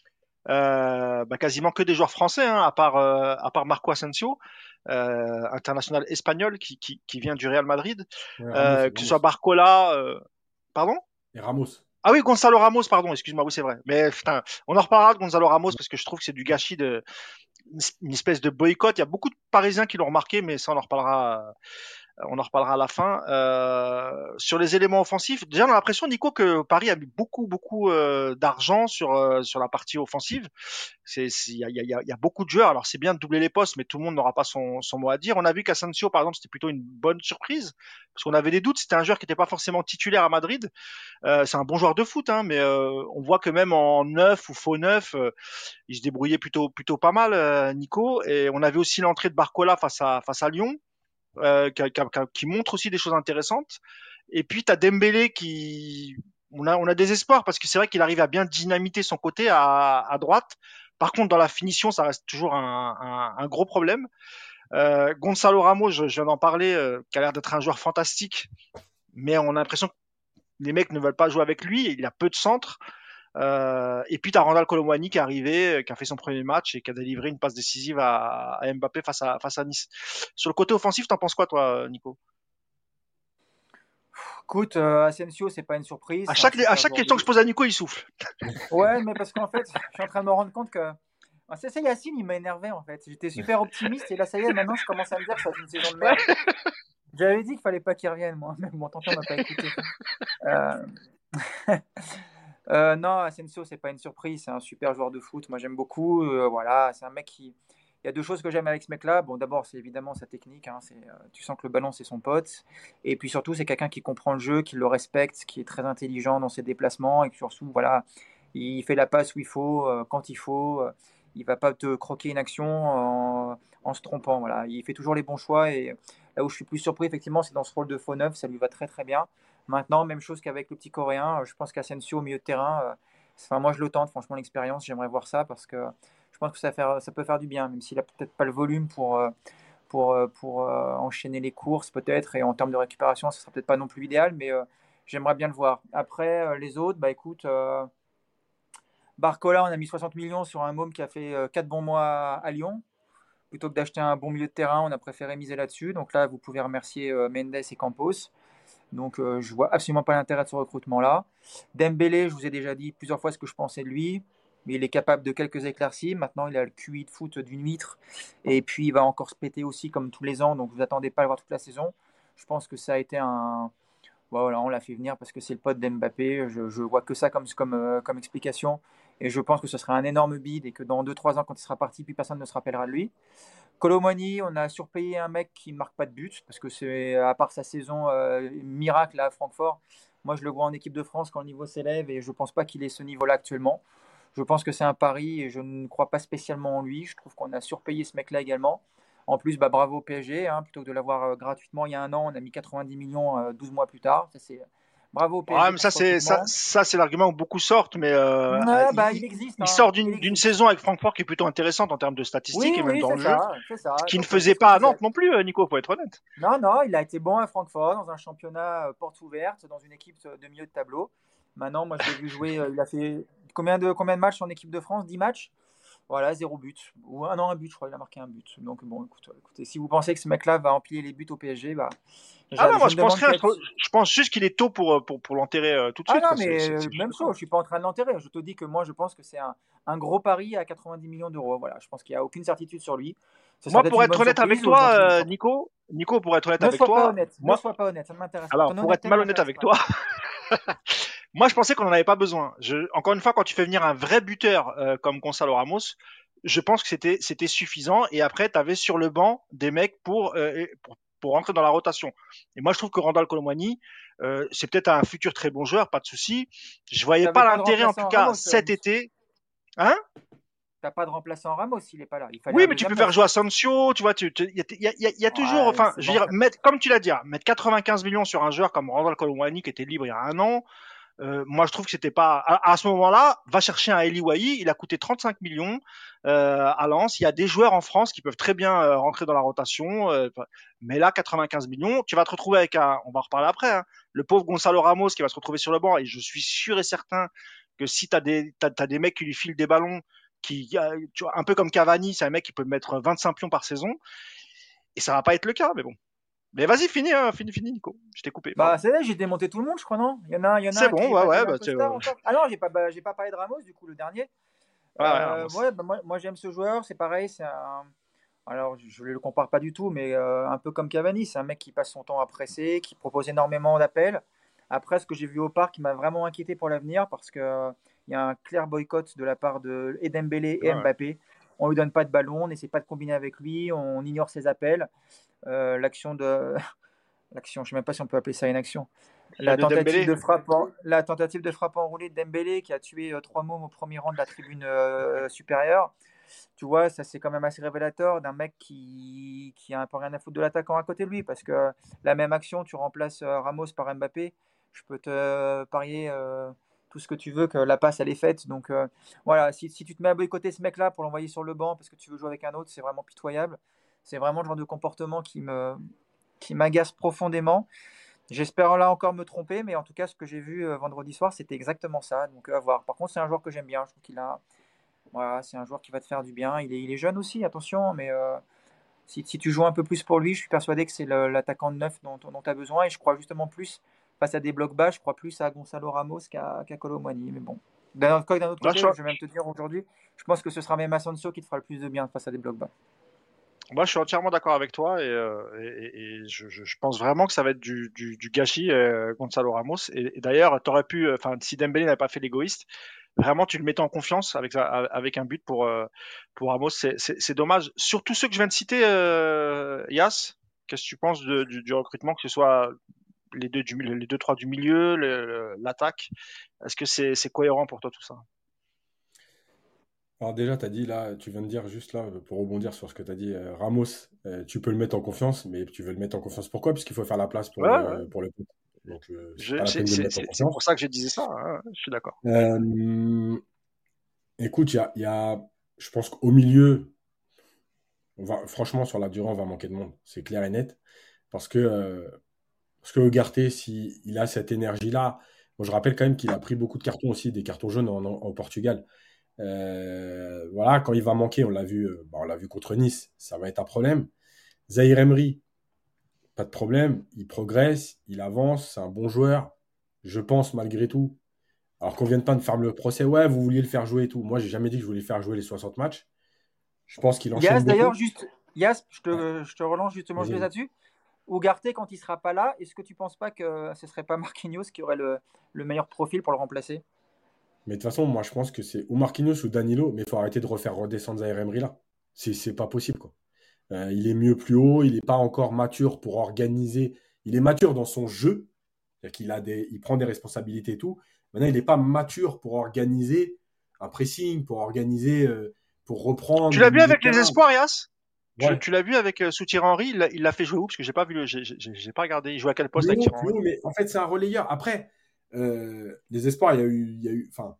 bah, quasiment que des joueurs français, hein, à part Marco Asensio, international espagnol qui vient du Real Madrid, Ouais, que ce soit Ramos. Barcola, pardon? Et Ramos. Ah oui, Gonzalo Ramos, pardon, excuse-moi, oui, c'est vrai. Mais putain, on en reparlera de Gonzalo Ramos parce que je trouve que c'est du gâchis une espèce de boycott. Il y a beaucoup de Parisiens qui l'ont remarqué, mais ça, on en reparlera à la fin. Sur les éléments offensifs, déjà on a l'impression, Nico, que Paris a mis beaucoup, beaucoup d'argent sur la partie offensive. Il y a beaucoup de joueurs. Alors c'est bien de doubler les postes, mais tout le monde n'aura pas son mot à dire. On a vu qu'Asensio, par exemple, c'était plutôt une bonne surprise parce qu'on avait des doutes. C'était un joueur qui n'était pas forcément titulaire à Madrid. C'est un bon joueur de foot, hein, mais on voit que même en neuf ou faux neuf, il se débrouillait plutôt pas mal, Nico. Et on avait aussi l'entrée de Barcola face à Lyon qui montre aussi des choses intéressantes. Et puis, tu as Dembélé On a des espoirs parce que c'est vrai qu'il arrive à bien dynamiter son côté à droite. Par contre, dans la finition, ça reste toujours un gros problème. Gonzalo Ramos, je viens d'en parler, qui a l'air d'être un joueur fantastique, mais on a l'impression que les mecs ne veulent pas jouer avec lui. Il a peu de centre. Et puis, tu as Randal Kolo Muani qui est arrivé, qui a fait son premier match et qui a délivré une passe décisive à Mbappé face à Nice. Sur le côté offensif, t'en penses quoi, toi, Nico? Écoute, Asensio, c'est pas une surprise, À c'est un chaque, à super chaque joueur de question que je pose à Nico, il souffle. Ouais, mais parce qu'en fait, je suis en train de me rendre compte que. C'est ça, Yacine, il m'a énervé en fait. J'étais super optimiste et là, ça y est, maintenant je commence à me dire que ça va être une saison de Ouais. merde. J'avais dit qu'il fallait pas qu'il revienne, moi. Mais bon, tant pis, on m'a pas écouté. Euh, non, Asensio, c'est pas une surprise. C'est un super joueur de foot. Moi, j'aime beaucoup. Voilà, c'est un mec qui. Il y a deux choses que j'aime avec ce mec-là. Bon, d'abord, c'est évidemment sa technique. Hein. Tu sens que le ballon, c'est son pote. Et puis surtout, c'est quelqu'un qui comprend le jeu, qui le respecte, qui est très intelligent dans ses déplacements et qui surtout, voilà, il fait la passe où il faut, quand il faut. Il va pas te croquer une action en se trompant. Voilà, il fait toujours les bons choix. Et là où je suis plus surpris, effectivement, c'est dans ce rôle de faux neuf. Ça lui va très très bien. Maintenant, même chose qu'avec le petit Coréen. Je pense qu'Asensio au milieu de terrain, enfin, moi je le tente, franchement, l'expérience, j'aimerais voir ça parce que je pense que ça peut faire du bien, même s'il a peut-être pas le volume pour enchaîner les courses, peut-être, et en termes de récupération, ça sera peut-être pas non plus idéal, mais j'aimerais bien le voir. Après, les autres, bah écoute, Barcola, on a mis 60 millions sur un môme qui a fait 4 bons mois à Lyon. Plutôt que d'acheter un bon milieu de terrain, on a préféré miser là-dessus. Donc là, vous pouvez remercier Mendes et Campos. Donc je vois absolument pas l'intérêt de ce recrutement-là. Dembélé, je vous ai déjà dit plusieurs fois ce que je pensais de lui. Mais il est capable de quelques éclaircies. Maintenant, il a le QI de foot d'une huître. Et puis, il va encore se péter aussi comme tous les ans. Donc, vous attendez pas à le voir toute la saison. Je pense que ça a été un, voilà, on l'a fait venir parce que c'est le pote d'Mbappé. Je vois que ça comme explication. Et je pense que ce sera un énorme bid et que dans 2-3 ans, quand il sera parti, plus personne ne se rappellera de lui. Colomani, on a surpayé un mec qui ne marque pas de but parce que c'est, à part sa saison miracle à Francfort, moi je le vois en équipe de France quand le niveau s'élève et je ne pense pas qu'il ait ce niveau-là actuellement. Je pense que c'est un pari et je ne crois pas spécialement en lui. Je trouve qu'on a surpayé ce mec-là également. En plus, bah, bravo au PSG, hein, plutôt que de l'avoir gratuitement il y a un an, on a mis 90 millions 12 mois plus tard. Ça, c'est... Bravo au Ouais, PSG mais pour ce recrutement. ça c'est l'argument où beaucoup sortent, mais Ouais, bah, il existe. il Hein, sort il d'une existe. saison avec Francfort qui est plutôt intéressante en termes de statistiques Oui, et même oui, dans c'est le jeu, ça, c'est ce ça. qui ne Donc, faisait c'est ce que je pas à disais. Nantes non plus, Nico, faut être honnête. Non, non, il a été bon à Francfort, dans un championnat porte ouverte, dans une équipe de milieu de tableau. Maintenant, moi, je l'ai vu jouer. Il a fait combien de matchs en équipe de France? 10 matchs? Voilà, 0 but. Ou un but, je crois. Il a marqué un but. Donc, bon, écoutez, si vous pensez que ce mec-là va empiler les buts au PSG, bah, Ah non, moi je ne je pense demande rien, qu'à être. je pense juste qu'il est tôt pour l'enterrer tout de Ah suite, non, quoi. mais C'est juste même ça. chose, je ne suis pas en train de l'enterrer. Je te dis que moi, je pense que c'est un gros pari à 90 millions d'euros. Voilà, je pense qu'il n'y a aucune certitude sur lui. Ce sera Moi, peut-être pour une être bonne honnête avec surprise ou j'en toi, sais rien. Nico, pour être honnête Ne avec sois pas toi, honnête, ne moi, sois pas honnête, ça ne m'intéresse pas. alors Ton pour être honnêteté ne malhonnête m'intéresse avec pas. toi, moi je pensais qu'on n'en avait pas besoin. Encore une fois, quand tu fais venir un vrai buteur comme Gonzalo Ramos, je pense que c'était suffisant. Et après, tu avais sur le banc des mecs pour rentrer dans la rotation. Et moi, je trouve que Randall Colomwani, c'est peut-être un futur très bon joueur, pas de souci. Je voyais T'avais pas pas de l'intérêt, en tout remplaçant cas, Ramos, cet Mousse. été. Hein? T'as pas de remplaçant Ramos, il est pas là. Il fallait Oui, un mais tu peux deuxième faire neuf. jouer Asensio, tu vois, il y a toujours, Ouais, enfin, c'est je veux bon. dire, comme tu l'as dit, hein, mettre 95 millions sur un joueur comme Randall Colomwani qui était libre il y a un an, moi je trouve que c'était pas, à ce moment-là, va chercher un Eli Wahi, il a coûté 35 millions à Lens, il y a des joueurs en France qui peuvent très bien rentrer dans la rotation, mais là, 95 millions, tu vas te retrouver avec on va en reparler après, hein, le pauvre Gonzalo Ramos qui va se retrouver sur le banc, et je suis sûr et certain que si t'as des mecs qui lui filent des ballons, tu vois, un peu comme Cavani, c'est un mec qui peut mettre 25 pions par saison, et ça va pas être le cas, mais bon. Mais vas-y, fini, Nico. Je t'ai coupé, Bah, pardon. c'est vrai, j'ai démonté tout le monde, je crois, non? Il y en a C'est un bon, qui est ouais, pas ouais, devenu un bah, peu star encore. Ah non, j'ai pas parlé de Ramos, du coup, le dernier. ouais, Ramos. Ouais, bah, moi j'aime ce joueur, c'est pareil, c'est un. Alors, je ne le compare pas du tout, mais un peu comme Cavani, c'est un mec qui passe son temps à presser, qui propose énormément d'appels. Après, ce que j'ai vu au parc, il m'a vraiment inquiété pour l'avenir parce que il y a un clair boycott de la part de Dembélé Ouais, et ouais. Mbappé. On lui donne pas de ballon, on n'essaie pas de combiner avec lui, on ignore ses appels. L'action de l'action, je sais même pas si on peut appeler ça une action. Celle de Dembélé. La tentative de frappe enroulée de Dembélé qui a tué 3 mômes au premier rang de la tribune supérieure. Tu vois, ça c'est quand même assez révélateur d'un mec qui a un peu rien à foutre de l'attaquant à côté de lui. Parce que la même action, tu remplaces Ramos par Mbappé, je peux te parier tout ce que tu veux que la passe elle est faite. Donc voilà, si tu te mets à boycotter ce mec-là pour l'envoyer sur le banc parce que tu veux jouer avec un autre, c'est vraiment pitoyable. C'est vraiment le genre de comportement qui m'agace profondément. J'espère là encore me tromper, mais en tout cas, ce que j'ai vu vendredi soir, c'était exactement ça. Donc à voir. Par contre, c'est un joueur que j'aime bien. Je trouve qu'il a, voilà, c'est un joueur qui va te faire du bien. Il est jeune aussi, attention, mais si tu joues un peu plus pour lui, je suis persuadé que c'est l'attaquant de neuf dont tu as besoin. Et je crois justement plus, face à des blocs bas, je crois plus à Gonzalo Ramos qu'à Colomwani. Mais bon, d'un autre Là, côté, je vais même te dire aujourd'hui, je pense que ce sera même Asensio qui te fera le plus de bien face à des blocs bas. moi, je suis entièrement d'accord avec toi et je pense vraiment que ça va être du gâchis, Gonzalo Ramos. Et d'ailleurs, t'aurais pu, enfin, si Dembélé n'avait pas fait l'égoïste, vraiment, tu le mettais en confiance avec un but pour Ramos. C'est dommage. Surtout ceux que je viens de citer, Yas, qu'est-ce que tu penses du recrutement, que ce soit les deux, trois du milieu, l'attaque? Est-ce que c'est cohérent pour toi tout ça? Alors déjà, tu as dit là, tu viens de dire juste là, pour rebondir sur ce que tu as dit, Ramos, tu peux le mettre en confiance, mais tu veux le mettre en confiance pourquoi? Puisqu'il faut faire la place Ouais, ouais. pour le pote. Donc, c'est pas la peine de le mettre en C'est confiance. pour ça que je disais ça, hein, je suis d'accord. Écoute, je pense qu'au milieu, franchement, sur la durée, on va manquer de monde. C'est clair et net. Parce que Ugarte, s'il a cette énergie-là, Bon, je rappelle quand même qu'il a pris beaucoup de cartons aussi, des cartons jaunes au Portugal. Voilà, quand il va manquer, on l'a vu contre Nice, ça va être un problème. Zahir Emery, pas de problème, il progresse, il avance, c'est un bon joueur, je pense malgré tout. Alors qu'on vienne pas de faire le procès, ouais, vous vouliez le faire jouer et tout. Moi, j'ai jamais dit que je voulais le faire jouer les 60 matchs. Je pense qu'il Yas, enchaîne d'ailleurs, beaucoup. juste, Yas, Ouais, je te relance justement juste vas-y. là-dessus. Ugarte, quand il sera pas là, est-ce que tu penses pas que ce serait pas Marquinhos qui aurait le meilleur profil pour le remplacer? Mais de toute façon, moi, je pense que c'est ou Marquinhos ou Danilo, mais il faut arrêter de refaire redescendre Zaire Emery là. C'est pas possible, quoi. Il est mieux plus haut, il n'est pas encore mature pour organiser. Il est mature dans son jeu, c'est-à-dire il prend des responsabilités et tout. Maintenant, il n'est pas mature pour organiser un pressing, pour Tu reprendre l'as au vu milieu de avec les terrain. espoirs, Yas? Ouais, Tu l'as vu avec sous Thierry Henry, il l'a fait jouer où? Parce que j'ai pas vu j'ai pas regardé. Il joue à quel poste avec Thierry plus Henry? haut, mais en fait, c'est un relayeur. Après, les espoirs, enfin,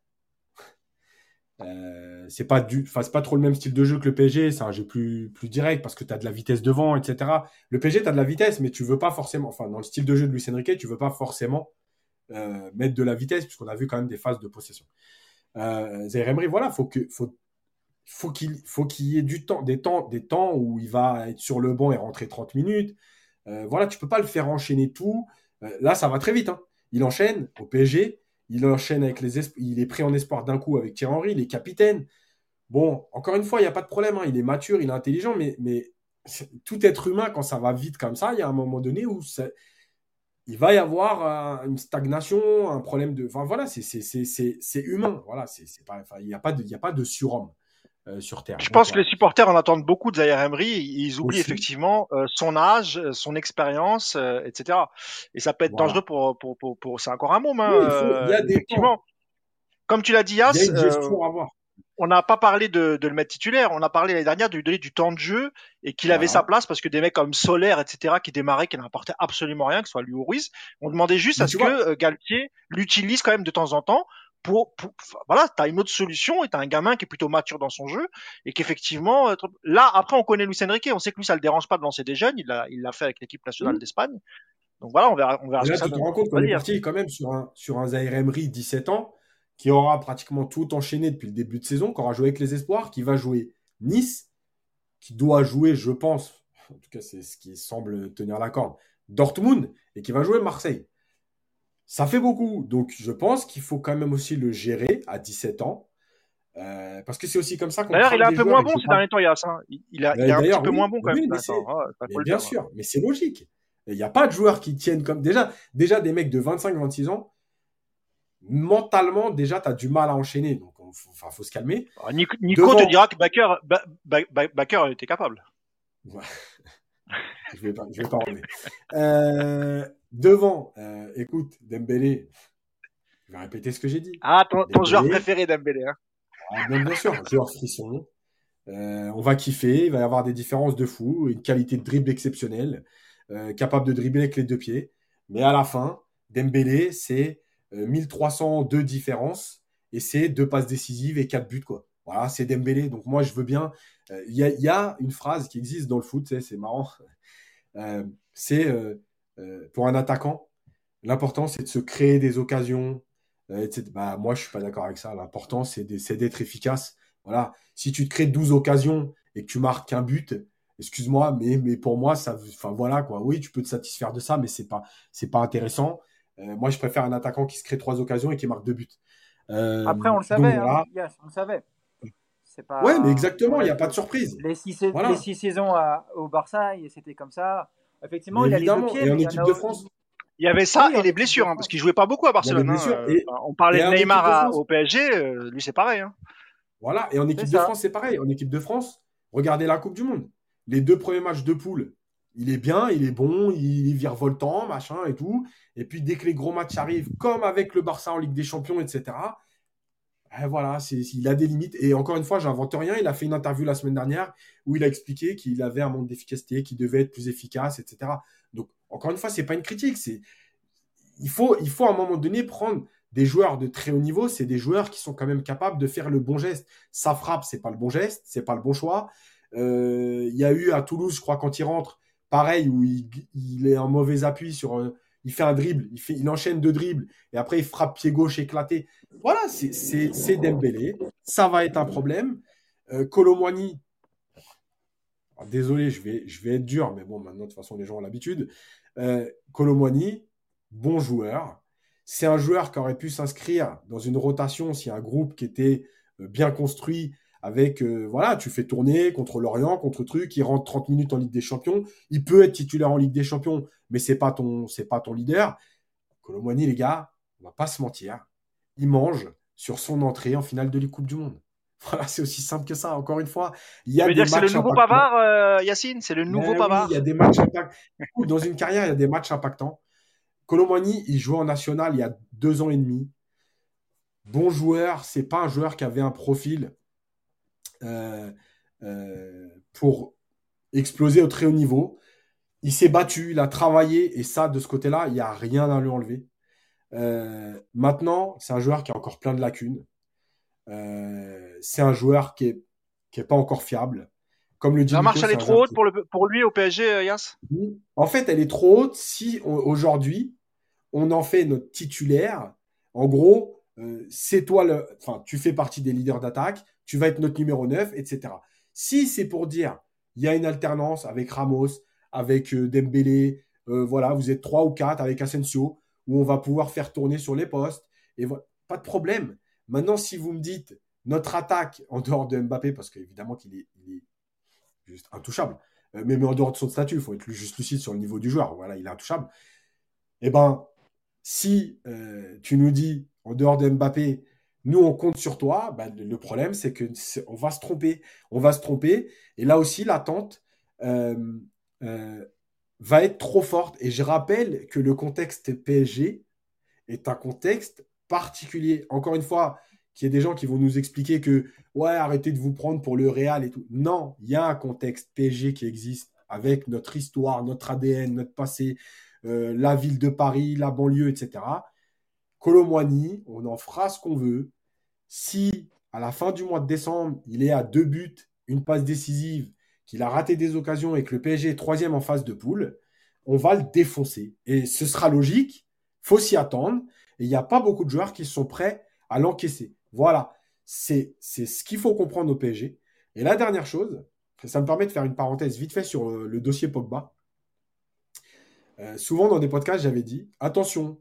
c'est pas trop le même style de jeu que le PSG. C'est un jeu plus direct parce que tu as de la vitesse devant, etc. Le PSG, tu as de la vitesse, mais tu veux pas forcément, enfin, dans le style de jeu de Luis Enrique, tu veux pas forcément mettre de la vitesse, puisqu'on a vu quand même des phases de possession. Zaire Emery, voilà, faut qu'il y ait des temps où il va être sur le banc et rentrer 30 minutes. Voilà, tu peux pas le faire enchaîner tout. Là, ça va très vite, hein. Il enchaîne au PSG, il enchaîne avec il est pris en espoir d'un coup avec Thierry Henry, il est capitaine. Bon, encore une fois, il n'y a pas de problème, hein. Il est mature, il est intelligent, mais tout être humain, quand ça va vite comme ça, il y a un moment donné où il va y avoir une stagnation, un problème de. Enfin, voilà, c'est humain. Voilà, c'est pas, enfin, il y a pas de surhomme sur Terre. Je Donc pense que les voilà. supporters en attendent beaucoup de Zaire Emery. Ils oublient Aussi, effectivement son âge, son expérience, etc. Et ça peut être dangereux voilà. c'est encore un môme, Oui, hein, il y a des temps. effectivement. Comme tu l'as dit, Il y a Yas, une gestion à avoir. on n'a pas parlé de le mettre titulaire. On a parlé l'année dernière de lui donner du temps de jeu et qu'il avait sa Voilà. place parce que des mecs comme Solaire, etc., qui démarraient, qui n'apportaient absolument rien, que ce soit lui ou Ruiz, on demandait juste Mais à ce tu vois, que Galtier l'utilise quand même de temps en temps voilà, t'as une autre solution et t'as un gamin qui est plutôt mature dans son jeu et qu'effectivement, là, après, on connaît Luis Enrique, on sait que lui, ça le dérange pas de lancer des jeunes, il l'a fait avec l'équipe nationale d'Espagne. Donc voilà, on verra et ce que là, ça tu te donne. rends compte qu'on est Vas-y, Yas. parti quand même sur un Zaire Emery 17 ans qui aura pratiquement tout enchaîné depuis le début de saison, qui aura joué avec les espoirs, qui va jouer Nice, qui doit jouer, je pense, en tout cas c'est ce qui semble tenir la corde, Dortmund, et qui va jouer Marseille. Ça fait beaucoup, donc je pense qu'il faut quand même aussi le gérer à 17 ans, parce que c'est aussi comme ça qu'on D'ailleurs, il crame est un des peu joueurs. moins Et je bon ces parle... derniers temps, Yas, hein. Il est un petit D'ailleurs, peu moins oui, bon quand même oui, ces derniers temps. Ouais, ça faut mais le bien dire. Ouais. sûr, mais c'est logique. Il n'y a pas de joueurs qui tiennent comme. Déjà des mecs de 25-26 ans, mentalement, déjà, tu as du mal à enchaîner. Donc, faut se calmer. Alors, Nico te Devant, dira que Bakker était capable. ouais, je vais pas enlever. Devant, écoute, Dembélé, je vais répéter ce que j'ai dit. Ah, ton joueur Dembélé, préféré Dembélé. Hein. bien sûr, joueur frisson. On va kiffer, il va y avoir des différences de fou, une qualité de dribble exceptionnelle, capable de dribbler avec les deux pieds. Mais à la fin, Dembélé, c'est 1302 différences et c'est 2 passes décisives et 4 buts, quoi. Voilà, c'est Dembélé. Donc moi, je veux bien. Y a une phrase qui existe dans le foot, c'est marrant. C'est pour un attaquant, l'important, c'est de se créer des occasions. Etc. Bah, moi, je suis pas d'accord avec ça. L'important, c'est d'être efficace. Voilà. Si tu te crées 12 occasions et que tu marques un but, excuse-moi, mais pour moi, enfin voilà quoi. Oui, tu peux te satisfaire de ça, mais c'est pas intéressant. Moi, je préfère un attaquant qui se crée 3 occasions et qui marque 2 buts. Après, on le Donc savait, hein, voilà. Yes, on le savait. C'est Ouais, mais pas. exactement, il n'y a pas de surprise. Les Voilà, 6 saisons au Barça, c'était comme ça. Effectivement, mais il a les deux évidemment. pieds, Et en mais il y en équipe a. de France, Il y avait ça Oui, et en les équipe de blessures, hein, parce France. qu'il jouait pas beaucoup à il y a les Barcelone. Hein. blessures. On parlait Et de en équipe de Neymar France, au PSG, lui c'est pareil. Hein. voilà. Et en C'est équipe de ça. France, c'est pareil. En équipe de France, regardez la Coupe du Monde. Les 2 premiers matchs de poule, il est bien, il est bon, il est virevoltant, machin et tout. Et puis dès que les gros matchs arrivent, comme avec le Barça en Ligue des Champions, etc., voilà, il a des limites. Et encore une fois, j'invente rien. Il a fait une interview la semaine dernière où il a expliqué qu'il avait un manque d'efficacité, qu'il devait être plus efficace, etc. Donc, encore une fois, c'est pas une critique. Il faut à un moment donné prendre des joueurs de très haut niveau. C'est des joueurs qui sont quand même capables de faire le bon geste. Ça frappe, c'est pas le bon geste, c'est pas le bon choix. Il y a eu à Toulouse, je crois, quand il rentre, pareil, où il est un mauvais appui sur il fait un dribble, il enchaîne 2 dribbles, et après il frappe pied gauche éclaté. Voilà, c'est Dembélé. Ça va être un problème. Kolo Muani, désolé, je vais être dur, mais bon, maintenant, de toute façon, les gens ont l'habitude. Kolo Muani, bon joueur. C'est un joueur qui aurait pu s'inscrire dans une rotation si un groupe qui était bien construit, avec, voilà, tu fais tourner contre Lorient, contre truc, il rentre 30 minutes en Ligue des Champions. Il peut être titulaire en Ligue des Champions, mais c'est pas ton leader. Kolo Muani, les gars, on va pas se mentir, il mange sur son entrée en finale de la Coupe du Monde. Voilà, c'est aussi simple que ça. Encore une fois, il y a Tu veux des dire que c'est le matchs nouveau impactants. Pavard, Yacine? C'est le nouveau Oui, Pavard? il y a des matchs impactants. Dans une carrière, il y a des matchs impactants. Kolo Muani, il jouait en national il y a 2 ans et demi. Bon joueur, c'est pas un joueur qui avait un profil euh, pour exploser au très haut niveau. Il s'est battu, il a travaillé, et ça, de ce côté-là, il n'y a rien à lui enlever. Maintenant, c'est un joueur qui a encore plein de lacunes. C'est un joueur qui est pas encore fiable. Comme le dit La Nico, marche, elle c'est est un trop joueur haute pour lui au PSG, Yass? En fait, elle est trop haute si aujourd'hui, on en fait notre titulaire. En gros, c'est toi enfin, tu fais partie des leaders d'attaque, tu vas être notre numéro 9, etc. Si c'est pour dire, il y a une alternance avec Ramos, avec Dembélé, voilà, vous êtes 3 ou 4 avec Asensio, où on va pouvoir faire tourner sur les postes, et voilà, pas de problème. Maintenant, si vous me dites, notre attaque, en dehors de Mbappé, parce qu'évidemment qu'il est juste intouchable, mais en dehors de son statut, il faut être juste lucide sur le niveau du joueur, voilà, il est intouchable. Eh ben, si tu nous dis, en dehors de Mbappé, nous, on compte sur toi, ben, le problème, c'est que on va se tromper. On va se tromper. Et là aussi, l'attente euh, euh, va être trop forte. Et je rappelle que le contexte PSG est un contexte particulier. Encore une fois, qu'il y ait des gens qui vont nous expliquer que, ouais, arrêtez de vous prendre pour le Real et tout. Non, il y a un contexte PSG qui existe avec notre histoire, notre ADN, notre passé, la ville de Paris, la banlieue, etc. Kolo Muani, on en fera ce qu'on veut. Si, à la fin du mois de décembre, il est à 2 buts, une passe décisive, qu'il a raté des occasions et que le PSG est 3e en phase de poule, on va le défoncer. Et ce sera logique, il faut s'y attendre. Et il n'y a pas beaucoup de joueurs qui sont prêts à l'encaisser. Voilà, c'est ce qu'il faut comprendre au PSG. Et la dernière chose, ça me permet de faire une parenthèse vite fait sur le dossier Pogba. Souvent dans des podcasts, j'avais dit, attention,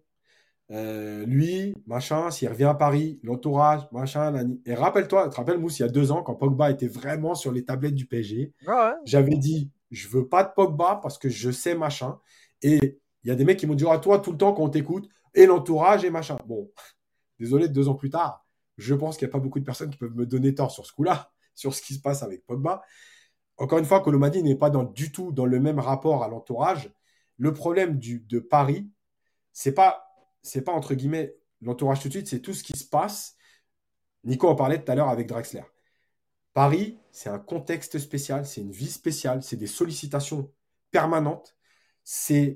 lui, machin, s'il revient à Paris, l'entourage, machin, nani. Et rappelle-toi, tu te rappelles, Mousse, il y a 2 ans, quand Pogba était vraiment sur les tablettes du PSG, Ouais, ouais. j'avais dit, je veux pas de Pogba parce que je sais machin. Et il y a des mecs qui m'ont dit, à toi, tout le temps, quand on t'écoute, et l'entourage et machin. Bon, désolé, 2 ans plus tard, je pense qu'il n'y a pas beaucoup de personnes qui peuvent me donner tort sur ce coup-là, sur ce qui se passe avec Pogba. Encore une fois, Kolo Muani n'est pas du tout dans le même rapport à l'entourage. Le problème de Paris, c'est pas entre guillemets l'entourage tout de suite, c'est tout ce qui se passe. Nico en parlait tout à l'heure avec Draxler. Paris, c'est un contexte spécial, c'est une vie spéciale, c'est des sollicitations permanentes, c'est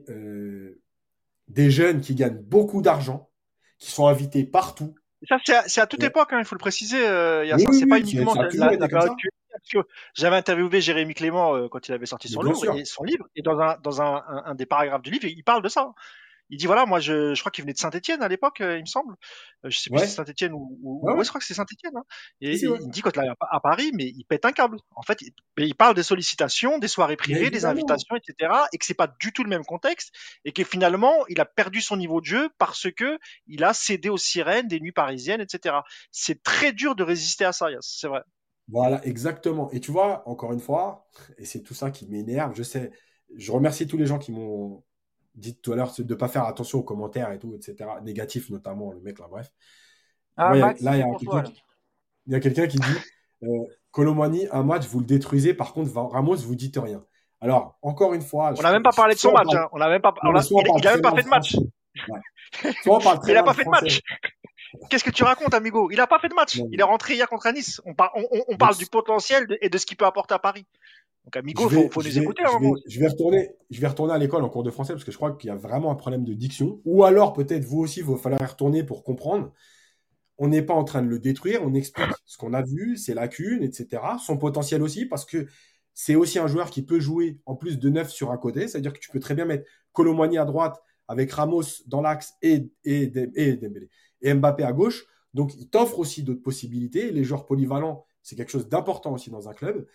des jeunes qui gagnent beaucoup d'argent, qui sont invités partout. Ça, c'est à toute époque, hein, il faut le préciser, Yass. Oui, C'est pas oui, uniquement ça a toujours été la comme période ça. actuelle. Parce que j'avais interviewé Jérémy Clément quand il avait sorti Mais son bien livre, sûr. et dans un des paragraphes du livre, il parle de ça. Il dit voilà, moi je crois qu'il venait de Saint-Étienne à l'époque, il me semble. Je sais plus si c'est Ouais. Saint-Étienne Ouais, ouais, ouais. je crois que c'est Saint-Étienne. Hein. Si, Et si, ouais. il me dit quand il arrive à Paris, mais il pète un câble. En fait, il parle des sollicitations, des soirées Mais privées, des évidemment. invitations, etc. Et que c'est pas du tout le même contexte, et que finalement il a perdu son niveau de jeu parce que il a cédé aux sirènes des nuits parisiennes, etc. C'est très dur de résister à ça, Yass, c'est vrai. Voilà, exactement. Et tu vois, encore une fois, et c'est tout ça qui m'énerve, je sais, je remercie tous les gens qui m'ont dit tout à l'heure de ne pas faire attention aux commentaires et tout, etc. Négatifs notamment, le mec là, bref. Ah, Ouais, Max, là, c'est pour toi, là. il y a quelqu'un qui dit Kolo Muani, un match, vous le détruisez, par contre, Ramos, vous dites rien. Alors, encore une fois, On n'a même pas parlé de son soit on match, parle, hein. On n'a même pas, non, mais soit on parle il a même très pas mal fait de match. français, ouais. Soit on parle très Il a mal pas fait de français. match. Qu'est-ce que tu racontes, amigo? Il a pas fait de match. Non, Il est rentré hier contre Nice. On donc, parle du potentiel et de ce qu'il peut apporter à Paris. Donc, amigo, je vais, faut je nous vais, écouter à un je moment vais, aussi. je vais retourner à l'école en cours de français parce que je crois qu'il y a vraiment un problème de diction. Ou alors, peut-être, vous aussi, il va falloir y retourner pour comprendre. On n'est pas en train de le détruire, on explique ce qu'on a vu, ses lacunes, etc. Son potentiel aussi, parce que c'est aussi un joueur qui peut jouer en plus de 9 sur un côté, c'est-à-dire que tu peux très bien mettre Kolo Muani à droite avec Ramos dans l'axe et Dembélé et Mbappé à gauche. Donc, il t'offre aussi d'autres possibilités. Les joueurs polyvalents, c'est quelque chose d'important aussi dans un club.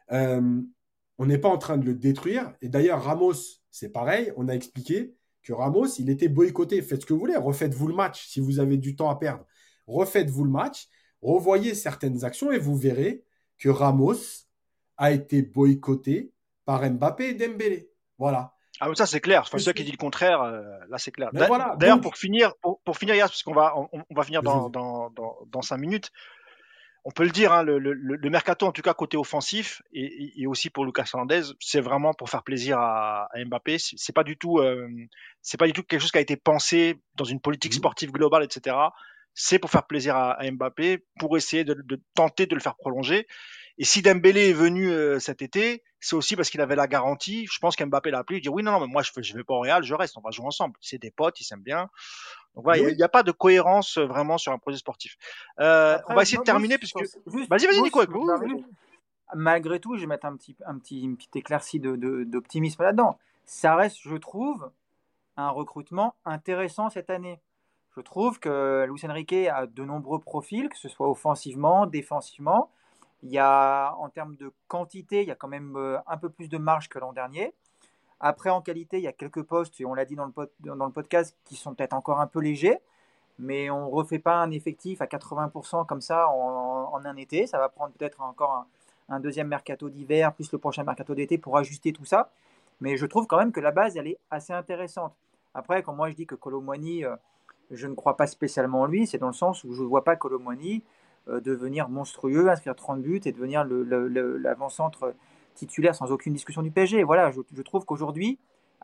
On n'est pas en train de le détruire. Et d'ailleurs, Ramos, c'est pareil. On a expliqué que Ramos, il était boycotté. Faites ce que vous voulez. Refaites-vous le match si vous avez du temps à perdre. Refaites-vous le match. Revoyez certaines actions et vous verrez que Ramos a été boycotté par Mbappé et Dembélé. Voilà. Ah, mais ça, c'est clair. Enfin, ceux qui disent le contraire, là, c'est clair. Mais voilà, D'ailleurs, donc... pour finir, Yas, parce qu'on va, on va finir Vas-y. dans 5 minutes, on peut le dire, hein, le mercato, en tout cas côté offensif, et aussi pour Lucas Hernandez, c'est vraiment pour faire plaisir à Mbappé. C'est pas du tout quelque chose qui a été pensé dans une politique sportive globale, etc. C'est pour faire plaisir à Mbappé, pour essayer de tenter de le faire prolonger. Et si Dembélé est venu cet été, c'est aussi parce qu'il avait la garantie. Je pense qu'Mbappé l'a appelé, il dit oui, non, mais moi je vais pas au Real, je reste, on va jouer ensemble. C'est des potes, ils s'aiment bien. Donc voilà, il n'y a pas de cohérence vraiment sur un projet sportif. Après, on va essayer de terminer puisque. Vas-y, Nico, avec vous. Malgré tout, je vais mettre une petite éclaircie d'optimisme là-dedans. Ça reste, je trouve, un recrutement intéressant cette année. Je trouve que Luis Enrique a de nombreux profils, que ce soit offensivement, défensivement. Il y a, en termes de quantité, il y a quand même un peu plus de marge que l'an dernier. Après, en qualité, il y a quelques postes, et on l'a dit dans le podcast, qui sont peut-être encore un peu légers, mais on ne refait pas un effectif à 80% comme ça en un été. Ça va prendre peut-être encore un deuxième mercato d'hiver, plus le prochain mercato d'été pour ajuster tout ça. Mais je trouve quand même que la base, elle est assez intéressante. Après, quand moi je dis que Kolo Muani, je ne crois pas spécialement en lui, c'est dans le sens où je ne vois pas Kolo Muani devenir monstrueux, inscrire 30 buts et devenir l'avant-centre titulaire sans aucune discussion du PSG. Voilà, je trouve qu'aujourd'hui,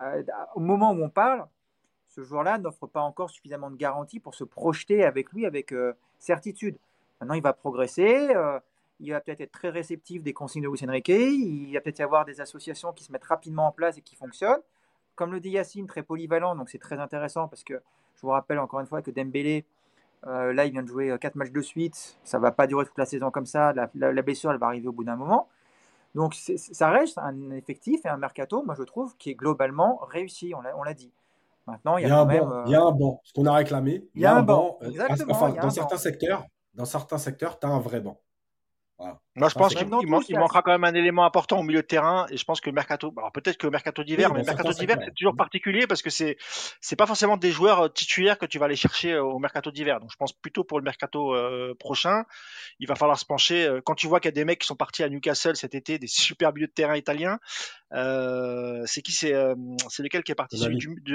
au moment où on parle, ce joueur-là n'offre pas encore suffisamment de garanties pour se projeter avec lui avec certitude. Maintenant, il va progresser, il va peut-être être très réceptif des consignes de Luis Enrique, il va peut-être y avoir des associations qui se mettent rapidement en place et qui fonctionnent. Comme le dit Yacine, très polyvalent, donc c'est très intéressant parce que je vous rappelle encore une fois que Dembélé, là, il vient de jouer 4 matchs de suite. Ça ne va pas durer toute la saison comme ça. La blessure, elle va arriver au bout d'un moment. Donc, ça reste un effectif et un mercato, moi, je trouve, qui est globalement réussi. On l'a dit. Maintenant, il y a quand même. Il y a un banc. Ce qu'on a réclamé, il y a un banc. Exactement. Enfin, dans certains secteurs, tu as un vrai banc. Voilà. Moi, je pense qu'il manquera quand même un élément important au milieu de terrain, et je pense que le mercato, alors peut-être que le mercato d'hiver, mais le mercato d'hiver, c'est toujours particulier parce que c'est pas forcément des joueurs titulaires que tu vas aller chercher au mercato d'hiver. Donc, je pense plutôt pour le mercato prochain, il va falloir se pencher. Quand tu vois qu'il y a des mecs qui sont partis à Newcastle cet été, des super milieux de terrain italiens, c'est qui c'est lequel qui est parti?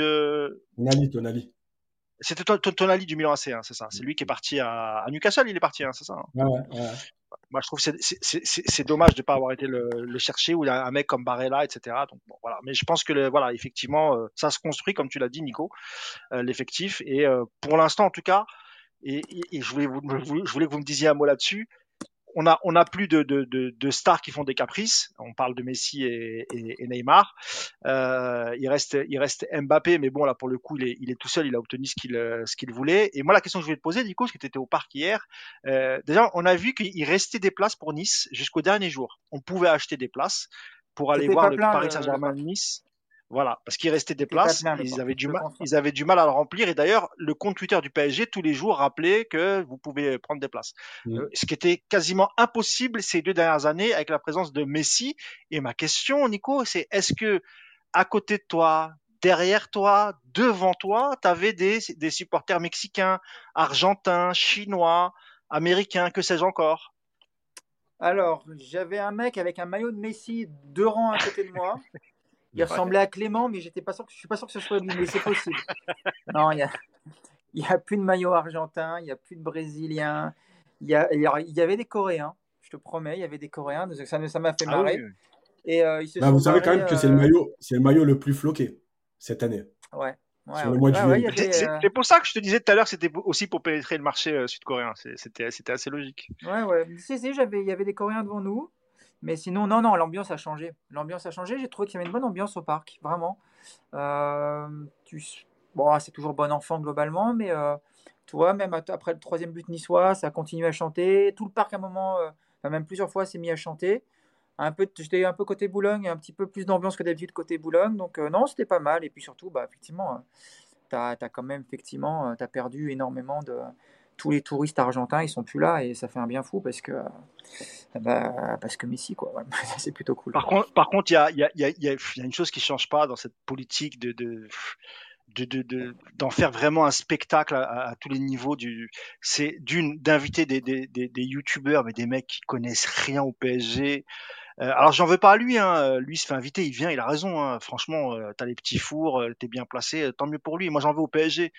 Tonali. C'était Tonali du Milan AC, hein, c'est ça. C'est lui qui est parti à Newcastle, il est parti, hein, c'est ça. Hein. Ouais. Moi, je trouve que c'est dommage de ne pas avoir été le chercher, ou un mec comme Barella, etc. Donc, bon, voilà. Mais je pense que voilà, effectivement, ça se construit, comme tu l'as dit, Nico, l'effectif. Et pour l'instant, en tout cas, et je voulais que vous me disiez un mot là-dessus. On a plus de stars qui font des caprices. On parle de Messi et Neymar. Il reste Mbappé, mais bon, là, pour le coup, il est tout seul. Il a obtenu ce qu'il voulait. Et moi, la question que je voulais te poser, Nico, parce que tu étais au parc hier, déjà, on a vu qu'il restait des places pour Nice jusqu'au dernier jour. On pouvait acheter des places pour aller voir le Paris Saint-Germain Nice. Voilà, parce qu'il restait des places, ils avaient du mal à le remplir. Et d'ailleurs, le compte Twitter du PSG tous les jours rappelait que vous pouvez prendre des places. Ce qui était quasiment impossible ces 2 dernières années avec la présence de Messi. Et ma question, Nico, c'est est-ce que à côté de toi, derrière toi, devant toi, tu avais des supporters mexicains, argentins, chinois, américains, que sais-je encore? Alors, j'avais un mec avec un maillot de Messi 2 rangs à côté de moi. Il ressemblait à Clément, mais je suis pas sûr que ce soit lui, mais c'est possible. Non, il y a plus de maillot argentin, il y a plus de brésilien. Il y avait des Coréens, je te promets, il y avait des Coréens. Ça m'a fait marrer. Oui. Et vous savez quand même que c'est le maillot le plus floqué cette année. Ouais. Sur le mois de juillet. C'est pour ça que je te disais tout à l'heure, c'était aussi pour pénétrer le marché sud-coréen. C'était assez logique. Ouais. Si, il y avait des Coréens devant nous. Mais sinon, non, l'ambiance a changé. J'ai trouvé qu'il y avait une bonne ambiance au parc, vraiment. C'est toujours bon enfant globalement, mais tu vois, même après le 3e but niçois, ça a continué à chanter. Tout le parc, à un moment, même plusieurs fois, s'est mis à chanter. J'étais un peu côté Boulogne, un petit peu plus d'ambiance que d'habitude côté Boulogne. Donc, non, c'était pas mal. Et puis surtout, effectivement, t'as quand même effectivement, t'as perdu énormément de tous les touristes argentins, ils sont plus là et ça fait un bien fou parce que Messi, quoi. Ouais. C'est plutôt cool. Par contre, il y a une chose qui change pas dans cette politique d'en faire vraiment un spectacle à tous les niveaux c'est d'inviter des youtubeurs, mais des mecs qui connaissent rien au PSG. Alors j'en veux pas à lui, hein. Lui il se fait inviter, il vient, il a raison, hein. Franchement, t'as les petits fours, t'es bien placé, tant mieux pour lui. Moi j'en veux au PSG.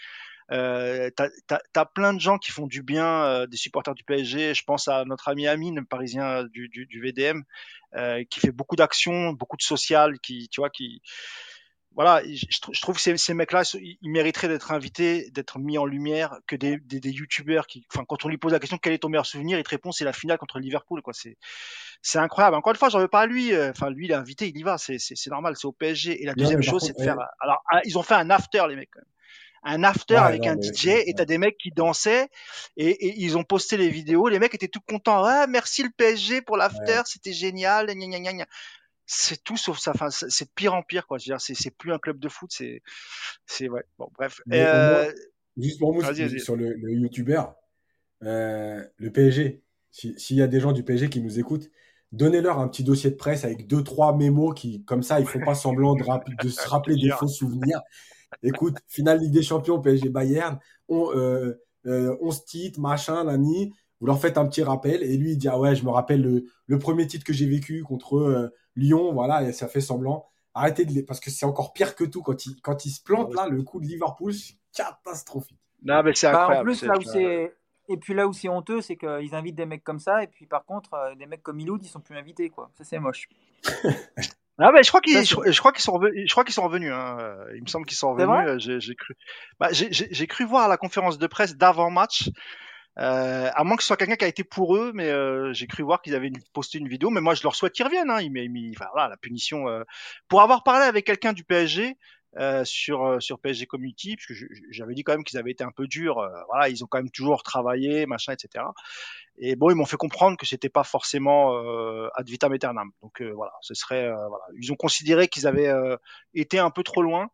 T'as plein de gens qui font du bien, des supporters du PSG. Je pense à notre ami Amine, parisien du VDM, qui fait beaucoup d'actions, beaucoup de social, qui, tu vois, qui, voilà, je trouve que ces mecs-là, ils mériteraient d'être invités, d'être mis en lumière, que des youtubeurs qui, enfin, quand on lui pose la question quel est ton meilleur souvenir, il te répond c'est la finale contre Liverpool, quoi. C'est incroyable. Encore une fois, j'en veux pas à lui. Enfin, lui, il est invité, il y va. C'est normal, c'est au PSG. Et la Non, deuxième mais par chose, c'est contre, de faire. Alors, ils ont fait un after, les mecs. Quand même. Un after ouais, avec non, un mais DJ et t'as des mecs qui dansaient et ils ont posté les vidéos. Les mecs étaient tout contents. Ah, merci le PSG pour l'after, ouais. c'était génial. Gna, gna, gna, gna. C'est tout sauf ça. Enfin, c'est de pire en pire, quoi. C'est plus un club de foot. Ouais. Bon, bref. Mais au moins, juste pour vous, Vas-y. sur le YouTuber, le PSG, s'il y a des gens du PSG qui nous écoutent, donnez-leur un petit dossier de presse avec deux, trois mémos qui, comme ça, ils font pas semblant de se Je te rappeler des jure. faux souvenirs. Écoute, finale Ligue des Champions, PSG Bayern, 11 titres, machin, nani. Vous leur faites un petit rappel et lui, il dit, ah ouais, je me rappelle le premier titre que j'ai vécu contre Lyon, voilà, et ça fait semblant. Arrêtez parce que c'est encore pire que tout quand il se plante là, le coup de Liverpool, c'est catastrophique. Non, mais c'est Bah, en incroyable. plus, et puis là où c'est honteux, c'est qu'ils invitent des mecs comme ça, et puis par contre, des mecs comme Miloud, ils sont plus invités, quoi. Ça, c'est moche. Ah mais je crois Ça, je crois qu'ils sont revenus. Je crois qu'ils sont revenus. Hein. Il me semble qu'ils sont c'est vrai? revenus. J'ai cru. Bah, j'ai cru voir à la conférence de presse d'avant match. À moins que ce soit quelqu'un qui a été pour eux, mais j'ai cru voir qu'ils avaient posté une vidéo. Mais moi, je leur souhaite qu'ils reviennent. Hein. Enfin, voilà, la punition pour avoir parlé avec quelqu'un du PSG sur PSG Community, parce que j'avais dit quand même qu'ils avaient été un peu durs. Voilà, ils ont quand même toujours travaillé, machin, etc. Et bon, ils m'ont fait comprendre que c'était pas forcément ad vitam aeternam. Donc voilà, ce serait voilà. Ils ont considéré qu'ils avaient été un peu trop loin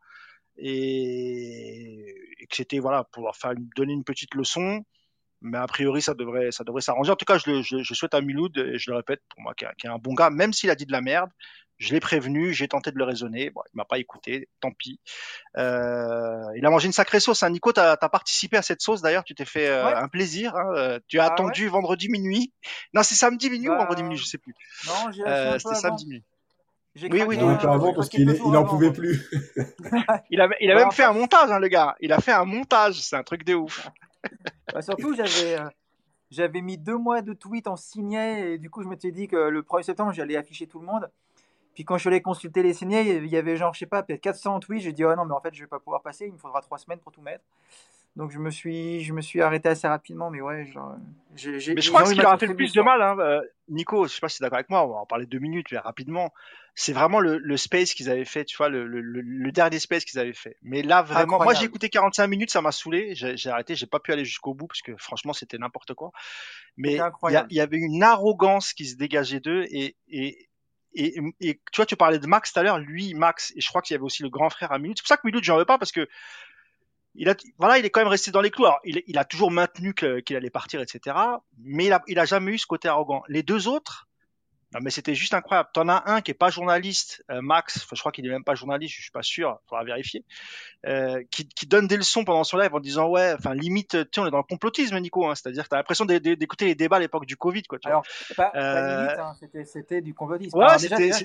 et que c'était voilà pour leur donner une petite leçon. Mais a priori, ça devrait s'arranger. En tout cas, je souhaite à Miloud, et je le répète, pour moi, qui est un bon gars, même s'il a dit de la merde. Je l'ai prévenu, j'ai tenté de le raisonner. Bon, il m'a pas écouté, tant pis. Il a mangé une sacrée sauce. Hein. Nico, t'as participé à cette sauce d'ailleurs. Tu t'es fait Ouais. un plaisir. Hein. Tu as Ah ouais? attendu vendredi minuit. Non, c'est samedi minuit ou vendredi minuit, Bah, je sais plus. non, j'ai lâché un peu C'était avant. samedi minuit. J'ai Oui, craqué, Non, un peu avant j'ai parce craqué 2 jours il en avant, pouvait moi. plus. Il a Bah, même en fait un fait, montage, hein, le gars. Il a fait un montage. C'est un truc de ouf. bah, surtout, j'avais mis 2 mois de tweets en signet, et du coup, je m'étais dit que le 1er septembre, j'allais afficher tout le monde. Puis quand je suis allé consulter les signets, il y avait genre, je sais pas, peut-être 400 tweets. J'ai dit, oh non, mais en fait, je vais pas pouvoir passer, il me faudra 3 semaines pour tout mettre. Donc je me suis arrêté assez rapidement, mais ouais, genre, Mais je ils crois que ont ce eu qui ma leur a fait le plus de contribution. mal, hein, Nico, je sais pas si tu es d'accord avec moi, on va en parler 2 minutes, mais rapidement. C'est vraiment le space qu'ils avaient fait, tu vois, le dernier space qu'ils avaient fait. Mais là, vraiment, moi j'ai Incroyable. écouté 45 minutes, ça m'a saoulé, j'ai arrêté, j'ai pas pu aller jusqu'au bout parce que franchement c'était n'importe quoi. C'était Mais incroyable. il y avait une arrogance qui se dégageait d'eux et tu vois, tu parlais de Max tout à l'heure, lui, Max, et je crois qu'il y avait aussi le grand frère à Minute. C'est pour ça que Minute, j'en veux pas parce que voilà, il est quand même resté dans les clous. Alors, il a toujours maintenu qu'il allait partir, etc. Mais il a jamais eu ce côté arrogant. Les deux autres, non, mais c'était juste incroyable. T'en as un qui est pas journaliste, Max. Enfin, je crois qu'il est même pas journaliste. Je suis pas sûr. Faudra vérifier. Qui donne des leçons pendant son live en disant ouais, enfin limite, tu sais, on est dans le complotisme, Nico. Hein, c'est-à-dire que t'as l'impression d'écouter les débats à l'époque du Covid, quoi. Tu vois. Alors, pas limite, Euh, hein, c'était du complotisme. ouais, Alors déjà,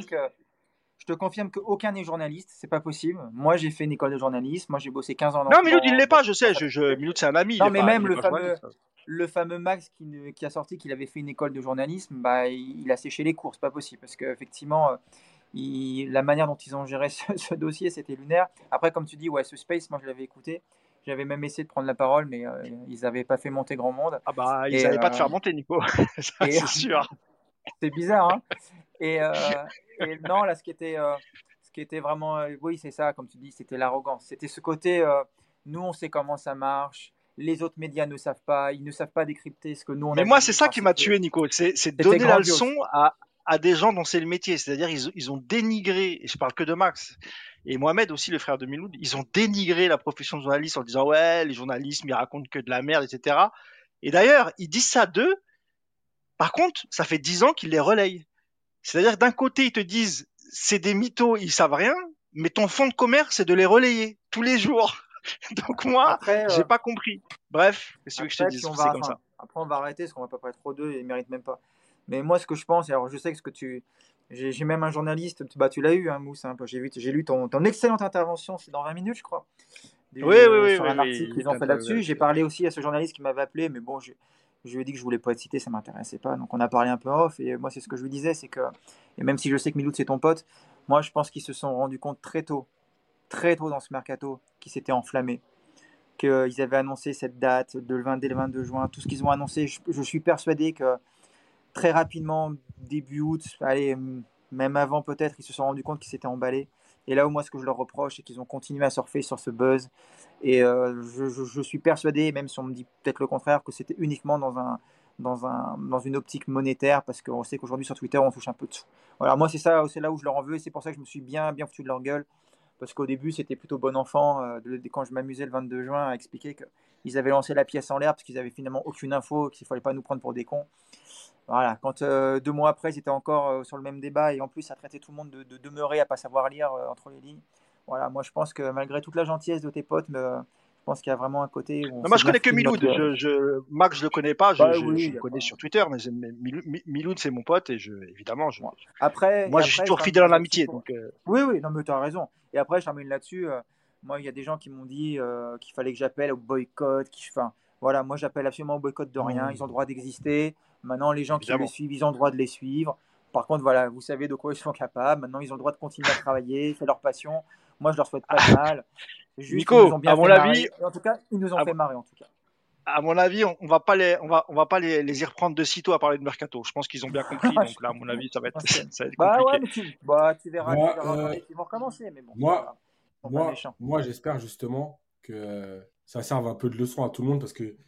je te confirme qu'aucun n'est journaliste, c'est pas possible. Moi, j'ai fait une école de journalisme. Moi, j'ai bossé 15 ans Non, Miloud, il l'est dans pas. Je sais. cette Miloud, c'est un ami. Non, mais même Il est pas journaliste. le fameux Max qui a sorti qu'il avait fait une école de journalisme, bah, il a séché les cours, c'est pas possible. Parce qu'effectivement, la manière dont ils ont géré ce dossier, c'était lunaire. Après, comme tu dis, ouais, ce Space, moi je l'avais écouté. J'avais même essayé de prendre la parole, mais ils n'avaient pas fait monter grand monde. Ah bah, ils Et, allaient pas te faire monter, Nico. Ça, et c'est sûr. c'est bizarre, hein. Et, non, là, ce qui était vraiment, oui, c'est ça, comme tu dis, c'était l'arrogance. C'était ce côté, nous, on sait comment ça marche. Les autres médias ne savent pas, ils ne savent pas décrypter ce que nous on Mais a moi, vu. c'est ça Enfin, qui m'a tué, Nico. C'est de c'était donner la leçon grandiose. à des gens dont c'est le métier. C'est-à-dire, ils ont dénigré, et je parle que de Max, et Mohamed aussi, le frère de Miloud, ils ont dénigré la profession de journaliste en disant ouais, les journalistes ils racontent que de la merde, etc. Et d'ailleurs, ils disent ça d'eux. Par contre, ça fait 10 ans qu'ils les relayent. C'est-à-dire que d'un côté, ils te disent c'est des mythos, ils savent rien, mais ton fond de commerce, c'est de les relayer tous les jours. Donc moi, Après, j'ai pas compris. Bref, qu'est-ce que je te après, dise, puis c'est comme ça. après, on va arrêter parce qu'on va pas parler trop d'eux et ils méritent même pas. Mais moi, ce que je pense, et alors je sais que j'ai même un journaliste, tu l'as eu, hein, Mousse, hein, j'ai lu ton excellente intervention, c'est dans 20 minutes, je crois, Oui, oui, oui, sur oui, un oui, article il qu'ils est ont fait là-dessus. J'ai parlé aussi à ce journaliste qui m'avait appelé, mais bon, je lui ai dit que je voulais pas être cité, ça m'intéressait pas. Donc on a parlé un peu off, et moi, c'est ce que je lui disais, c'est que, et même si je sais que Miloud, c'est ton pote, moi, je pense qu'ils se sont rendus compte très tôt dans ce mercato, qu'ils s'étaient enflammés, qu'ils avaient annoncé cette date dès le 22 juin, tout ce qu'ils ont annoncé. Je suis persuadé que très rapidement, début août, allez, même avant peut-être, ils se sont rendus compte qu'ils s'étaient emballés. Et là où moi, ce que je leur reproche, c'est qu'ils ont continué à surfer sur ce buzz. Et je suis persuadé, même si on me dit peut-être le contraire, que c'était uniquement dans une optique monétaire, parce qu'on sait qu'aujourd'hui sur Twitter, on touche un peu de tout. Voilà, moi, c'est là où je leur en veux, et c'est pour ça que je me suis bien foutu de leur gueule, parce qu'au début, c'était plutôt bon enfant, quand je m'amusais le 22 juin à expliquer qu'ils avaient lancé la pièce en l'air, parce qu'ils n'avaient finalement aucune info, qu'il ne fallait pas nous prendre pour des cons. Voilà, quand 2 mois après, ils étaient encore sur le même débat et en plus, ça traitait tout le monde de demeurer à pas savoir lire entre les lignes. Voilà, moi je pense que malgré toute la gentillesse de tes potes, je pense qu'il y a vraiment un côté où on Non, moi, s'est je bien connais que foutu de Miloud. notre. Max, je le connais pas. Bah Je oui, le y a connais pas. sur Twitter, mais Miloud, c'est mon pote et évidemment, Bon. Après, moi, je suis je toujours termine fidèle en là-dessus amitié. pour. Donc, Oui, oui, non, mais tu as raison. Et après, je termine là-dessus. Moi, il y a des gens qui m'ont dit qu'il fallait que j'appelle au boycott. Enfin, voilà, moi, j'appelle absolument au boycott de rien. Ils ont le droit d'exister. Maintenant, les gens qui les évidemment. suivent, ils ont le droit de les suivre. Par contre, voilà, vous savez de quoi ils sont capables. Maintenant, ils ont le droit de continuer à travailler. C'est leur passion. Moi, je leur souhaite pas de mal. Juste, ils nous ont Nico, bien fait marrer. En tout cas, ils nous ont à, fait marrer, en tout cas. à mon avis, on va pas on va pas les y reprendre de sitôt à parler de mercato. Je pense qu'ils ont bien compris. Donc là, à mon avis, ça va être, ça va être Bah ouais, compliqué. mais tu Moi, verras quand ils vont recommencer. Mais bon, c'est pas moi, grave. Ils sont pas méchants. moi, j'espère justement que ça serve un peu de leçon à tout le monde parce que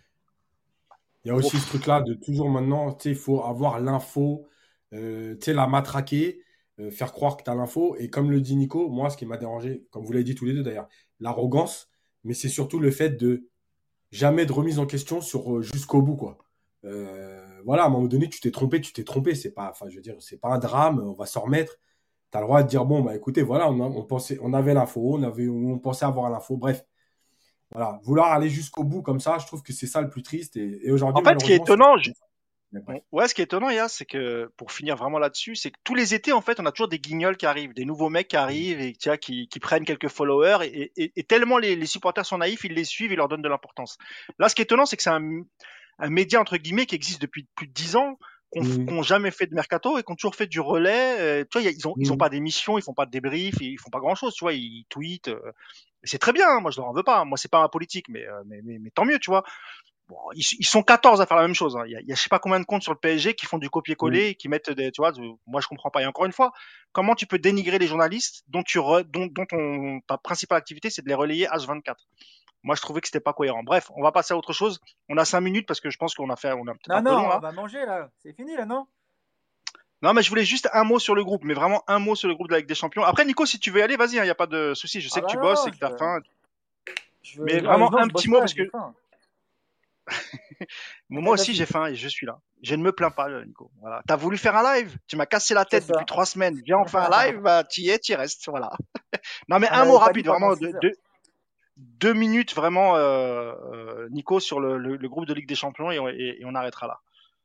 il y a aussi ce Ouf. truc-là de toujours maintenant, tu sais, il faut avoir l'info, tu sais, la matraquer, faire croire que tu as l'info. Et comme le dit Nico, moi, ce qui m'a dérangé, comme vous l'avez dit tous les deux d'ailleurs, l'arrogance, mais c'est surtout le fait de jamais de remise en question sur jusqu'au bout, quoi. Voilà, à un moment donné, tu t'es trompé. C'est pas, enfin, je veux dire, c'est pas un drame, on va s'en remettre. Tu as le droit de dire, bon, bah écoutez, voilà, on pensait, on avait l'info, on pensait avoir l'info. Bref, voilà, vouloir aller jusqu'au bout comme ça, je trouve que c'est ça le plus triste. Et En aujourd'hui, fait, ce qui est malheureusement, étonnant, mais bref. ouais, ce qui est étonnant, Yas, c'est que pour finir vraiment là-dessus, c'est que tous les étés, en fait, on a toujours des guignols qui arrivent, des nouveaux mecs qui arrivent et tu vois, qui prennent quelques followers et tellement les supporters sont naïfs, ils les suivent, ils leur donnent de l'importance. Là, ce qui est étonnant, c'est que c'est un média entre guillemets qui existe depuis plus de 10 ans, Mmh. qu'on jamais fait de mercato et qui ont toujours fait du relais. Tu vois, ils ont Mmh. pas d'émissions, ils font pas de débriefs, ils font pas grand-chose. Tu vois, ils tweetent. C'est très bien. Hein, moi, je leur en veux pas. Moi, c'est pas ma politique, mais tant mieux. Tu vois. Bon, ils sont 14 à faire la même chose. Hein. Il y a je sais pas combien de comptes sur le PSG qui font du Mmh. copier-coller, et qui mettent des, tu vois, moi je comprends pas. Et encore une fois, comment tu peux dénigrer les journalistes dont ta principale activité c'est de les relayer H24. Moi je trouvais que c'était pas cohérent. Bref, on va passer à autre chose. On a 5 minutes parce que je pense on a peut-être Non, un peu long non, on là. va manger là. C'est fini là, non? Non, mais je voulais juste un mot sur le groupe, mais vraiment un mot sur le groupe de la Ligue des Champions. Après, Nico, si tu veux y aller, vas-y, il n'y a pas de souci. Je sais Ah que bah tu non, bosses non, et que tu as faim. Mais ah, vraiment non, un je petit bosse mot pas, parce j'ai que faim. moi aussi Vas-y, j'ai faim et je suis là. Je ne me plains pas, Nico. Voilà. T'as voulu faire un live, tu m'as cassé la c'est tête depuis ça. 3 semaines. Viens, on fait un live, bah t'y es, t'y restes. Voilà. Non, mais On un mot n'avait pas dit rapide, pendant vraiment 6 heures. 2 minutes vraiment, Nico, sur le groupe de Ligue des Champions et on arrêtera là.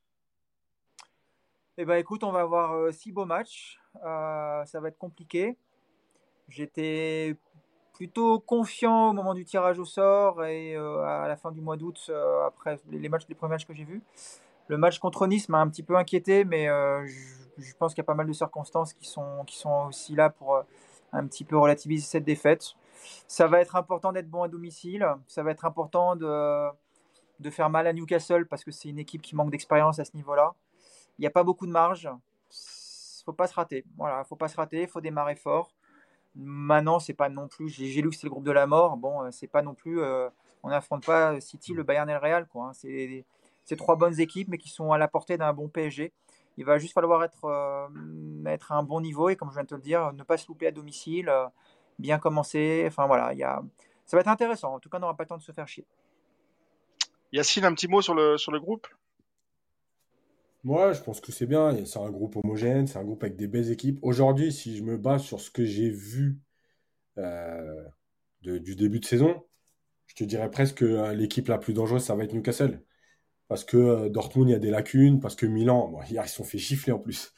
Eh ben écoute, on va avoir 6 beaux matchs. Ça va être compliqué. J'étais plutôt confiant au moment du tirage au sort et à la fin du mois d'août, après les premiers matchs que j'ai vus. Le match contre Nice m'a un petit peu inquiété, mais je pense qu'il y a pas mal de circonstances qui sont aussi là pour un petit peu relativiser cette défaite. Ça va être important d'être bon à domicile. Ça va être important de faire mal à Newcastle parce que c'est une équipe qui manque d'expérience à ce niveau-là. Il n'y a pas beaucoup de marge. Faut pas se rater. Voilà, faut pas se rater. Il faut démarrer fort. Maintenant, c'est pas non plus. J'ai lu que c'est le groupe de la mort. Bon, c'est pas non plus. On n'affronte pas City, le Bayern et le Real, quoi. Hein. C'est 3 bonnes équipes, mais qui sont à la portée d'un bon PSG. Il va juste falloir être à un bon niveau et, comme je viens de te le dire, ne pas se louper à domicile bien commencer. Enfin voilà, ça va être intéressant. En tout cas, on n'aura pas le temps de se faire chier. Yacine, un petit mot sur le groupe? Moi, je pense que c'est bien. C'est un groupe homogène, c'est un groupe avec des belles équipes. Aujourd'hui, si je me base sur ce que j'ai vu euh, du début de saison, je te dirais presque que l'équipe la plus dangereuse, ça va être Newcastle. Parce que Dortmund, il y a des lacunes. Parce que Milan, bon, hier, ils se sont fait gifler en plus.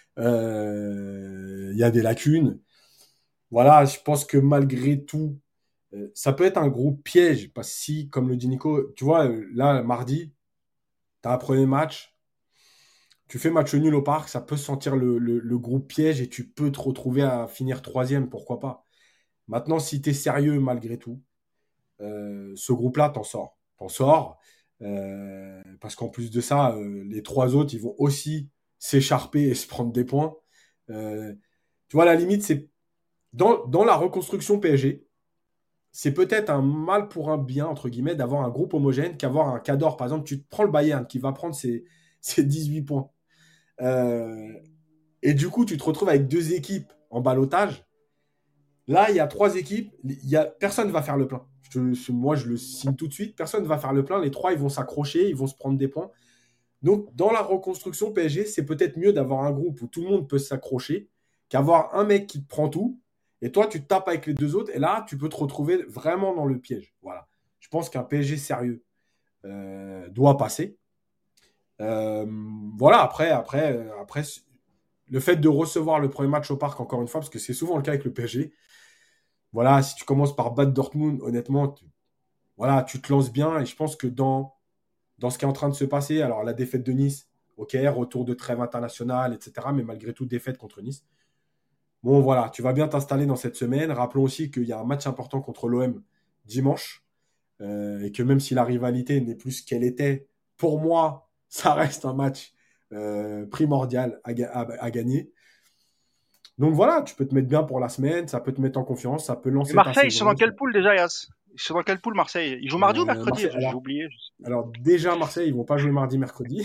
Il y a des lacunes. Voilà, je pense que malgré tout, ça peut être un gros piège. Parce que si, comme le dit Nico, tu vois, là, mardi, tu as un premier match. Tu fais match nul au parc, ça peut sentir le groupe piège et tu peux te retrouver à finir troisième, pourquoi pas. Maintenant, si tu es sérieux malgré tout, ce groupe-là, t'en sors. T'en sors. Parce qu'en plus de ça, les trois autres, ils vont aussi s'écharper et se prendre des points. Euh, Tu vois, à la limite, c'est dans la reconstruction PSG, c'est peut-être un mal pour un bien, entre guillemets, d'avoir un groupe homogène qu'avoir un Cador. Par exemple, tu te prends le Bayern qui va prendre ses 18 points. Euh, et du coup, tu te retrouves avec deux équipes en ballottage. Là, il y a trois équipes. Personne ne va faire le plein. Moi, je le signe tout de suite. Personne ne va faire le plein. Les trois, ils vont s'accrocher, ils vont se prendre des points. Donc, dans la reconstruction PSG, c'est peut-être mieux d'avoir un groupe où tout le monde peut s'accrocher qu'avoir un mec qui te prend tout. Et toi, tu te tapes avec les deux autres. Et là, tu peux te retrouver vraiment dans le piège. Voilà. Je pense qu'un PSG sérieux doit passer. Euh, voilà, après, le fait de recevoir le premier match au parc, encore une fois, parce que c'est souvent le cas avec le PSG, voilà, si tu commences par battre Dortmund, honnêtement, voilà, tu te lances bien. Et je pense que dans ce qui est en train de se passer, alors la défaite de Nice, ok, retour de trêve internationale, etc., mais malgré tout, défaite contre Nice. Bon, voilà, tu vas bien t'installer dans cette semaine. Rappelons aussi qu'il y a un match important contre l'OM dimanche, et que même si la rivalité n'est plus ce qu'elle était, pour moi, ça reste un match primordial à gagner. Donc voilà, tu peux te mettre bien pour la semaine, ça peut te mettre en confiance, ça peut Et lancer ta Marseille, ils sont dans saison. quelle poule déjà, Yass? Ils sont dans quelle poule, Marseille? Ils jouent mardi ou mercredi? Marseille, J'ai oublié. alors déjà, Marseille, ils vont pas jouer mardi, mercredi.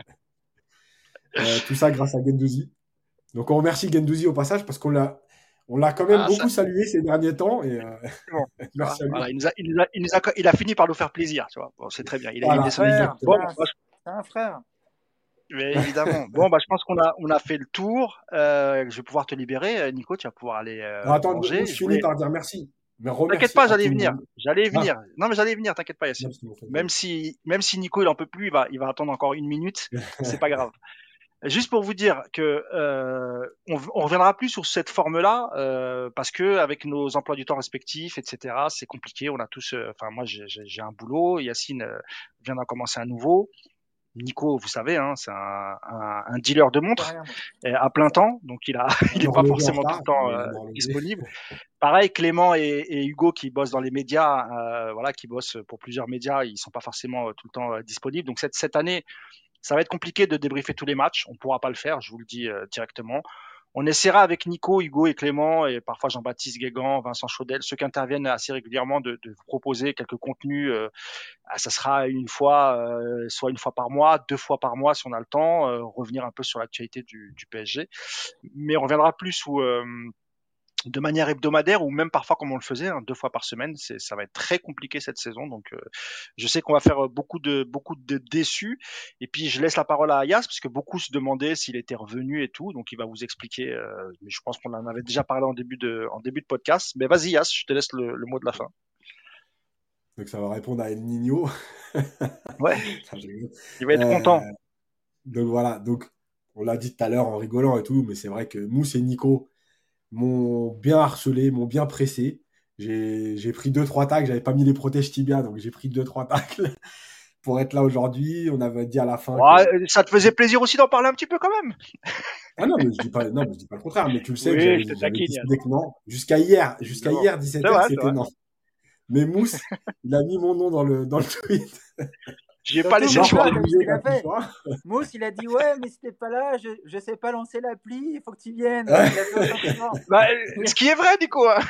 Tout ça grâce à Gendouzi. Donc on remercie Gendouzi au passage parce on l'a quand même Ah, ça, beaucoup salué ces derniers temps. Et c'est bon. merci à lui. Voilà, il a fini par nous faire plaisir, tu vois. Bon, c'est très bien. Il Un Voilà, est solide. frère, Bon, exactement. c'est un frère. mais évidemment. Bon, bah, je pense qu'on a fait le tour. Je vais pouvoir te libérer, Nico. Tu vas pouvoir aller Alors, attends, manger. je finis par dire merci. Mais T'inquiète remercie pas, à j'allais tout le venir. monde. J'allais Ah, venir. Non, mais j'allais venir. T'inquiète pas, non, Yacine. parce qu'ils m'ont fait Même si Nico il en peut plus, il va attendre encore une minute. C'est pas grave. Juste pour vous dire que on reviendra plus sur cette forme-là parce que avec nos emplois du temps respectifs, etc., c'est compliqué. On a tous, enfin moi j'ai un boulot, Yacine vient d'en commencer un nouveau. Nico, vous savez, hein, c'est un dealer de C'est montres rien, moi. à plein temps, donc il un est pas horloger en forcément tout retard. le temps Il y a un horloger. disponible. Pareil, Clément et Hugo qui bossent dans les médias, voilà, qui bossent pour plusieurs médias, ils sont pas forcément tout le temps disponibles. Donc cette année, ça va être compliqué de débriefer tous les matchs. On pourra pas le faire, je vous le dis directement. On essaiera avec Nico, Hugo et Clément, et parfois Jean-Baptiste Guégan, Vincent Chaudel, ceux qui interviennent assez régulièrement, de vous proposer quelques contenus. Ça sera soit une fois par mois, 2 fois par mois si on a le temps, revenir un peu sur l'actualité du PSG. Mais on reviendra plus de manière hebdomadaire ou même parfois comme on le faisait, 2 fois par semaine. Ça va être très compliqué cette saison, donc je sais qu'on va faire beaucoup de déçus. Et puis je laisse la parole à Ayas parce que beaucoup se demandaient s'il était revenu et tout, donc il va vous expliquer. Mais je pense qu'on en avait déjà parlé en début de podcast. Mais vas-y Ayas, je te laisse le mot de la fin. Donc ça va répondre à El Nino. Ouais, Enfin, je rigole. il va être Euh, content. donc voilà, donc on l'a dit tout à l'heure en rigolant et tout, mais c'est vrai que Mousse et Nico m'ont bien harcelé, m'ont bien pressé. J'ai pris 2-3 tacles, j'avais pas mis les protèges tibia, donc j'ai pris 2-3 tacles pour être là aujourd'hui. On avait dit à la fin Ouais, que. ça te faisait plaisir aussi d'en parler un petit peu quand même. Ah non, mais je dis pas, non, mais je dis pas le contraire, mais tu le sais que Oui, j'avais je te j'avais taquine, décidé que non. Jusqu'à évidemment. hier C'est 17h, vrai, c'est c'était vrai. non. Mais Mousse, il a mis mon nom dans le tweet. J'ai pas Surtout laissé le Marc Moussa, choix. t'as vu ce obligé qu'il quand a tu fait? sois. Mousse, il a dit ouais, mais si t'es pas là, je sais pas lancer l'appli, il faut que tu viennes. Ouais. Il a fait aucun sentiment. Bah, ce qui est vrai, Nico. Hein.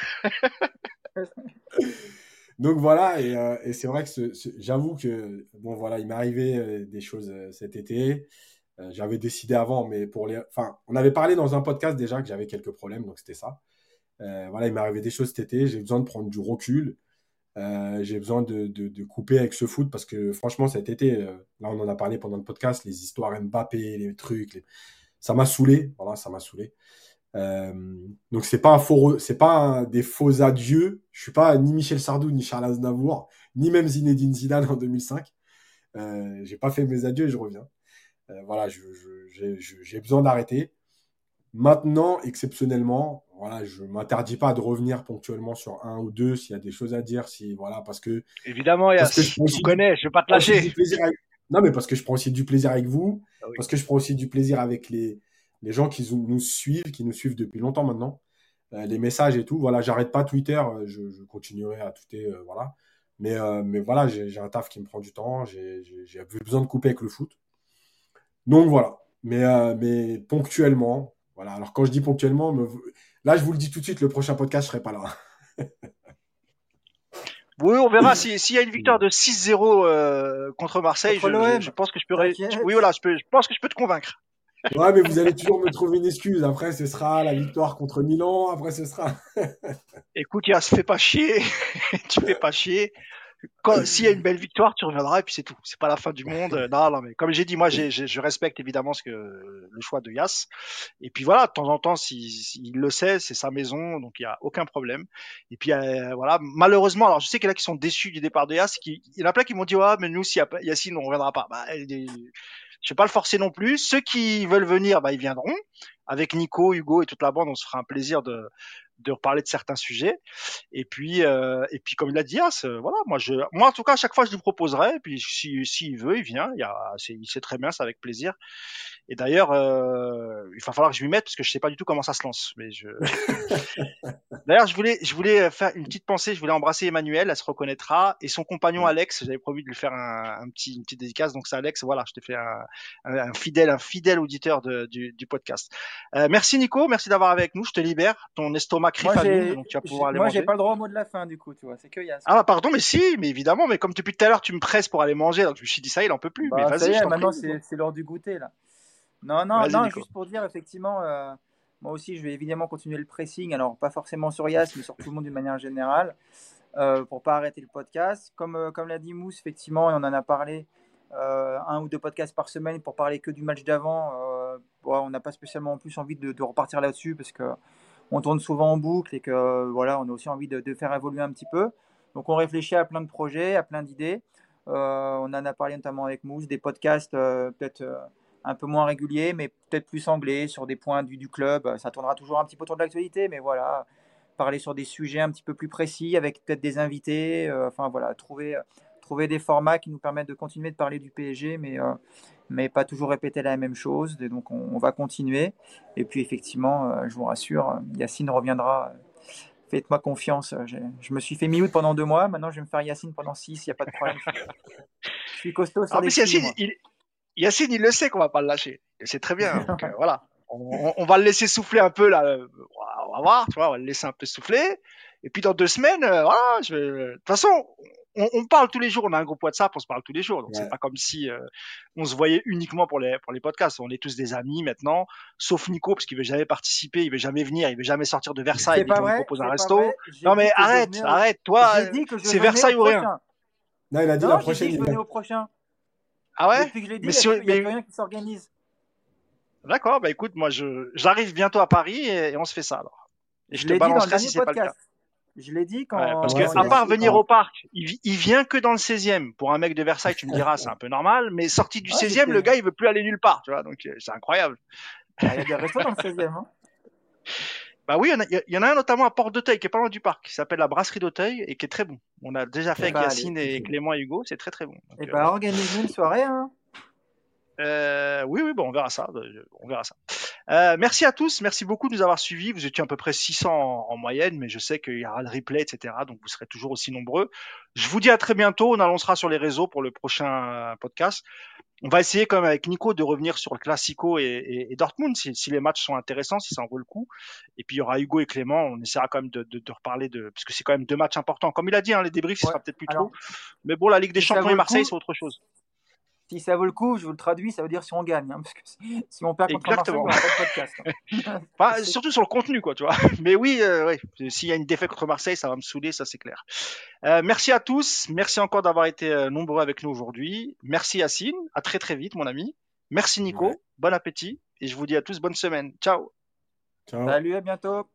Donc voilà, et c'est vrai que j'avoue que bon voilà, il m'est arrivé des choses cet été. J'avais décidé avant, mais enfin, on avait parlé dans un podcast déjà que j'avais quelques problèmes, donc c'était ça. Voilà, il m'est arrivé des choses cet été. J'ai besoin de prendre du recul. J'ai besoin de couper avec ce foot parce que franchement, cet été, là, on en a parlé pendant le podcast, les histoires Mbappé, les trucs, ça m'a saoulé. Voilà, ça m'a saoulé. Donc c'est pas des faux adieux. Je suis pas ni Michel Sardou, ni Charles Aznavour, ni même Zinedine Zidane en 2005. J'ai pas fait mes adieux et je reviens. Voilà, j'ai besoin d'arrêter. Maintenant, exceptionnellement, voilà, je m'interdis pas de revenir ponctuellement sur un ou deux s'il y a des choses à dire, voilà, Évidemment, parce que Yass, tu me connais, je vais pas te lâcher. Non, mais parce que je prends aussi du plaisir avec vous, Ah oui. parce que je prends aussi du plaisir avec les gens qui nous suivent depuis longtemps maintenant, les messages et tout. Voilà, j'arrête pas Twitter, je continuerai à tweeter, voilà. Mais voilà, j'ai un taf qui me prend du temps, j'ai besoin de couper avec le foot. Donc voilà, mais ponctuellement. Voilà. Alors quand je dis ponctuellement, là je vous le dis tout de suite, le prochain podcast je serai pas là. Oui, on verra s'il y a une victoire de 6-0 contre Marseille. Contre je pense que je peux. T'inquiète. Oui, voilà, je pense que je peux te convaincre. Ouais, mais vous allez toujours me trouver une excuse. Après, ce sera la victoire contre Milan. Après, ce sera. Écoute, Yass, fais pas chier. Tu fais pas chier. S'il y a une belle victoire, tu reviendras et puis c'est tout. C'est pas la fin du monde. Non, mais comme j'ai dit, moi, je respecte évidemment le choix de Yass. Et puis voilà, de temps en temps, s'il le sait, c'est sa maison, donc il y a aucun problème. Et puis voilà, malheureusement, alors je sais qu'il y en a qui sont déçus du départ de Yass. Il y en a plein qui m'ont dit, ouais, mais nous, si Yacine, on reviendra pas. Bah, je vais pas le forcer non plus. Ceux qui veulent venir, bah, ils viendront. Avec Nico, Hugo et toute la bande, on se fera un plaisir de reparler de certains sujets. Et puis comme il l'a dit, voilà, moi en tout cas à chaque fois je lui proposerai. Et puis s'il veut, il vient. Il sait très bien, c'est avec plaisir. Et d'ailleurs, il va falloir que je m'y mette parce que je sais pas du tout comment ça se lance. D'ailleurs, je voulais faire une petite pensée. Je voulais embrasser Emmanuel, elle se reconnaîtra, et son compagnon Alex. J'avais promis de lui faire une petite dédicace. Donc c'est Alex. Voilà, je t'ai fait un fidèle auditeur du podcast. Merci Nico, merci d'avoir avec nous. Je te libère. Ton estomac crie famine, donc tu vas pouvoir aller manger. Moi, j'ai pas le droit au mot de la fin du coup, tu vois. C'est que Yass. Ah pardon, mais si, mais évidemment. Mais comme depuis tout à l'heure, tu me presses pour aller manger, donc je me suis dit ça, il en peut plus. Bah, mais vas-y, ça y est, je t'en maintenant prie. c'est l'heure du goûter là. Non, Nico. juste pour dire effectivement, moi aussi je vais évidemment continuer le pressing, alors pas forcément sur Yass, mais sur tout le monde d'une manière générale, pour pas arrêter le podcast. Comme l'a dit Mousse, effectivement, et on en a parlé, un ou deux podcasts par semaine pour parler que du match d'avant. On n'a pas spécialement en plus envie de repartir là-dessus parce que on tourne souvent en boucle et que voilà, on a aussi envie de faire évoluer un petit peu. Donc on réfléchit à plein de projets, à plein d'idées. On en a parlé notamment avec Mousse, des podcasts peut-être un peu moins réguliers, mais peut-être plus anglais sur des points du club. Ça tournera toujours un petit peu autour de l'actualité, mais voilà, parler sur des sujets un petit peu plus précis avec peut-être des invités. Enfin voilà, trouver des formats qui nous permettent de continuer de parler du PSG, mais pas toujours répéter la même chose. Et donc on va continuer. Et puis effectivement, je vous rassure, Yacine reviendra. Faites-moi confiance. Je me suis fait mi-août pendant 2 mois. Maintenant, je vais me faire Yacine pendant 6. Il n'y a pas de problème. Je suis costaud sur les filles. Yacine, il le sait qu'on va pas le lâcher. Il sait très bien. Donc, voilà. On va le laisser souffler un peu là. On va voir, tu vois, on va le laisser un peu souffler. Et puis dans 2 semaines, voilà. De toute façon, on parle tous les jours. On a un groupe WhatsApp, on se parle tous les jours. Donc c'est pas comme si on se voyait uniquement pour les podcasts. On est tous des amis maintenant, sauf Nico parce qu'il veut jamais participer, il veut jamais venir, il veut jamais sortir de Versailles. C'est pas vrai. On propose un resto. Non mais arrête. Toi, c'est Versailles ou rien. Non, il a dit la prochaine. J'ai dit que je venais au prochain. Ah ouais? Depuis que je l'ai dit, il n'y a plus rien qui s'organise. D'accord, bah écoute, moi j'arrive bientôt à Paris et on se fait ça alors. Et je te balancerai si c'est pas le cas. Je l'ai dit quand. Parce que à part venir au parc, il vient que dans le 16e. Pour un mec de Versailles, tu me diras, c'est un peu normal, mais sorti du 16e, le gars il veut plus aller nulle part, tu vois, donc c'est incroyable. Il y a des restos dans le 16e, hein. Bah oui, il y en a un notamment à Porte d'Auteuil qui est pas loin du parc, qui s'appelle la Brasserie d'Auteuil et qui est très bon. On a déjà fait avec Yacine et Clément et Hugo, c'est très très bon. Et bah organise-nous une soirée, hein. Oui, bon, on verra ça. Merci à tous, merci beaucoup de nous avoir suivis. Vous étiez à peu près 600 en moyenne, mais je sais qu'il y aura le replay, etc. Donc vous serez toujours aussi nombreux. Je vous dis à très bientôt. On annoncera sur les réseaux pour le prochain podcast. On va essayer quand même avec Nico de revenir sur le Classico et Dortmund si les matchs sont intéressants, si ça en vaut le coup. Et puis il y aura Hugo et Clément. On essaiera quand même de reparler parce que c'est quand même 2 matchs importants. Comme il a dit, les débriefs, ce sera peut-être plus trop. Mais bon, la Ligue des Champions et Marseille, c'est autre chose. si ça vaut le coup, je vous le traduis, ça veut dire si on gagne. Hein, parce que si on perd contre Marseille, Exactement. on n'aura pas de podcast. Hein. Enfin, surtout sur le contenu, quoi, tu vois. Mais oui, ouais, s'il y a une défaite contre Marseille, ça va me saouler, ça c'est clair. Merci à tous. Merci encore d'avoir été nombreux avec nous aujourd'hui. Merci Yacine. À très très vite, mon ami. Merci Nico. Ouais. Bon appétit. Et je vous dis à tous bonne semaine. Ciao. Ciao. Salut, à bientôt.